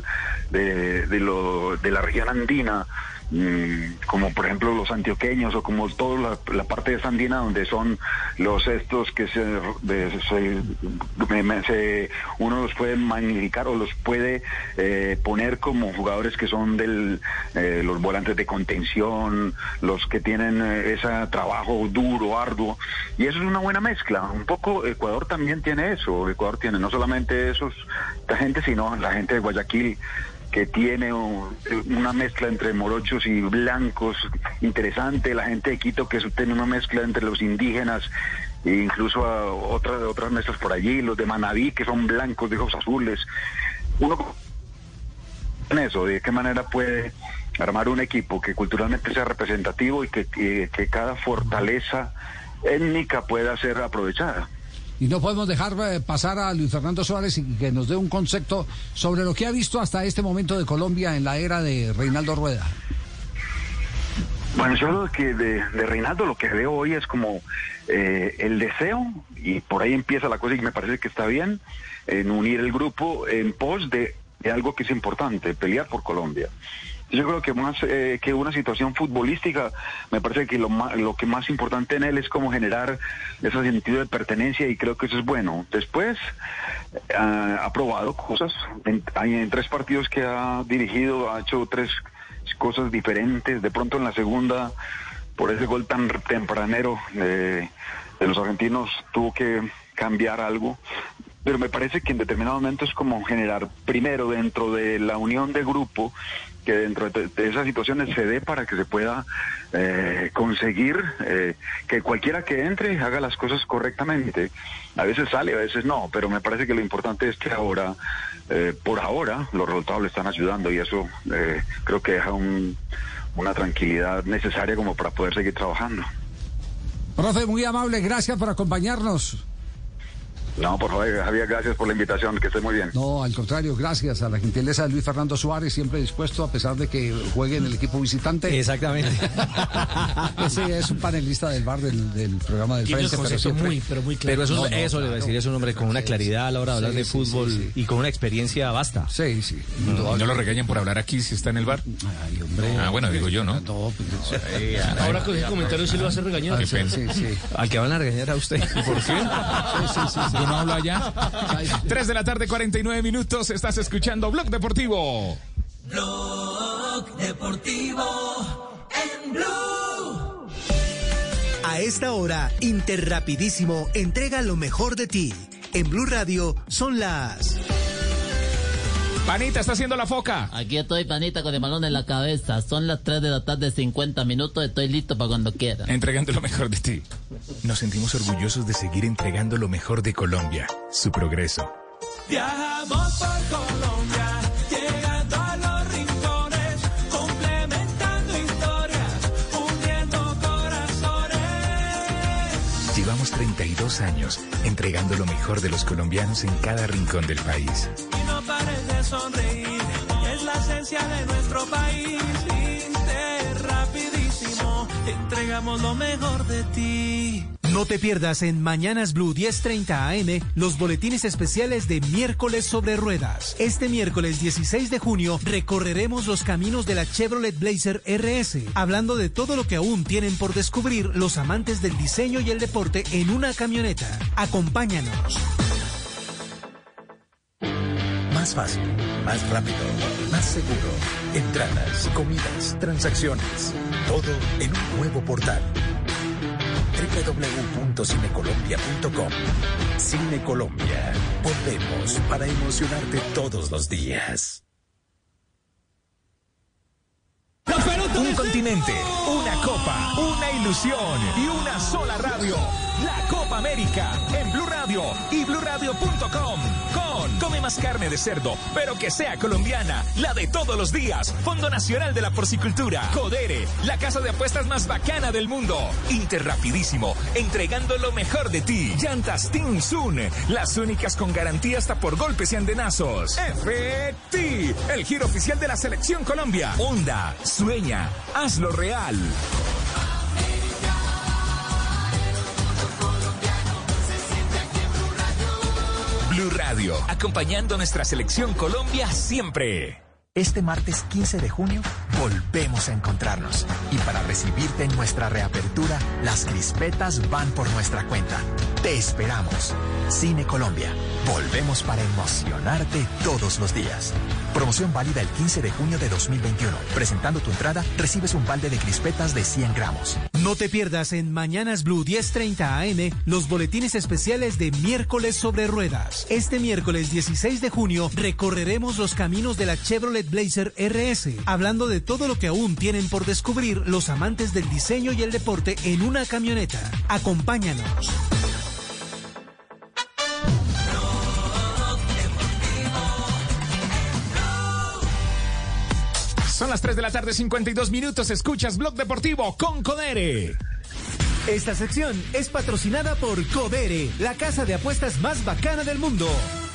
Speaker 8: de la región andina, como por ejemplo los antioqueños o como toda la parte de esa andina donde son los estos que uno los puede magnificar o los puede poner como jugadores que son los volantes de contención, los que tienen ese trabajo duro, arduo, y eso es una buena mezcla. Un poco Ecuador también tiene eso. Ecuador tiene no solamente esta gente, sino la gente de Guayaquil, que tiene una mezcla entre morochos y blancos interesante, la gente de Quito que tiene una mezcla entre los indígenas e incluso otras mezclas por allí, los de Manabí que son blancos de ojos azules. Uno en eso, de qué manera puede armar un equipo que culturalmente sea representativo y que cada fortaleza étnica pueda ser aprovechada.
Speaker 6: Y no podemos dejar pasar a Luis Fernando Suárez y que nos dé un concepto sobre lo que ha visto hasta este momento de Colombia en la era de Reinaldo Rueda.
Speaker 8: Bueno, yo lo que de Reinaldo lo que veo hoy es como el deseo, y por ahí empieza la cosa y me parece que está bien, en unir el grupo en pos de algo que es importante, pelear por Colombia. Yo creo que más que una situación futbolística, me parece que lo que más importante en él es como generar ese sentido de pertenencia, y creo que eso es bueno. Después ha probado cosas, en 3 partidos que ha dirigido, ha hecho 3 cosas diferentes. De pronto en la segunda, por ese gol tan tempranero de los argentinos, tuvo que cambiar algo. Pero me parece que en determinado momento es como generar, primero dentro de la unión de grupo, que dentro de esas situaciones se dé para que se pueda conseguir que cualquiera que entre haga las cosas correctamente. A veces sale, a veces no, pero me parece que lo importante es que ahora, por ahora, los resultados le están ayudando, y eso creo que deja una tranquilidad necesaria como para poder seguir trabajando.
Speaker 6: Profe, muy amable, gracias por acompañarnos.
Speaker 8: No, por favor, Javier, gracias por la invitación, que esté muy bien.
Speaker 6: No, al contrario, gracias a la gentileza de Luis Fernando Suárez, siempre dispuesto, a pesar de que juegue en el equipo visitante.
Speaker 5: Exactamente.
Speaker 6: Ese es un panelista del bar del programa del Frente,
Speaker 5: pero siempre... muy claro. Pero eso le voy a decir, es un hombre con una claridad a la hora de hablar de fútbol y con una experiencia vasta.
Speaker 6: Sí, sí.
Speaker 10: No lo regañan por hablar aquí si está en el bar.
Speaker 6: Ay, hombre.
Speaker 10: Bueno, digo yo, ¿no?
Speaker 1: Ahora con ese comentario sí lo vas a regañar.
Speaker 6: Sí.
Speaker 5: Al que van a regañar a usted.
Speaker 10: ¿Por qué?
Speaker 6: Sí.
Speaker 10: Yo no hablo allá. 3 de la tarde, 49 minutos. Estás escuchando Blog Deportivo.
Speaker 3: Blog Deportivo en Blue.
Speaker 9: A esta hora, Interrapidísimo entrega lo mejor de ti. En Blue Radio son las...
Speaker 10: Panita está haciendo la foca.
Speaker 4: Aquí estoy, Panita, con el balón en la cabeza. Son las 3 de la tarde, 50 minutos. Estoy listo para cuando quiera.
Speaker 10: Entregando lo mejor de ti. Nos sentimos orgullosos de seguir entregando lo mejor de Colombia, su progreso.
Speaker 3: Viajamos por Colombia, llegando a los rincones, complementando historias, uniendo corazones.
Speaker 10: Llevamos 32 años entregando lo mejor de los colombianos en cada rincón del país.
Speaker 3: Y no pares de sonreír, es la esencia de nuestro país. Rapidísimo, entregamos lo mejor de ti.
Speaker 9: No te pierdas en Mañanas Blue 10:30 AM los boletines especiales de Miércoles sobre Ruedas. Este miércoles 16 de junio recorreremos los caminos de la Chevrolet Blazer RS, hablando de todo lo que aún tienen por descubrir los amantes del diseño y el deporte en una camioneta. Acompáñanos.
Speaker 24: Más fácil, más rápido, más seguro. Entradas, comidas, transacciones. Todo en un nuevo portal. www.cinecolombia.com. Cine Colombia. Volvemos para emocionarte todos los días. Un continente, una copa, una ilusión y una sola radio.
Speaker 20: la Copa América en Blue Radio y BlueRadio.com. Come más carne de cerdo, pero que sea colombiana, la de todos los días. Fondo Nacional de la Porcicultura. Codere, la casa de apuestas más bacana del mundo. Interrapidísimo, entregando lo mejor de ti. Llantas Team Sun, las únicas con garantía hasta por golpes y andenazos. FT, el giro oficial de la Selección Colombia. Honda, sueña, hazlo real. Blue Radio, acompañando a nuestra Selección Colombia siempre.
Speaker 11: Este martes 15 de junio volvemos a encontrarnos. Y para recibirte en nuestra reapertura, las crispetas van por nuestra cuenta. Te esperamos. Cine Colombia. Volvemos para emocionarte todos los días. Promoción válida el 15 de junio de 2021. Presentando tu entrada, recibes un balde de crispetas de 100 gramos.
Speaker 9: No te pierdas en Mañanas Blue 10:30 AM los boletines especiales de Miércoles sobre Ruedas. Este miércoles 16 de junio recorreremos los caminos de la Chevrolet Blazer RS, hablando de todo lo que aún tienen por descubrir los amantes del diseño y el deporte en una camioneta. Acompáñanos.
Speaker 10: Son las 3 de la tarde, 52 minutos. Escuchas Blog Deportivo con Codere.
Speaker 9: Esta sección es patrocinada por Codere, la casa de apuestas más bacana del mundo.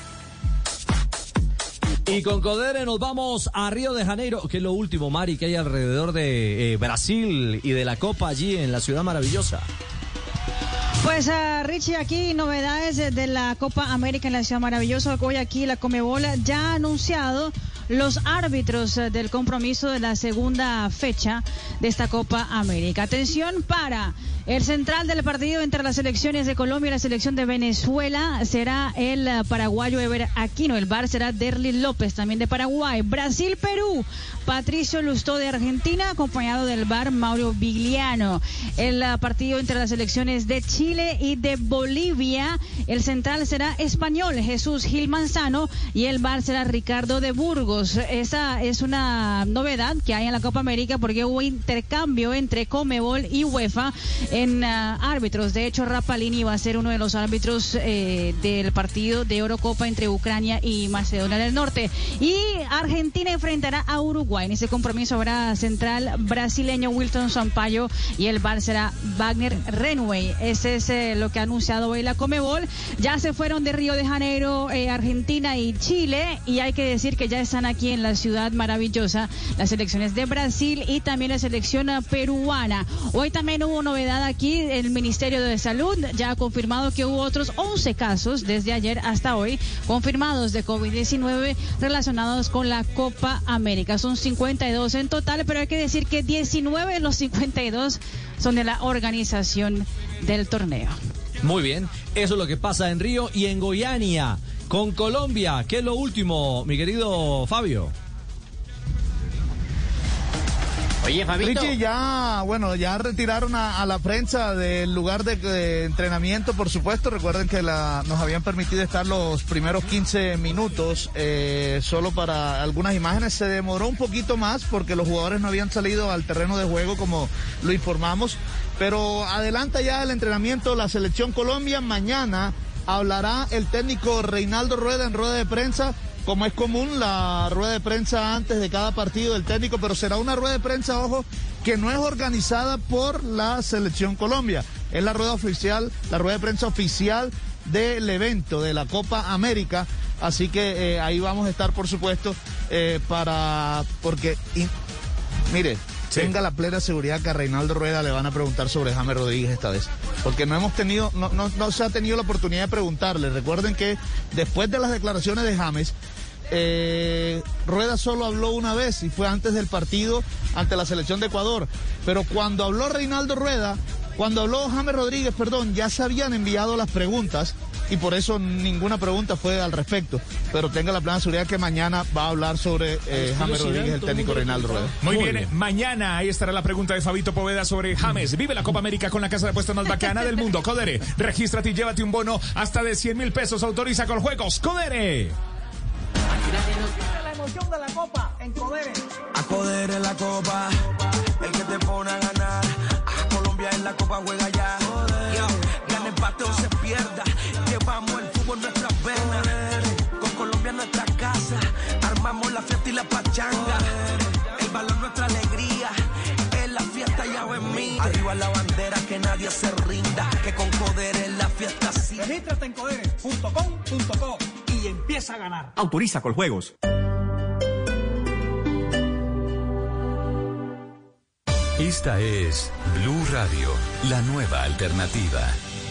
Speaker 5: Y con Codere nos vamos a Río de Janeiro, que es lo último, Mari, que hay alrededor de Brasil y de la Copa allí en la ciudad maravillosa.
Speaker 7: Pues Richie, aquí novedades de la Copa América en la ciudad maravillosa. Hoy aquí la Conmebol ya ha anunciado los árbitros del compromiso de la segunda fecha de esta Copa América. Atención para el central del partido entre las selecciones de Colombia y la selección de Venezuela será el paraguayo Ever Aquino. El VAR será Derly López, también de Paraguay. Brasil-Perú, Patricio Lustó de Argentina, acompañado del VAR Mauro Vigliano. El partido entre las selecciones de Chile y de Bolivia, el central será español Jesús Gil Manzano y el VAR será Ricardo de Burgos. Esa es una novedad que hay en la Copa América porque hubo intercambio entre Conmebol y UEFA en árbitros. De hecho, Rapalini va a ser uno de los árbitros del partido de Eurocopa entre Ucrania y Macedonia del Norte. Y Argentina enfrentará a Uruguay. En ese compromiso habrá central brasileño Wilton Sampaio y el VAR será Wagner Renway. Ese es lo que ha anunciado hoy la Conmebol. Ya se fueron de Río de Janeiro, Argentina y Chile, y hay que decir que ya están aquí en la ciudad maravillosa las selecciones de Brasil y también la selección peruana. Hoy también hubo novedad aquí. El Ministerio de Salud ya ha confirmado que hubo otros 11 casos desde ayer hasta hoy confirmados de COVID-19 relacionados con la Copa América. Son 52 en total, pero hay que decir que 19 de los 52 son de la organización del torneo.
Speaker 5: Muy bien, eso es lo que pasa en Río y en Goiânia. Con Colombia, ¿qué es lo último, mi querido Fabio?
Speaker 17: Oye, Fabito.
Speaker 29: Richie, ya retiraron a la prensa del lugar de entrenamiento, por supuesto. Recuerden que nos habían permitido estar los primeros 15 minutos solo para algunas imágenes. Se demoró un poquito más porque los jugadores no habían salido al terreno de juego como lo informamos. Pero adelanta ya el entrenamiento la Selección Colombia. Mañana hablará el técnico Reinaldo Rueda en rueda de prensa, como es común, la rueda de prensa antes de cada partido del técnico, pero será una rueda de prensa, ojo, que no es organizada por la Selección Colombia. Es la rueda de prensa oficial del evento de la Copa América. Así que ahí vamos a estar, por supuesto, mire, sí, tenga la plena seguridad que a Reinaldo Rueda le van a preguntar sobre James Rodríguez esta vez, porque no se ha tenido la oportunidad de preguntarle. Recuerden que después de las declaraciones de James, Rueda solo habló una vez y fue antes del partido ante la selección de Ecuador, pero cuando habló James Rodríguez, ya se habían enviado las preguntas y por eso ninguna pregunta fue al respecto. Pero tenga la plena seguridad que mañana va a hablar sobre James Rodríguez, el técnico Reinaldo Rueda.
Speaker 10: Muy bien, mañana ahí estará la pregunta de Fabito Poveda sobre James. Vive la Copa América con la casa de apuestas más bacana del mundo. Codere, regístrate y llévate un bono hasta de 100,000 pesos. Autoriza con juegos. Codere.
Speaker 3: La emoción de la Copa en Codere. A Codere la Copa, el que te pone a ganar. A Colombia en la Copa juega ya. Gane pierda. Llevamos el fútbol en nuestras venas, con Colombia en nuestra casa, armamos la fiesta y la pachanga. El balón nuestra alegría, es la fiesta ya ven mí. Arriba la bandera, que nadie se rinda, que con Codere la fiesta sí.
Speaker 9: Regístrate en codere.com.co y empieza a ganar.
Speaker 20: Autoriza Coljuegos.
Speaker 24: Esta es Blue Radio, la nueva alternativa.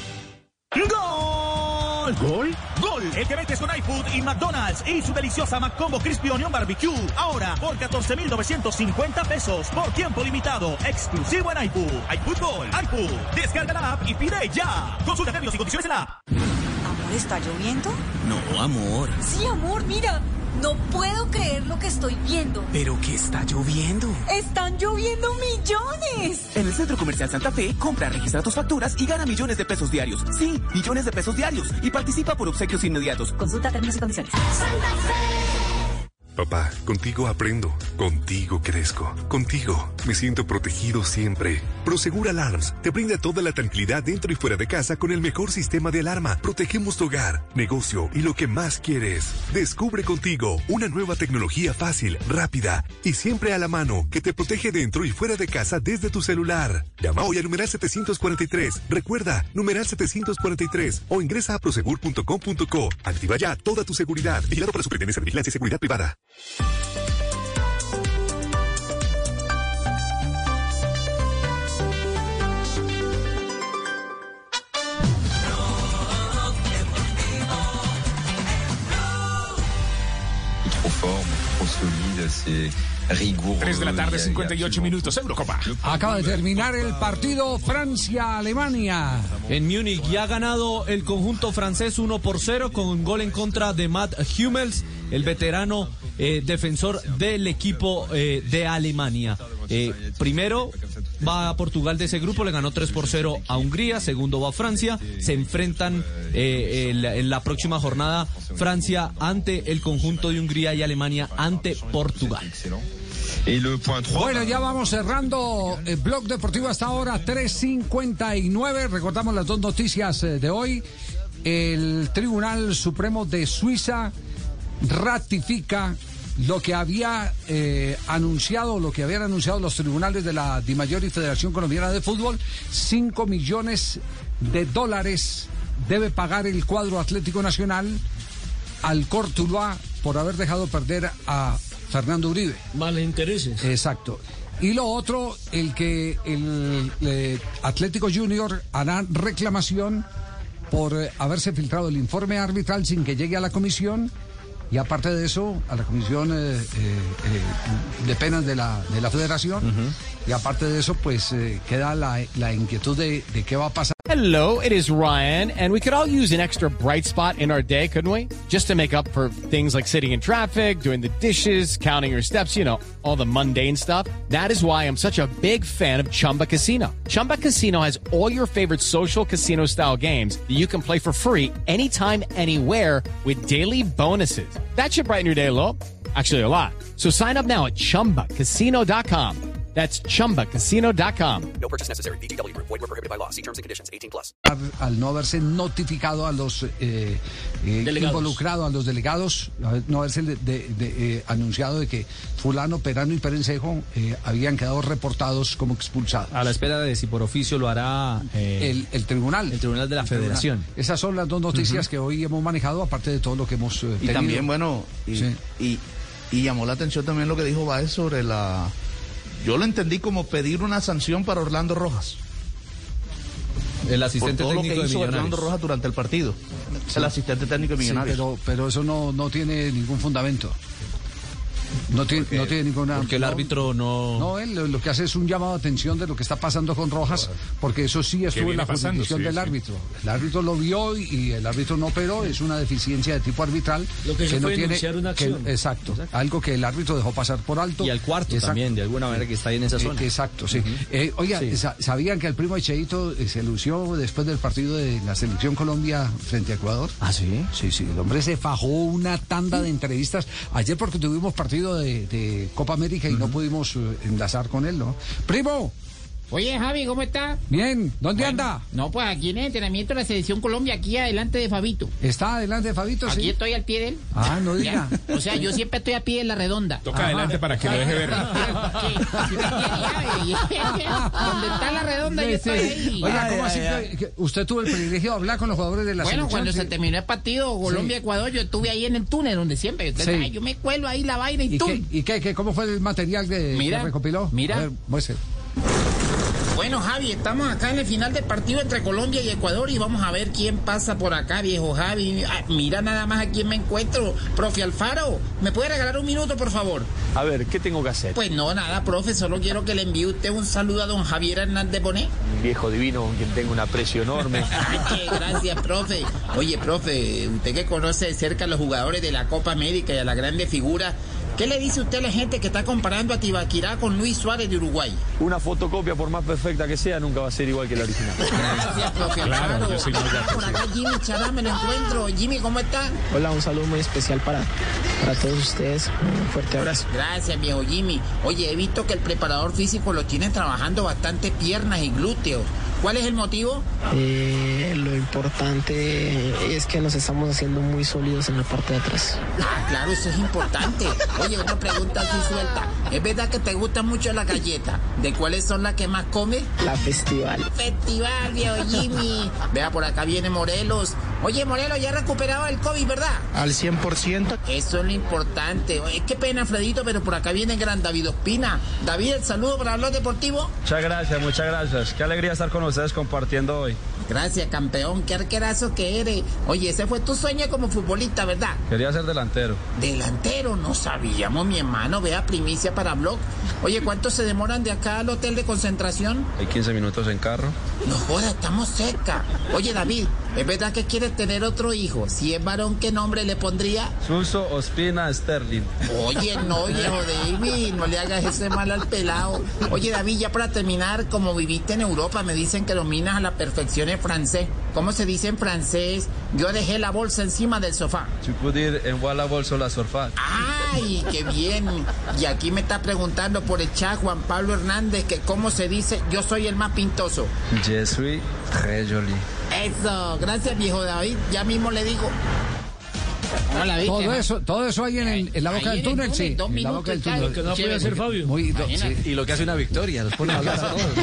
Speaker 20: ¡Gol! ¿Gol? ¡Gol! El que metes con iFood y McDonald's y su deliciosa McCombo Crispy Onion Barbecue. Ahora por 14,950 pesos por tiempo limitado. Exclusivo en iFood. iFood Gol. iFood. Descarga la app y pide ya. Consulta términos y condiciones en la app.
Speaker 18: ¿Amor, está lloviendo?
Speaker 12: No, amor.
Speaker 18: Sí, amor, mira. No puedo creer lo que estoy viendo.
Speaker 12: ¿Pero qué está lloviendo?
Speaker 18: ¡Están lloviendo millones!
Speaker 12: En el Centro Comercial Santa Fe, compra, registra tus facturas y gana millones de pesos diarios. Sí, millones de pesos diarios. Y participa por obsequios inmediatos.
Speaker 18: Consulta términos y condiciones.
Speaker 12: Santa Fe.
Speaker 14: Papá, contigo aprendo, contigo crezco, contigo me siento protegido siempre. Prosegur Alarms te brinda toda la tranquilidad dentro y fuera de casa con el mejor sistema de alarma. Protegemos tu hogar, negocio y lo que más quieres. Descubre contigo una nueva tecnología fácil, rápida y siempre a la mano que te protege dentro y fuera de casa desde tu celular. Llama hoy al numeral 743. Recuerda, numeral 743 o ingresa a prosegur.com.co. Activa ya toda tu seguridad. Vigilado por la Superintendencia de Vigilancia y Seguridad Privada.
Speaker 15: Trop fort, trop solide, c'est rigoureux.
Speaker 10: 3 de la tarde, 58 minutos, Eurocopa.
Speaker 6: Acaba de terminar el partido Francia-Alemania.
Speaker 5: En Múnich ya ha ganado el conjunto francés 1-0 con un gol en contra de Matt Hummels, el veterano defensor del equipo de Alemania. Primero va a Portugal de ese grupo, le ganó 3-0 a Hungría, segundo va a Francia, se enfrentan en la próxima jornada Francia ante el conjunto de Hungría y Alemania ante Portugal.
Speaker 6: Bueno, ya vamos cerrando el Blog Deportivo hasta ahora, 3:59. Recordamos las dos noticias de hoy. El Tribunal Supremo de Suiza ratifica lo que había anunciado, lo que habían anunciado los tribunales de la DIMAYOR y Federación Colombiana de Fútbol. $5 millones debe pagar el cuadro Atlético Nacional al Cortuluá por haber dejado perder a Fernando Uribe.
Speaker 1: Malos intereses.
Speaker 6: Exacto. Y lo otro, el Atlético Junior hará reclamación por haberse filtrado el informe arbitral sin que llegue a la comisión. Y aparte de eso, a la comisión de penas de la federación. Y aparte de eso, pues queda la inquietud de qué va a pasar.
Speaker 19: Hello, it is Ryan, and we could all use an extra bright spot in our day, couldn't we? Just to make up for things like sitting in traffic, doing the dishes, counting your steps, you know, all the mundane stuff. That is why I'm such a big fan of Chumba Casino. Chumba Casino has all your favorite social casino-style games that you can play for free anytime, anywhere with daily bonuses. That should brighten your day a little. Actually, a lot. So sign up now at ChumbaCasino.com. That's ChumbaCasino.com.
Speaker 13: No purchase necessary. VGW Group. Void where prohibited by law. See terms and conditions. 18+.
Speaker 6: Al no haberse notificado a los involucrados, a los delegados, no haberse anunciado de que fulano, perano y perencejo habían quedado reportados como expulsados.
Speaker 5: A la espera de si por oficio lo hará
Speaker 6: el tribunal.
Speaker 5: El tribunal de la Federación.
Speaker 6: Esas son las dos noticias que hoy hemos manejado, aparte de todo lo que hemos tenido.
Speaker 29: Y también, bueno, y llamó la atención también lo que dijo Báez sobre la... Yo lo entendí como pedir una sanción para Orlando Rojas.
Speaker 5: El asistente
Speaker 29: por todo
Speaker 5: técnico
Speaker 29: lo que hizo
Speaker 5: de Millonarios.
Speaker 29: Orlando Rojas durante el partido. Es el asistente técnico de Millonarios.
Speaker 6: Sí, pero eso no tiene ningún fundamento. No tiene ninguna...
Speaker 5: Porque el árbitro no...
Speaker 6: No, él lo que hace es un llamado de atención de lo que está pasando con Rojas, porque eso sí estuvo en la jurisdicción del árbitro. El árbitro lo vio y el árbitro no operó, es una deficencia de tipo arbitral.
Speaker 1: Lo que se
Speaker 6: no
Speaker 1: puede
Speaker 6: tiene
Speaker 1: denunciar una acción.
Speaker 6: Exacto, algo que el árbitro dejó pasar por alto.
Speaker 5: Y al cuarto también, de alguna manera que está ahí en esa zona.
Speaker 6: Exacto, sí. Oiga, ¿sabían que el primo de Cheito se lució después del partido de la Selección Colombia frente a Ecuador?
Speaker 5: ¿Ah, sí?
Speaker 6: Sí, el hombre se fajó una tanda de entrevistas. Ayer porque tuvimos partido de Copa América y no pudimos enlazar con él, ¿no? Primo,
Speaker 4: Oye, Javi, ¿cómo está?
Speaker 6: Bien, ¿dónde anda?
Speaker 4: No, pues aquí en el entrenamiento de la Selección Colombia, aquí adelante de Fabito.
Speaker 6: ¿Está adelante de Fabito?
Speaker 4: Aquí
Speaker 6: sí.
Speaker 4: Estoy al pie de él.
Speaker 6: Ah, no diga.
Speaker 4: Ya. O sea, yo siempre estoy a pie de la redonda.
Speaker 10: Toca adelante para que lo deje ver.
Speaker 4: Donde está la redonda, yo estoy ahí.
Speaker 6: Oiga, ¿cómo así que usted tuvo el privilegio de hablar con los jugadores de la selección?
Speaker 4: Bueno, cuando se terminó el partido Colombia-Ecuador, yo estuve ahí en el túnel, donde siempre. Entonces, yo me cuelo ahí la vaina y tú.
Speaker 6: ¿Y qué? ¿Cómo fue el material que recopiló?
Speaker 4: Mira.
Speaker 6: A ver, muestre.
Speaker 4: Bueno, Javi, estamos acá en el final del partido entre Colombia y Ecuador y vamos a ver quién pasa por acá, viejo Javi. Mira nada más a quién me encuentro. Profe Alfaro, ¿me puede regalar un minuto, por favor?
Speaker 2: A ver, ¿qué tengo que hacer?
Speaker 4: Pues no, nada, profe, solo quiero que le envíe usted un saludo a don Javier Hernández Bonet.
Speaker 2: Un viejo divino con quien tengo un aprecio enorme.
Speaker 4: Ay, gracias, profe. Oye, profe, usted que conoce de cerca a los jugadores de la Copa América y a la grande figura, ¿qué le dice usted a la gente que está comparando a Tibaquirá con Luis Suárez de Uruguay?
Speaker 2: Una fotocopia, por más perfecta que sea, nunca va a ser igual que la original.
Speaker 4: Gracias, profe Alfaro. Por acá Jimmy Chará, me lo encuentro. Jimmy, ¿cómo está?
Speaker 16: Hola, un saludo muy especial para todos ustedes. Un fuerte abrazo.
Speaker 4: Gracias, viejo Jimmy. Oye, he visto que el preparador físico lo tiene trabajando bastante piernas y glúteos. ¿Cuál es el motivo?
Speaker 16: Lo importante es que nos estamos haciendo muy sólidos en la parte de atrás.
Speaker 4: Ah, claro, eso es importante. Oye, una pregunta así suelta. ¿Es verdad que te gusta mucho la galleta? ¿De cuáles son las que más comes?
Speaker 16: La Festival.
Speaker 4: Festival, viejo Jimmy. Vea, por acá viene Morelos. Oye, Morelos, ya recuperado el COVID, ¿verdad?
Speaker 16: Al 100%.
Speaker 4: Eso es lo importante. Oye, qué pena, Fredito, pero por acá viene el gran David Ospina. David, el saludo para Blog Deportivo.
Speaker 2: Muchas gracias. Qué alegría estar con ustedes compartiendo hoy.
Speaker 4: Gracias, campeón. Qué arquerazo que eres. Oye, ese fue tu sueño como futbolista, ¿verdad?
Speaker 2: Quería ser delantero.
Speaker 4: Delantero, no sabíamos, mi hermano. Vea, primicia para Blog. Oye, ¿cuánto se demoran de acá al hotel de concentración?
Speaker 2: Hay 15 minutos en carro.
Speaker 4: No joda, estamos cerca. Oye, David, ¿es verdad que quieres tener otro hijo? Si es varón, ¿qué nombre le pondría?
Speaker 2: Suso Ospina Sterling.
Speaker 4: Oye, no, viejo David, no le hagas ese mal al pelado. Oye, David, ya para terminar, como viviste en Europa, me dicen que dominas a la perfección el francés. ¿Cómo se dice en francés? Yo dejé la bolsa encima del sofá.
Speaker 2: Tu peux dire en la bolsa la sofá.
Speaker 4: ¡Ay, qué bien! Y aquí me está preguntando por el chat Juan Pablo Hernández que cómo se dice yo soy el más pintoso.
Speaker 2: Je suis très joli.
Speaker 4: Eso, gracias, viejo David. Ya mismo le digo.
Speaker 6: Hola, todo eso hay en la boca del túnel, sí. En la boca del túnel.
Speaker 1: Lo que no puede hacer Fabio.
Speaker 5: Y lo que hace una victoria, los pone a hablar a todos.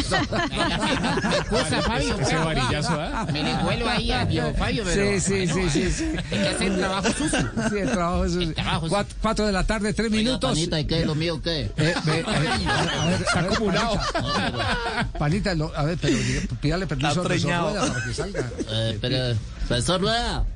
Speaker 4: Me excusa, Fabio.
Speaker 10: Ese varillazo,
Speaker 4: Me le vuelo ahí a viejo Fabio, pero...
Speaker 6: Sí.
Speaker 4: Hay que hacer el trabajo sucio.
Speaker 6: Sí, el trabajo sucio. 4 de la tarde, 3 minutos.
Speaker 4: Panita, ¿y qué? ¿Lo mío qué?
Speaker 10: Está acumulado.
Speaker 6: Panita, a ver, pero pídale permiso al profesor Rueda para que salga.
Speaker 4: Pero, profesor Rueda.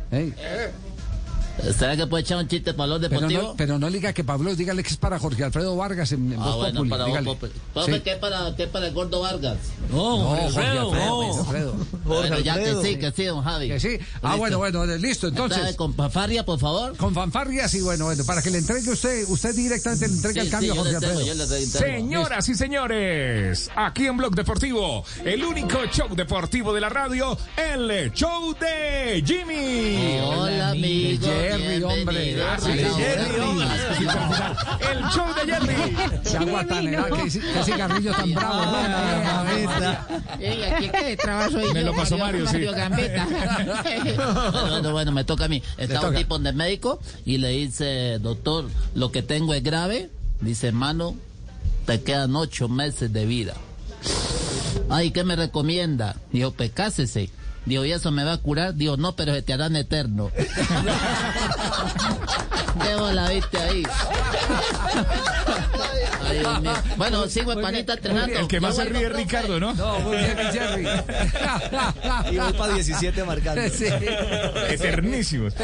Speaker 4: ¿Será que puede echar un chiste para los deportivos?
Speaker 6: Pero no diga que Pablo, dígale que es para Jorge Alfredo Vargas en Voz
Speaker 4: bueno,
Speaker 6: Populi.
Speaker 4: Para Voz Populi. Profe, ¿qué es para el gordo Vargas?
Speaker 6: Jorge Alfredo.
Speaker 4: Bueno, ya que sí, don Javi.
Speaker 6: Que sí. Bueno, listo, entonces.
Speaker 4: Con fanfarria, por favor.
Speaker 6: Con fanfarria, sí, bueno, para que le entregue usted directamente le entregue el cambio a Jorge Alfredo.
Speaker 10: Señoras y señores, aquí en Blog Deportivo, el único show deportivo de la radio, el show de Jimmy.
Speaker 4: Hola, amigo.
Speaker 6: Jerry, hombre.
Speaker 10: El show de Jerry.
Speaker 6: Se aguantan, qué cigarrillo tan bravo.
Speaker 4: Aquí qué trabajo.
Speaker 10: Me lo pasó Mario, sí.
Speaker 4: Bueno, me toca a mí. Está un tipo de médico y le dice, doctor, lo que tengo es grave. Dice, hermano, te quedan 8 meses de vida. Ay, ¿qué me recomienda? Dijo, pues cásese. Digo, ¿y eso me va a curar? Digo, no, pero se te harán eterno. ¿Qué vos la viste ahí? Ay, Dios mío. Bueno, sigo en Panita entrenando.
Speaker 10: El que más se ríe es Ricardo, ¿no?
Speaker 6: No, muy bien, Jerry.
Speaker 5: Y voy para 17 marcando.
Speaker 6: Sí.
Speaker 10: Eternísimos.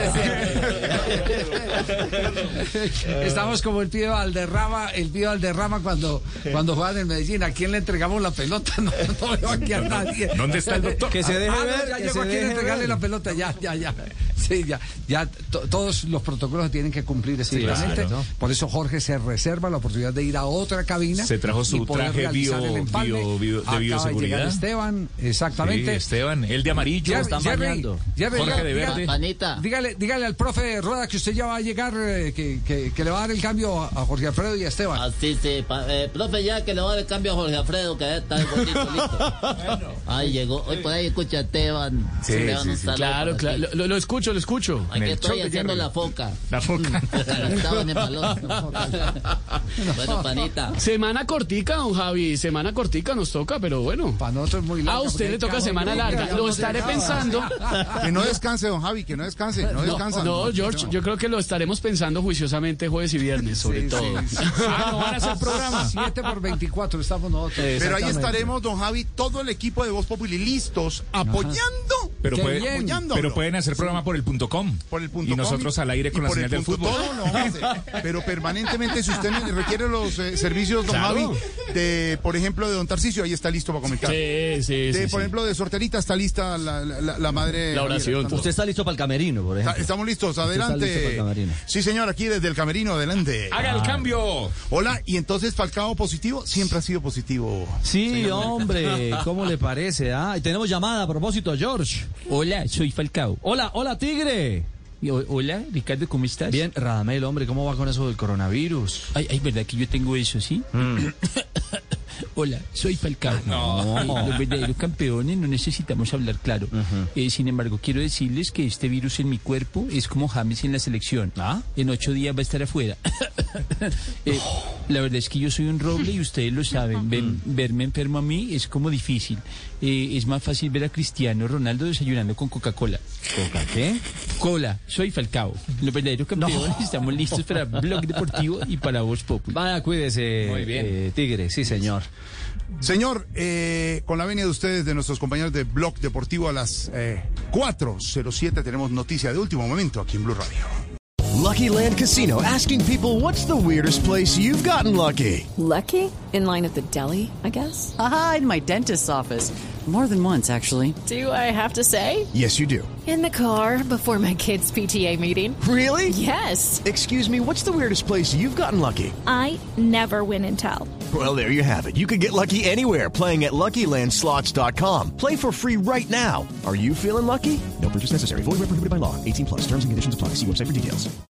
Speaker 6: Estamos como el Pío Valderrama cuando juegan en Medellín. ¿A quién le entregamos la pelota? No veo aquí a nadie.
Speaker 10: ¿Dónde está el doctor?
Speaker 5: Que se deje ver.
Speaker 6: Ya llegó aquí a entregarle la pelota. Ya. Sí, ya. Todos los protocolos se tienen que que cumplir estrictamente.
Speaker 10: claro.
Speaker 6: Por eso Jorge se reserva la oportunidad de ir a otra cabina.
Speaker 10: Se trajo su
Speaker 6: y poder
Speaker 10: traje
Speaker 6: realizar el empalme.
Speaker 10: de
Speaker 6: Acaba de
Speaker 10: bioseguridad.
Speaker 6: llegar Esteban, exactamente.
Speaker 10: Sí, Esteban, el de amarillo.
Speaker 6: Jerry,
Speaker 10: Jorge de verde.
Speaker 4: Panita.
Speaker 6: Dígale al profe Rueda que usted ya va a llegar, que le va a dar el cambio a Jorge Alfredo y a Esteban.
Speaker 4: Así sí, profe, ya que le va a dar el cambio a Jorge Alfredo, que está el bonito listo. Ahí llegó, hoy por ahí escucha a Esteban.
Speaker 10: Sí,
Speaker 4: Esteban,
Speaker 10: sí,
Speaker 4: un
Speaker 10: sí.
Speaker 4: saludo
Speaker 1: Claro,
Speaker 4: para
Speaker 1: claro.
Speaker 4: ti.
Speaker 1: Lo escucho, lo escucho.
Speaker 4: Aquí estoy haciendo la foca.
Speaker 10: La foca.
Speaker 4: Esteban de balón. Bueno, panita.
Speaker 1: Semana cortica, don Javi. Semana cortica nos toca, pero bueno.
Speaker 6: Para nosotros es muy larga.
Speaker 1: A usted le toca semana larga. Lo estaré pensando.
Speaker 8: Que no descanse, don Javi, que no descanse. No descansa.
Speaker 1: No, George, yo creo que lo estaremos pensando juiciosamente jueves y viernes, sobre todo.
Speaker 10: No van a hacer programa.
Speaker 6: 7x24 estamos nosotros.
Speaker 8: Pero ahí estaremos, don Javi, todo el equipo de Voz Populi listos, apoyando.
Speaker 10: Pero,
Speaker 8: apoyándolo.
Speaker 10: pero pueden hacer programa por el .com.
Speaker 8: Por el
Speaker 10: Y nosotros al aire con la señal del fútbol.
Speaker 8: Todo lo vamos a hacer. Pero permanentemente, si usted requiere los servicios, don
Speaker 10: Claro.
Speaker 8: Javi, de, por ejemplo, de don Tarcisio, ahí está listo para comentar.
Speaker 1: Sí.
Speaker 8: Por ejemplo, de Sorterita está lista la madre.
Speaker 1: La oración.
Speaker 5: Usted está listo para el camerino, por ejemplo.
Speaker 8: Estamos listos,
Speaker 5: Usted está listo para el
Speaker 8: adelante.
Speaker 5: camerino.
Speaker 8: Sí, señor, aquí desde el camerino, adelante.
Speaker 10: Haga el cambio.
Speaker 8: Hola, y entonces Falcao positivo, siempre ha sido positivo.
Speaker 5: Sí, hombre, ¿cómo le parece? Y tenemos llamada a propósito, George.
Speaker 4: Hola, soy Falcao.
Speaker 5: Hola, Tigre.
Speaker 4: Hola, Ricardo, ¿cómo estás?
Speaker 5: Bien, Radamel, hombre, ¿cómo va con eso del coronavirus?
Speaker 4: Ay, ¿verdad que yo tengo eso, sí? Hola, soy Falcao. Los verdaderos campeones no necesitamos hablar claro. Sin embargo, quiero decirles que este virus en mi cuerpo es como James en la selección. En 8 días va a estar afuera. La verdad es que yo soy un roble y ustedes lo saben. Verme enfermo a mí es como difícil. Es más fácil ver a Cristiano Ronaldo desayunando con Coca-Cola.
Speaker 5: ¿Coca qué?
Speaker 4: Cola, soy Falcao. Los verdaderos campeones estamos listos para Blog Deportivo y para Voz Populi.
Speaker 5: Vaya, cuídese,
Speaker 10: Muy bien.
Speaker 5: Tigre, sí, señor.
Speaker 8: Señor, con la venia de ustedes, de nuestros compañeros de Blog Deportivo, a las 4:07 tenemos noticia de último momento aquí en Blue Radio.
Speaker 11: Lucky Land Casino, asking people, what's the weirdest place you've gotten lucky?
Speaker 21: Lucky? In line at the deli, I guess?
Speaker 22: Aha, in my dentist's office. More than once, actually.
Speaker 21: Do I have to say?
Speaker 11: Yes, you do.
Speaker 21: In the car before my kids' PTA meeting.
Speaker 11: Really?
Speaker 21: Yes.
Speaker 11: Excuse me, what's the weirdest place you've gotten lucky?
Speaker 23: I never win and tell.
Speaker 11: Well, there you have it. You can get lucky anywhere, playing at LuckyLandSlots.com. Play for free right now. Are you feeling lucky? No purchase necessary. Void where prohibited by law. 18+. Terms and conditions apply. See website for details.